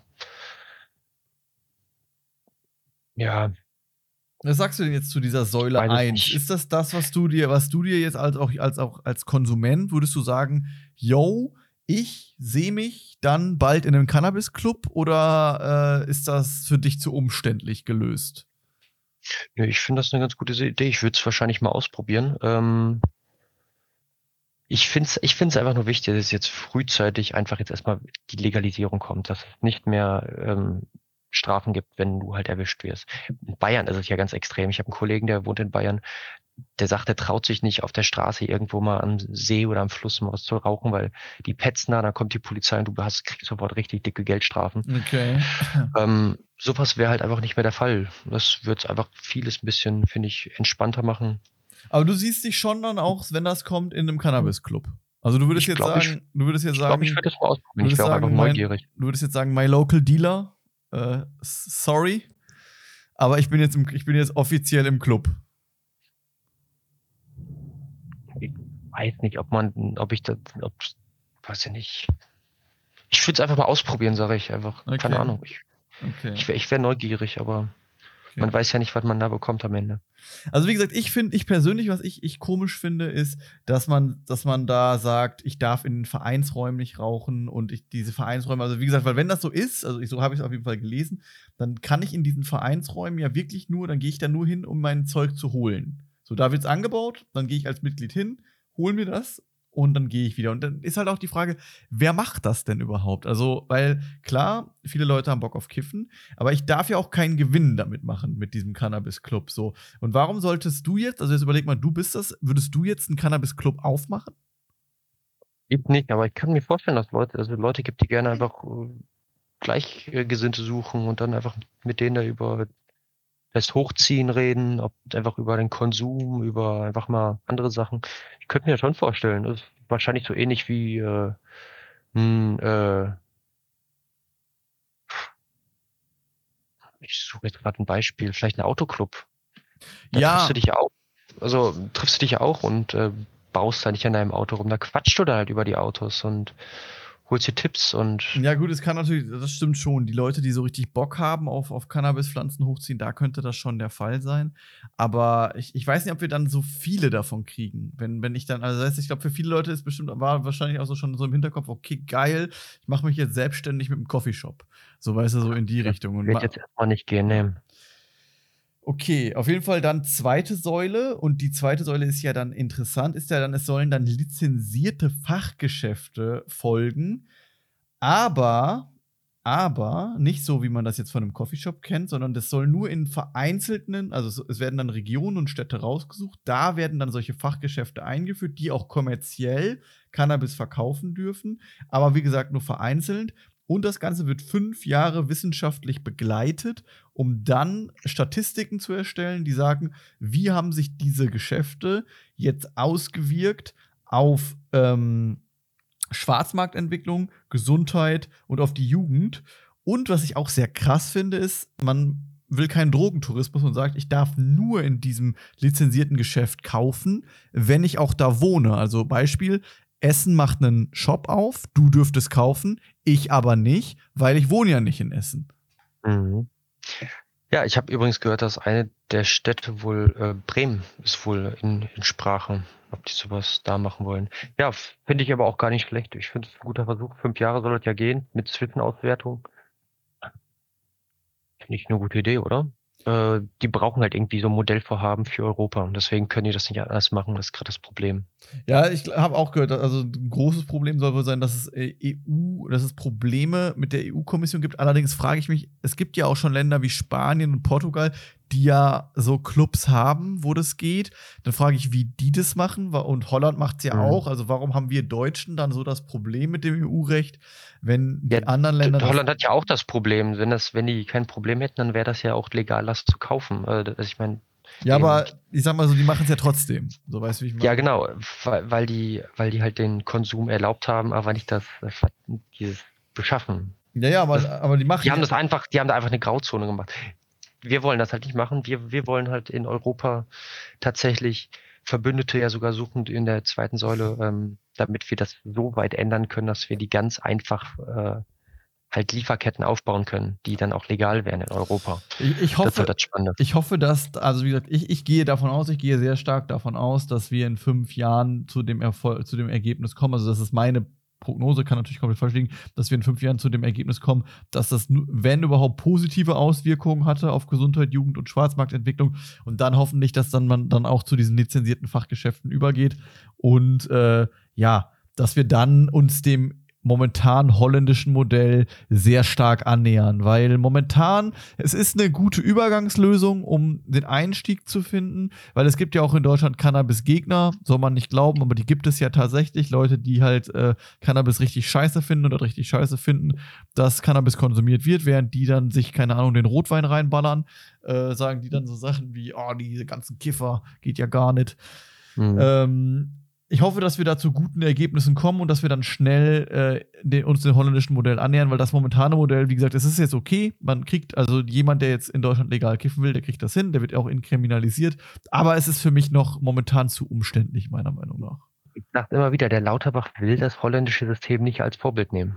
[SPEAKER 2] Ja.
[SPEAKER 1] Was sagst du denn jetzt zu dieser Säule eins? Ist das das, was du dir, was du dir jetzt als auch, als auch als Konsument, würdest du sagen, yo, ich sehe mich dann bald in einem Cannabis-Club oder äh, ist das für dich zu umständlich gelöst?
[SPEAKER 2] Ja, ich finde das eine ganz gute Idee. Ich würde es wahrscheinlich mal ausprobieren. Ähm, ich finde es ich find's einfach nur wichtig, dass jetzt frühzeitig einfach jetzt erstmal die Legalisierung kommt, dass es nicht mehr ähm, Strafen gibt, wenn du halt erwischt wirst. In Bayern ist es ja ganz extrem. Ich habe einen Kollegen, der wohnt in Bayern, der sagt, der traut sich nicht auf der Straße irgendwo mal am See oder am Fluss mal was zu rauchen, weil die petzen da, dann kommt die Polizei und du hast, kriegst sofort richtig dicke Geldstrafen.
[SPEAKER 1] Okay.
[SPEAKER 2] Ähm, sowas wäre halt einfach nicht mehr der Fall. Das wird einfach vieles ein bisschen, finde ich, entspannter machen.
[SPEAKER 1] Aber du siehst dich schon dann auch, wenn das kommt, in einem Cannabis-Club. Also du würdest
[SPEAKER 2] Ich
[SPEAKER 1] jetzt
[SPEAKER 2] glaub,
[SPEAKER 1] sagen,
[SPEAKER 2] ich-
[SPEAKER 1] du würdest jetzt
[SPEAKER 2] Ich
[SPEAKER 1] sagen,
[SPEAKER 2] glaube, ich würde das mal ausprobieren.
[SPEAKER 1] du
[SPEAKER 2] Ich
[SPEAKER 1] würdest
[SPEAKER 2] wäre auch einfach
[SPEAKER 1] sagen, mein,
[SPEAKER 2] neugierig.
[SPEAKER 1] du würdest jetzt sagen, my local dealer, äh, sorry, aber ich bin jetzt im, ich bin jetzt offiziell im Club.
[SPEAKER 2] Ich weiß nicht, ob man, ob ich das, ob, weiß ich nicht. Ich würde es einfach mal ausprobieren, sage ich einfach.
[SPEAKER 1] Okay.
[SPEAKER 2] Keine Ahnung. Ich,
[SPEAKER 1] Okay.
[SPEAKER 2] ich wäre ich wär neugierig, aber
[SPEAKER 1] Okay.
[SPEAKER 2] man weiß ja nicht, was man da bekommt am Ende.
[SPEAKER 1] Also wie gesagt, ich finde, ich persönlich, was ich, ich komisch finde, ist, dass man, dass man da sagt, ich darf in den Vereinsräumen nicht rauchen und ich diese Vereinsräume, also wie gesagt, weil wenn das so ist, also ich, so habe ich es auf jeden Fall gelesen, dann kann ich in diesen Vereinsräumen ja wirklich nur, dann gehe ich da nur hin, um mein Zeug zu holen. So, da wird's angebaut, dann gehe ich als Mitglied hin, hol mir das und dann gehe ich wieder. Und dann ist halt auch die Frage, wer macht das denn überhaupt? Also, weil klar, viele Leute haben Bock auf Kiffen, aber ich darf ja auch keinen Gewinn damit machen, mit diesem Cannabis-Club. So. Und warum solltest du jetzt, also jetzt überleg mal, du bist das, würdest du jetzt einen Cannabis-Club aufmachen?
[SPEAKER 2] Gibt nicht, aber ich kann mir vorstellen, dass Leute, also Leute gibt, die gerne einfach äh, Gleichgesinnte suchen und dann einfach mit denen da über das Hochziehen reden, ob einfach über den Konsum, über einfach mal andere Sachen. Ich könnte mir das schon vorstellen. Das ist wahrscheinlich so ähnlich wie äh, ein, äh, ich suche jetzt gerade ein Beispiel, vielleicht ein Autoclub. Da
[SPEAKER 1] Ja.
[SPEAKER 2] triffst du dich ja auch, also triffst du dich ja auch und äh, baust da nicht an deinem Auto rum. Da quatschst du da halt über die Autos und holst dir Tipps und
[SPEAKER 1] Ja, gut, es kann natürlich, das stimmt schon. Die Leute, die so richtig Bock haben auf, auf Cannabispflanzen hochziehen, da könnte das schon der Fall sein. Aber ich, ich weiß nicht, ob wir dann so viele davon kriegen. Wenn, wenn ich dann, also das heißt, ich glaube, für viele Leute ist bestimmt, war wahrscheinlich auch so schon so im Hinterkopf, okay, geil, ich mache mich jetzt selbstständig mit einem Coffeeshop. So, weißt du, so in die
[SPEAKER 2] ja,
[SPEAKER 1] Richtung. Und
[SPEAKER 2] wird
[SPEAKER 1] ma-
[SPEAKER 2] jetzt erstmal nicht gehen, ne.
[SPEAKER 1] Okay, auf jeden Fall dann zweite Säule. Und die zweite Säule ist ja dann interessant, ist ja dann, es sollen dann lizenzierte Fachgeschäfte folgen. Aber, aber nicht so, wie man das jetzt von einem Coffeeshop kennt, sondern das soll nur in vereinzelten, also es, es werden dann Regionen und Städte rausgesucht, da werden dann solche Fachgeschäfte eingeführt, die auch kommerziell Cannabis verkaufen dürfen, aber wie gesagt nur vereinzelt. und das Ganze wird fünf Jahre wissenschaftlich begleitet, um dann Statistiken zu erstellen, die sagen, wie haben sich diese Geschäfte jetzt ausgewirkt auf ähm, Schwarzmarktentwicklung, Gesundheit und auf die Jugend. Und was ich auch sehr krass finde, ist, man will keinen Drogentourismus und sagt, ich darf nur in diesem lizenzierten Geschäft kaufen, wenn ich auch da wohne. Also Beispiel, Essen macht einen Shop auf, du dürftest kaufen, ich aber nicht, weil ich wohne ja nicht in Essen.
[SPEAKER 2] Mhm. Ja, ich habe übrigens gehört, dass eine der Städte wohl, äh, Bremen ist wohl in, in Sprache, ob die sowas da machen wollen. Ja, finde ich aber auch gar nicht schlecht. Ich finde es ein guter Versuch. Fünf Jahre soll das ja gehen mit Zwischenauswertung. Finde ich eine gute Idee, oder? Äh, die brauchen halt irgendwie so ein Modellvorhaben für Europa und deswegen können die das nicht anders machen. Das ist gerade das Problem.
[SPEAKER 1] Ja, ich habe auch gehört, also ein großes Problem soll wohl sein, dass es äh, E U, dass es Probleme mit der E U-Kommission gibt. Allerdings frage ich mich, es gibt ja auch schon Länder wie Spanien und Portugal, die ja so Clubs haben, wo das geht. Dann frage ich, wie die das machen. Und Holland macht es ja
[SPEAKER 2] Mhm.
[SPEAKER 1] auch. Also warum haben wir Deutschen dann so das Problem mit dem E U-Recht, wenn die
[SPEAKER 2] Ja,
[SPEAKER 1] anderen Länder das
[SPEAKER 2] Holland hat ja auch das Problem. Wenn das, wenn die kein Problem hätten, dann wäre das ja auch legal, das zu kaufen. Äh, das, ich meine,
[SPEAKER 1] Ja,
[SPEAKER 2] dem-
[SPEAKER 1] aber ich sag mal so, die machen es ja trotzdem. So weißt du, wie ich meine?
[SPEAKER 2] ja genau, weil, weil die, weil die halt den Konsum erlaubt haben, aber nicht das, das dieses Beschaffen.
[SPEAKER 1] Ja, ja, aber,
[SPEAKER 2] Das-
[SPEAKER 1] aber die machen
[SPEAKER 2] Die haben
[SPEAKER 1] ja,
[SPEAKER 2] das einfach, die haben da einfach eine Grauzone gemacht. Wir wollen das halt nicht machen. Wir, wir wollen halt in Europa tatsächlich Verbündete ja sogar suchen in der zweiten Säule, ähm, damit wir das so weit ändern können, dass wir die ganz einfach äh, halt Lieferketten aufbauen können, die dann auch legal wären in Europa.
[SPEAKER 1] ich, ich
[SPEAKER 2] Das
[SPEAKER 1] hoffe,
[SPEAKER 2] wird das Spannende.
[SPEAKER 1] Ich hoffe, dass, also wie gesagt, ich, ich gehe davon aus, ich gehe sehr stark davon aus, dass wir in fünf Jahren zu dem Erfolg, zu dem Ergebnis kommen. Also das ist meine Prognose, kann natürlich komplett falsch liegen, dass wir in fünf Jahren zu dem Ergebnis kommen, dass das, nu- wenn überhaupt, positive Auswirkungen hatte auf Gesundheit, Jugend und Schwarzmarktentwicklung und dann hoffentlich, dass dann man dann auch zu diesen lizenzierten Fachgeschäften übergeht und äh, ja, dass wir dann uns dem momentan holländischen Modell sehr stark annähern, weil momentan es ist eine gute Übergangslösung, um den Einstieg zu finden, weil es gibt ja auch in Deutschland Cannabis-Gegner, soll man nicht glauben, aber die gibt es ja tatsächlich, Leute, die halt äh, Cannabis richtig scheiße finden oder richtig scheiße finden, dass Cannabis konsumiert wird, während die dann sich, keine Ahnung, den Rotwein reinballern, äh, sagen die dann so Sachen wie, oh, diese ganzen Kiffer, geht ja gar nicht.
[SPEAKER 2] Mhm.
[SPEAKER 1] Ähm, ich hoffe, dass wir da zu guten Ergebnissen kommen und dass wir dann schnell äh, den, uns dem holländischen Modell annähern, weil das momentane Modell, wie gesagt, es ist jetzt okay. Man kriegt, also jemand, der jetzt in Deutschland legal kiffen will, der kriegt das hin, der wird auch inkriminalisiert. Aber es ist für mich noch momentan zu umständlich, meiner Meinung nach.
[SPEAKER 2] Ich sage immer wieder, der Lauterbach will das holländische System nicht als Vorbild nehmen.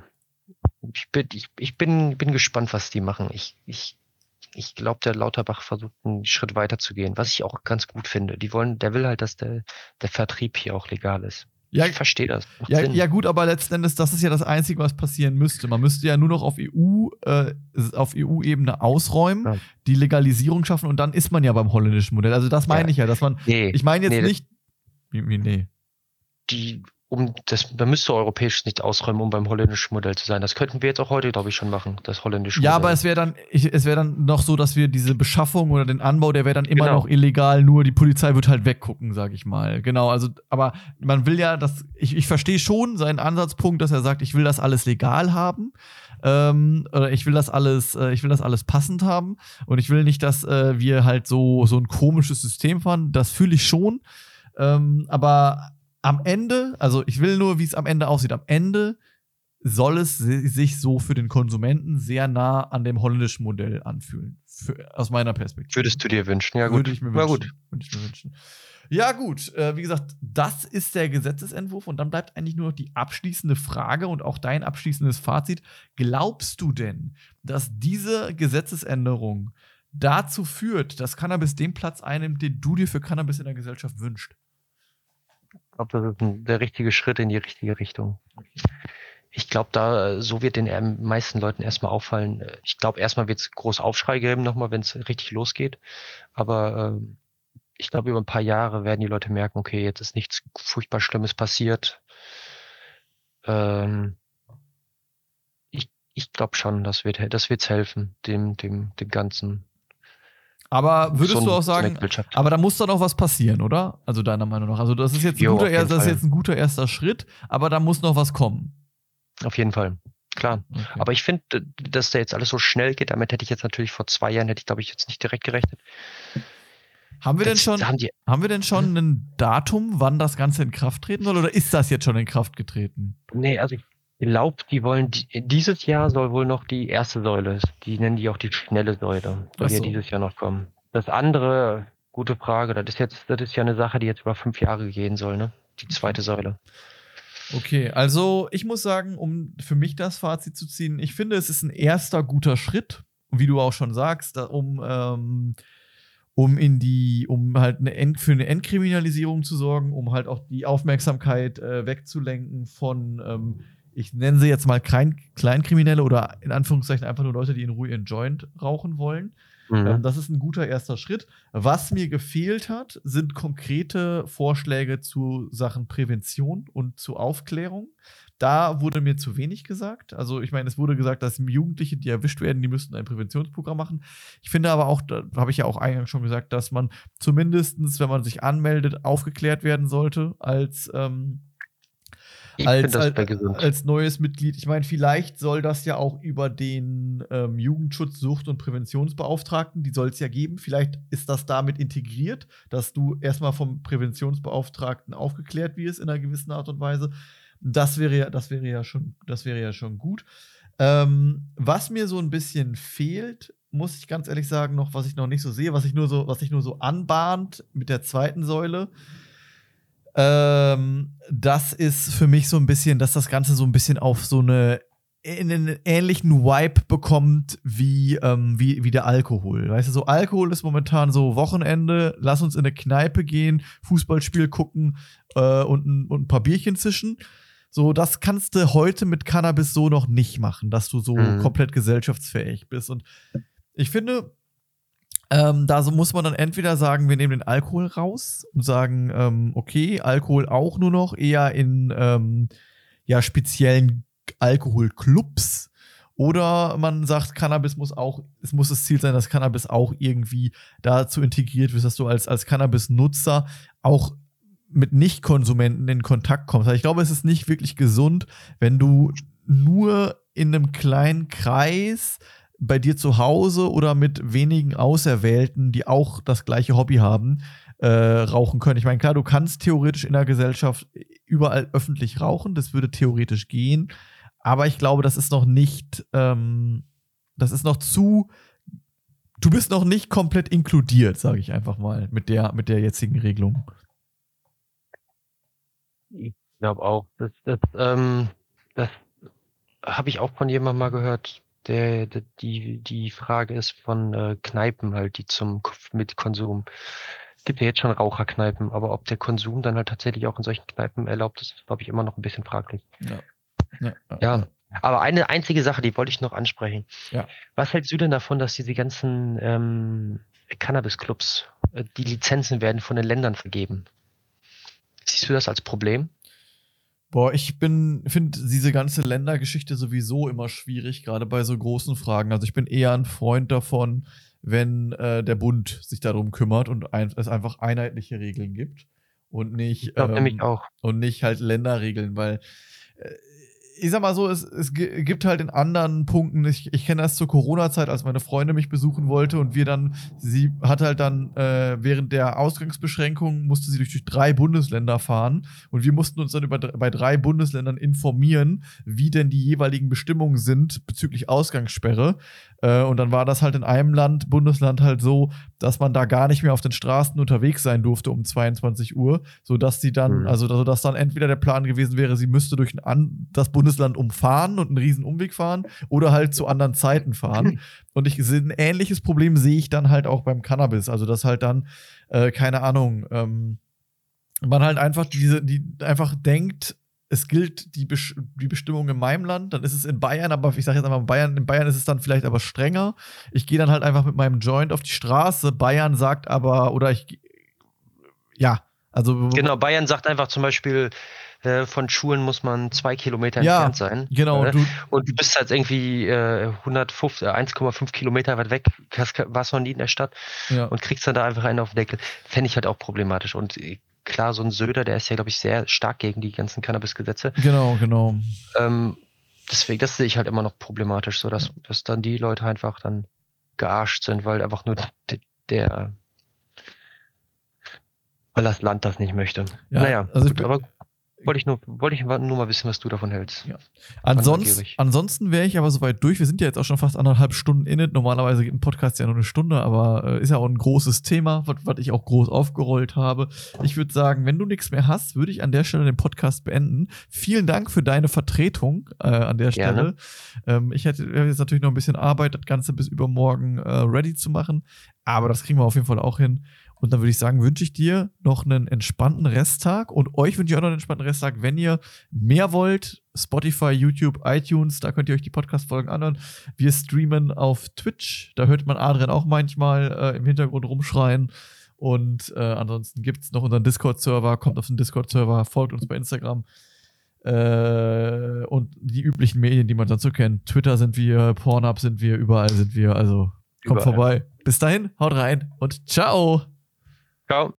[SPEAKER 2] Ich bin, ich, ich bin, bin gespannt, was die machen. Ich, ich, ich glaube, der Lauterbach versucht, einen Schritt weiter zu gehen, was ich auch ganz gut finde. Die wollen, der will halt, dass der, der Vertrieb hier auch legal ist.
[SPEAKER 1] Ja,
[SPEAKER 2] Ich verstehe das. Macht
[SPEAKER 1] Ja,
[SPEAKER 2] Sinn.
[SPEAKER 1] ja, gut, aber letzten Endes, das ist ja das Einzige, was passieren müsste. Man müsste ja nur noch auf E U, äh, auf E U-Ebene ausräumen,
[SPEAKER 2] Ja.
[SPEAKER 1] die Legalisierung schaffen und dann ist man ja beim holländischen Modell. Also das meine
[SPEAKER 2] Ja.
[SPEAKER 1] ich ja, dass man.
[SPEAKER 2] Nee,
[SPEAKER 1] Ich meine jetzt
[SPEAKER 2] nee, das-
[SPEAKER 1] nicht. Wie, wie, nee.
[SPEAKER 2] die, um das, man müsste europäisch nicht ausräumen, um beim holländischen Modell zu sein. Das könnten wir jetzt auch heute, glaube ich, schon machen, das holländische
[SPEAKER 1] Ja,
[SPEAKER 2] Modell.
[SPEAKER 1] aber es wäre dann, ich, es wäre dann noch so, dass wir diese Beschaffung oder den Anbau, der wäre dann immer
[SPEAKER 2] Genau.
[SPEAKER 1] noch illegal, nur die Polizei wird halt weggucken, sag ich mal. Genau, also, aber man will ja, das, ich, ich verstehe schon seinen Ansatzpunkt, dass er sagt, ich will das alles legal haben. Ähm, oder ich will das alles, äh, ich will das alles passend haben. Und ich will nicht, dass äh, wir halt so, so ein komisches System fahren. Das fühle ich schon. Ähm, aber am Ende, also ich will nur, wie es am Ende aussieht. Am Ende soll es si- sich so für den Konsumenten sehr nah an dem holländischen Modell anfühlen. Für, aus meiner Perspektive.
[SPEAKER 2] Würdest du dir wünschen? Ja, gut.
[SPEAKER 1] Würde ich mir
[SPEAKER 2] Na
[SPEAKER 1] wünschen.
[SPEAKER 2] gut.
[SPEAKER 1] Würde ich mir wünschen. Ja, gut. Äh, wie gesagt, das ist der Gesetzesentwurf und dann bleibt eigentlich nur noch die abschließende Frage und auch dein abschließendes Fazit. Glaubst du denn, dass diese Gesetzesänderung dazu führt, dass Cannabis den Platz einnimmt, den du dir für Cannabis in der Gesellschaft wünschst?
[SPEAKER 2] Ich glaube, das ist ein, der richtige Schritt in die richtige Richtung. Ich glaube, da, äh, so wird den ähm, meisten Leuten erstmal auffallen. Äh, Ich glaube, erstmal wird es groß Aufschrei geben, nochmal, wenn es richtig losgeht. Aber ähm, ich glaube, über ein paar Jahre werden die Leute merken, okay, jetzt ist nichts furchtbar Schlimmes passiert. Ähm, ich ich glaube schon, das wird das wird's helfen, dem, dem, dem Ganzen.
[SPEAKER 1] Aber würdest
[SPEAKER 2] so ein-
[SPEAKER 1] du auch
[SPEAKER 2] so eine
[SPEAKER 1] sagen,
[SPEAKER 2] Gesellschaft.
[SPEAKER 1] aber da muss doch noch was passieren, oder? Also deiner Meinung nach. Also das ist jetzt ein,
[SPEAKER 2] Jo,
[SPEAKER 1] guter,
[SPEAKER 2] auf jeden
[SPEAKER 1] er- das ist
[SPEAKER 2] Fall.
[SPEAKER 1] jetzt ein guter erster Schritt, aber da muss noch was kommen.
[SPEAKER 2] Auf jeden Fall. klar.
[SPEAKER 1] Okay.
[SPEAKER 2] Aber ich finde, dass der jetzt alles so schnell geht, damit hätte ich jetzt natürlich vor zwei Jahren, hätte ich glaube ich jetzt nicht direkt gerechnet.
[SPEAKER 1] Haben wir denn
[SPEAKER 2] Jetzt
[SPEAKER 1] schon,
[SPEAKER 2] haben die,
[SPEAKER 1] haben wir denn schon
[SPEAKER 2] Hm?
[SPEAKER 1] ein Datum, wann das Ganze in Kraft treten soll, oder ist das jetzt schon in Kraft getreten?
[SPEAKER 2] nee, also ich glaube, die wollen, die, dieses Jahr soll wohl noch die erste Säule, die nennen die auch die schnelle Säule, soll
[SPEAKER 1] Ach
[SPEAKER 2] ja
[SPEAKER 1] so.
[SPEAKER 2] dieses Jahr noch kommen. Das andere, gute Frage, das ist jetzt, das ist ja eine Sache, die jetzt über fünf Jahre gehen soll, ne? Die zweite Säule.
[SPEAKER 1] Okay, also ich muss sagen, um für mich das Fazit zu ziehen, ich finde, es ist ein erster guter Schritt, wie du auch schon sagst, da, um, ähm, um in die, um halt eine End, für eine Entkriminalisierung zu sorgen, um halt auch die Aufmerksamkeit äh, wegzulenken von, ähm, ich nenne sie jetzt mal Klein, Kleinkriminelle oder in Anführungszeichen einfach nur Leute, die in Ruhe ihren Joint rauchen wollen.
[SPEAKER 2] Mhm.
[SPEAKER 1] Ähm, das ist ein guter erster Schritt. Was mir gefehlt hat, sind konkrete Vorschläge zu Sachen Prävention und zu Aufklärung. Da wurde mir zu wenig gesagt. Also, ich meine, es wurde gesagt, dass Jugendliche, die erwischt werden, die müssten ein Präventionsprogramm machen. Ich finde aber auch, da habe ich ja auch eingangs schon gesagt, dass man zumindestens, wenn man sich anmeldet, aufgeklärt werden sollte als ähm,
[SPEAKER 2] Ich
[SPEAKER 1] als,
[SPEAKER 2] finde das
[SPEAKER 1] als,
[SPEAKER 2] wäre gesund.
[SPEAKER 1] als neues Mitglied. Ich meine, vielleicht soll das ja auch über den ähm, Jugendschutz, Sucht- und Präventionsbeauftragten, die soll es ja geben. Vielleicht ist das damit integriert, dass du erstmal vom Präventionsbeauftragten aufgeklärt wirst in einer gewissen Art und Weise. Das wäre ja, das wäre ja schon, das wäre ja schon gut. Ähm, was mir so ein bisschen fehlt, muss ich ganz ehrlich sagen, noch, was ich noch nicht so sehe, was ich nur so, was sich nur so anbahnt mit der zweiten Säule. Ähm, das ist für mich so ein bisschen, dass das Ganze so ein bisschen auf so eine in einen ähnlichen Vibe bekommt wie, ähm, wie, wie der Alkohol. Weißt du, so Alkohol ist momentan so Wochenende, lass uns in eine Kneipe gehen, Fußballspiel gucken äh, und, ein, und ein paar Bierchen zischen. So, das kannst du heute mit Cannabis so noch nicht machen, dass du so
[SPEAKER 2] Mhm.
[SPEAKER 1] komplett gesellschaftsfähig bist. Und ich finde, ähm, da so muss man dann entweder sagen, wir nehmen den Alkohol raus und sagen, ähm, okay, Alkohol auch nur noch eher in ähm, ja, speziellen Alkoholclubs. Oder man sagt, Cannabis muss auch, es muss das Ziel sein, dass Cannabis auch irgendwie dazu integriert wird, dass du als, als Cannabis-Nutzer auch mit Nicht-Konsumenten in Kontakt kommst. Also ich glaube, es ist nicht wirklich gesund, wenn du nur in einem kleinen Kreis bei dir zu Hause oder mit wenigen Auserwählten, die auch das gleiche Hobby haben, äh, rauchen können. Ich meine, klar, du kannst theoretisch in der Gesellschaft überall öffentlich rauchen, das würde theoretisch gehen, aber ich glaube, das ist noch nicht, ähm, das ist noch zu, du bist noch nicht komplett inkludiert, sage ich einfach mal, mit der, mit der jetzigen Regelung.
[SPEAKER 2] Ich glaube auch. Das, das, ähm, das habe ich auch von jemandem mal gehört. Der, der, die, die Frage ist von äh, Kneipen halt, die zum K- mit Konsum. Es gibt ja jetzt schon Raucherkneipen, aber ob der Konsum dann halt tatsächlich auch in solchen Kneipen erlaubt ist, glaube ich, immer noch ein bisschen fraglich.
[SPEAKER 1] Ja. Ja, ja,
[SPEAKER 2] Ja,
[SPEAKER 1] ja.
[SPEAKER 2] aber eine einzige Sache, die wollte ich noch ansprechen.
[SPEAKER 1] Ja.
[SPEAKER 2] Was hältst du denn davon, dass diese ganzen ähm, Cannabis-Clubs, äh, die Lizenzen werden von den Ländern vergeben? Siehst du das als Problem?
[SPEAKER 1] Boah, ich bin, finde diese ganze Ländergeschichte sowieso immer schwierig, gerade bei so großen Fragen. Also ich bin eher ein Freund davon, wenn äh, der Bund sich darum kümmert und ein, es einfach einheitliche Regeln gibt und nicht,
[SPEAKER 2] Ich glaube nämlich
[SPEAKER 1] ähm,
[SPEAKER 2] auch.
[SPEAKER 1] und nicht halt Länderregeln, weil äh, ich sag mal so, es, es gi- gibt halt in anderen Punkten, ich, ich kenne das zur Corona-Zeit, als meine Freundin mich besuchen wollte und wir dann, sie hat halt dann äh, während der Ausgangsbeschränkung musste sie durch, durch drei Bundesländer fahren und wir mussten uns dann über, dr- bei drei Bundesländern informieren, wie denn die jeweiligen Bestimmungen sind bezüglich Ausgangssperre. Äh, und dann war das halt in einem Land, Bundesland halt so, dass man da gar nicht mehr auf den Straßen unterwegs sein durfte um zweiundzwanzig Uhr, sodass sie dann,
[SPEAKER 2] Mhm.
[SPEAKER 1] also dass dann entweder der Plan gewesen wäre, sie müsste durch ein an, das Bundesland umfahren und einen riesen Umweg fahren oder halt zu anderen Zeiten fahren. Und ich ein ähnliches Problem sehe ich dann halt auch beim Cannabis. Also, dass halt dann, äh, keine Ahnung, ähm, man halt einfach diese, die einfach denkt, es gilt die, Besch die Bestimmung in meinem Land, dann ist es in Bayern, aber ich sage jetzt einfach in Bayern, in Bayern ist es dann vielleicht aber strenger. Ich gehe dann halt einfach mit meinem Joint auf die Straße, Bayern sagt aber, oder ich, ja, also
[SPEAKER 2] Genau, Bayern sagt einfach zum Beispiel, äh, von Schulen muss man zwei Kilometer
[SPEAKER 1] ja,
[SPEAKER 2] entfernt sein.
[SPEAKER 1] genau,
[SPEAKER 2] Äh,
[SPEAKER 1] du,
[SPEAKER 2] und du bist halt irgendwie äh, hundertfünfzig, äh, eins Komma fünf Kilometer weit weg, hast, warst noch nie in der Stadt
[SPEAKER 1] ja.
[SPEAKER 2] und kriegst dann da einfach einen auf den Deckel. Fände ich halt auch problematisch. Und äh, klar, so ein Söder, der ist ja, glaube ich, sehr stark gegen die ganzen Cannabis-Gesetze.
[SPEAKER 1] Genau, genau.
[SPEAKER 2] Ähm, deswegen, das sehe ich halt immer noch problematisch, so dass, dass dann die Leute einfach dann gearscht sind, weil einfach nur der, der weil das Land das nicht möchte.
[SPEAKER 1] Ja,
[SPEAKER 2] naja,
[SPEAKER 1] also ich
[SPEAKER 2] gut,
[SPEAKER 1] bin-
[SPEAKER 2] aber wollte ich nur, wollte ich nur mal wissen, was du davon hältst.
[SPEAKER 1] Ja. Ansonsten,
[SPEAKER 2] neugierig.
[SPEAKER 1] ansonsten wäre ich aber soweit durch. Wir sind ja jetzt auch schon fast anderthalb Stunden in it. Normalerweise geht ein Podcast ja nur eine Stunde, aber äh, ist ja auch ein großes Thema, was ich auch groß aufgerollt habe. Ich würde sagen, wenn du nichts mehr hast, würde ich an der Stelle den Podcast beenden. Vielen Dank für deine Vertretung äh, an der Stelle. Ähm, ich hätte wir haben jetzt natürlich noch ein bisschen Arbeit, das Ganze bis übermorgen äh, ready zu machen, aber das kriegen wir auf jeden Fall auch hin. Und dann würde ich sagen, wünsche ich dir noch einen entspannten Resttag und euch wünsche ich auch noch einen entspannten Resttag. Wenn ihr mehr wollt, Spotify, YouTube, iTunes, da könnt ihr euch die Podcast-Folgen anhören. Wir streamen auf Twitch, da hört man Adrian auch manchmal äh, im Hintergrund rumschreien. Und äh, ansonsten gibt es noch unseren Discord-Server, kommt auf den Discord-Server, folgt uns bei Instagram. Äh, und die üblichen Medien, die man sonst so kennt. Twitter sind wir, Pornhub sind wir, überall sind wir. Also kommt
[SPEAKER 2] Überall.
[SPEAKER 1] vorbei. Bis dahin, haut rein und ciao!
[SPEAKER 2] Ciao.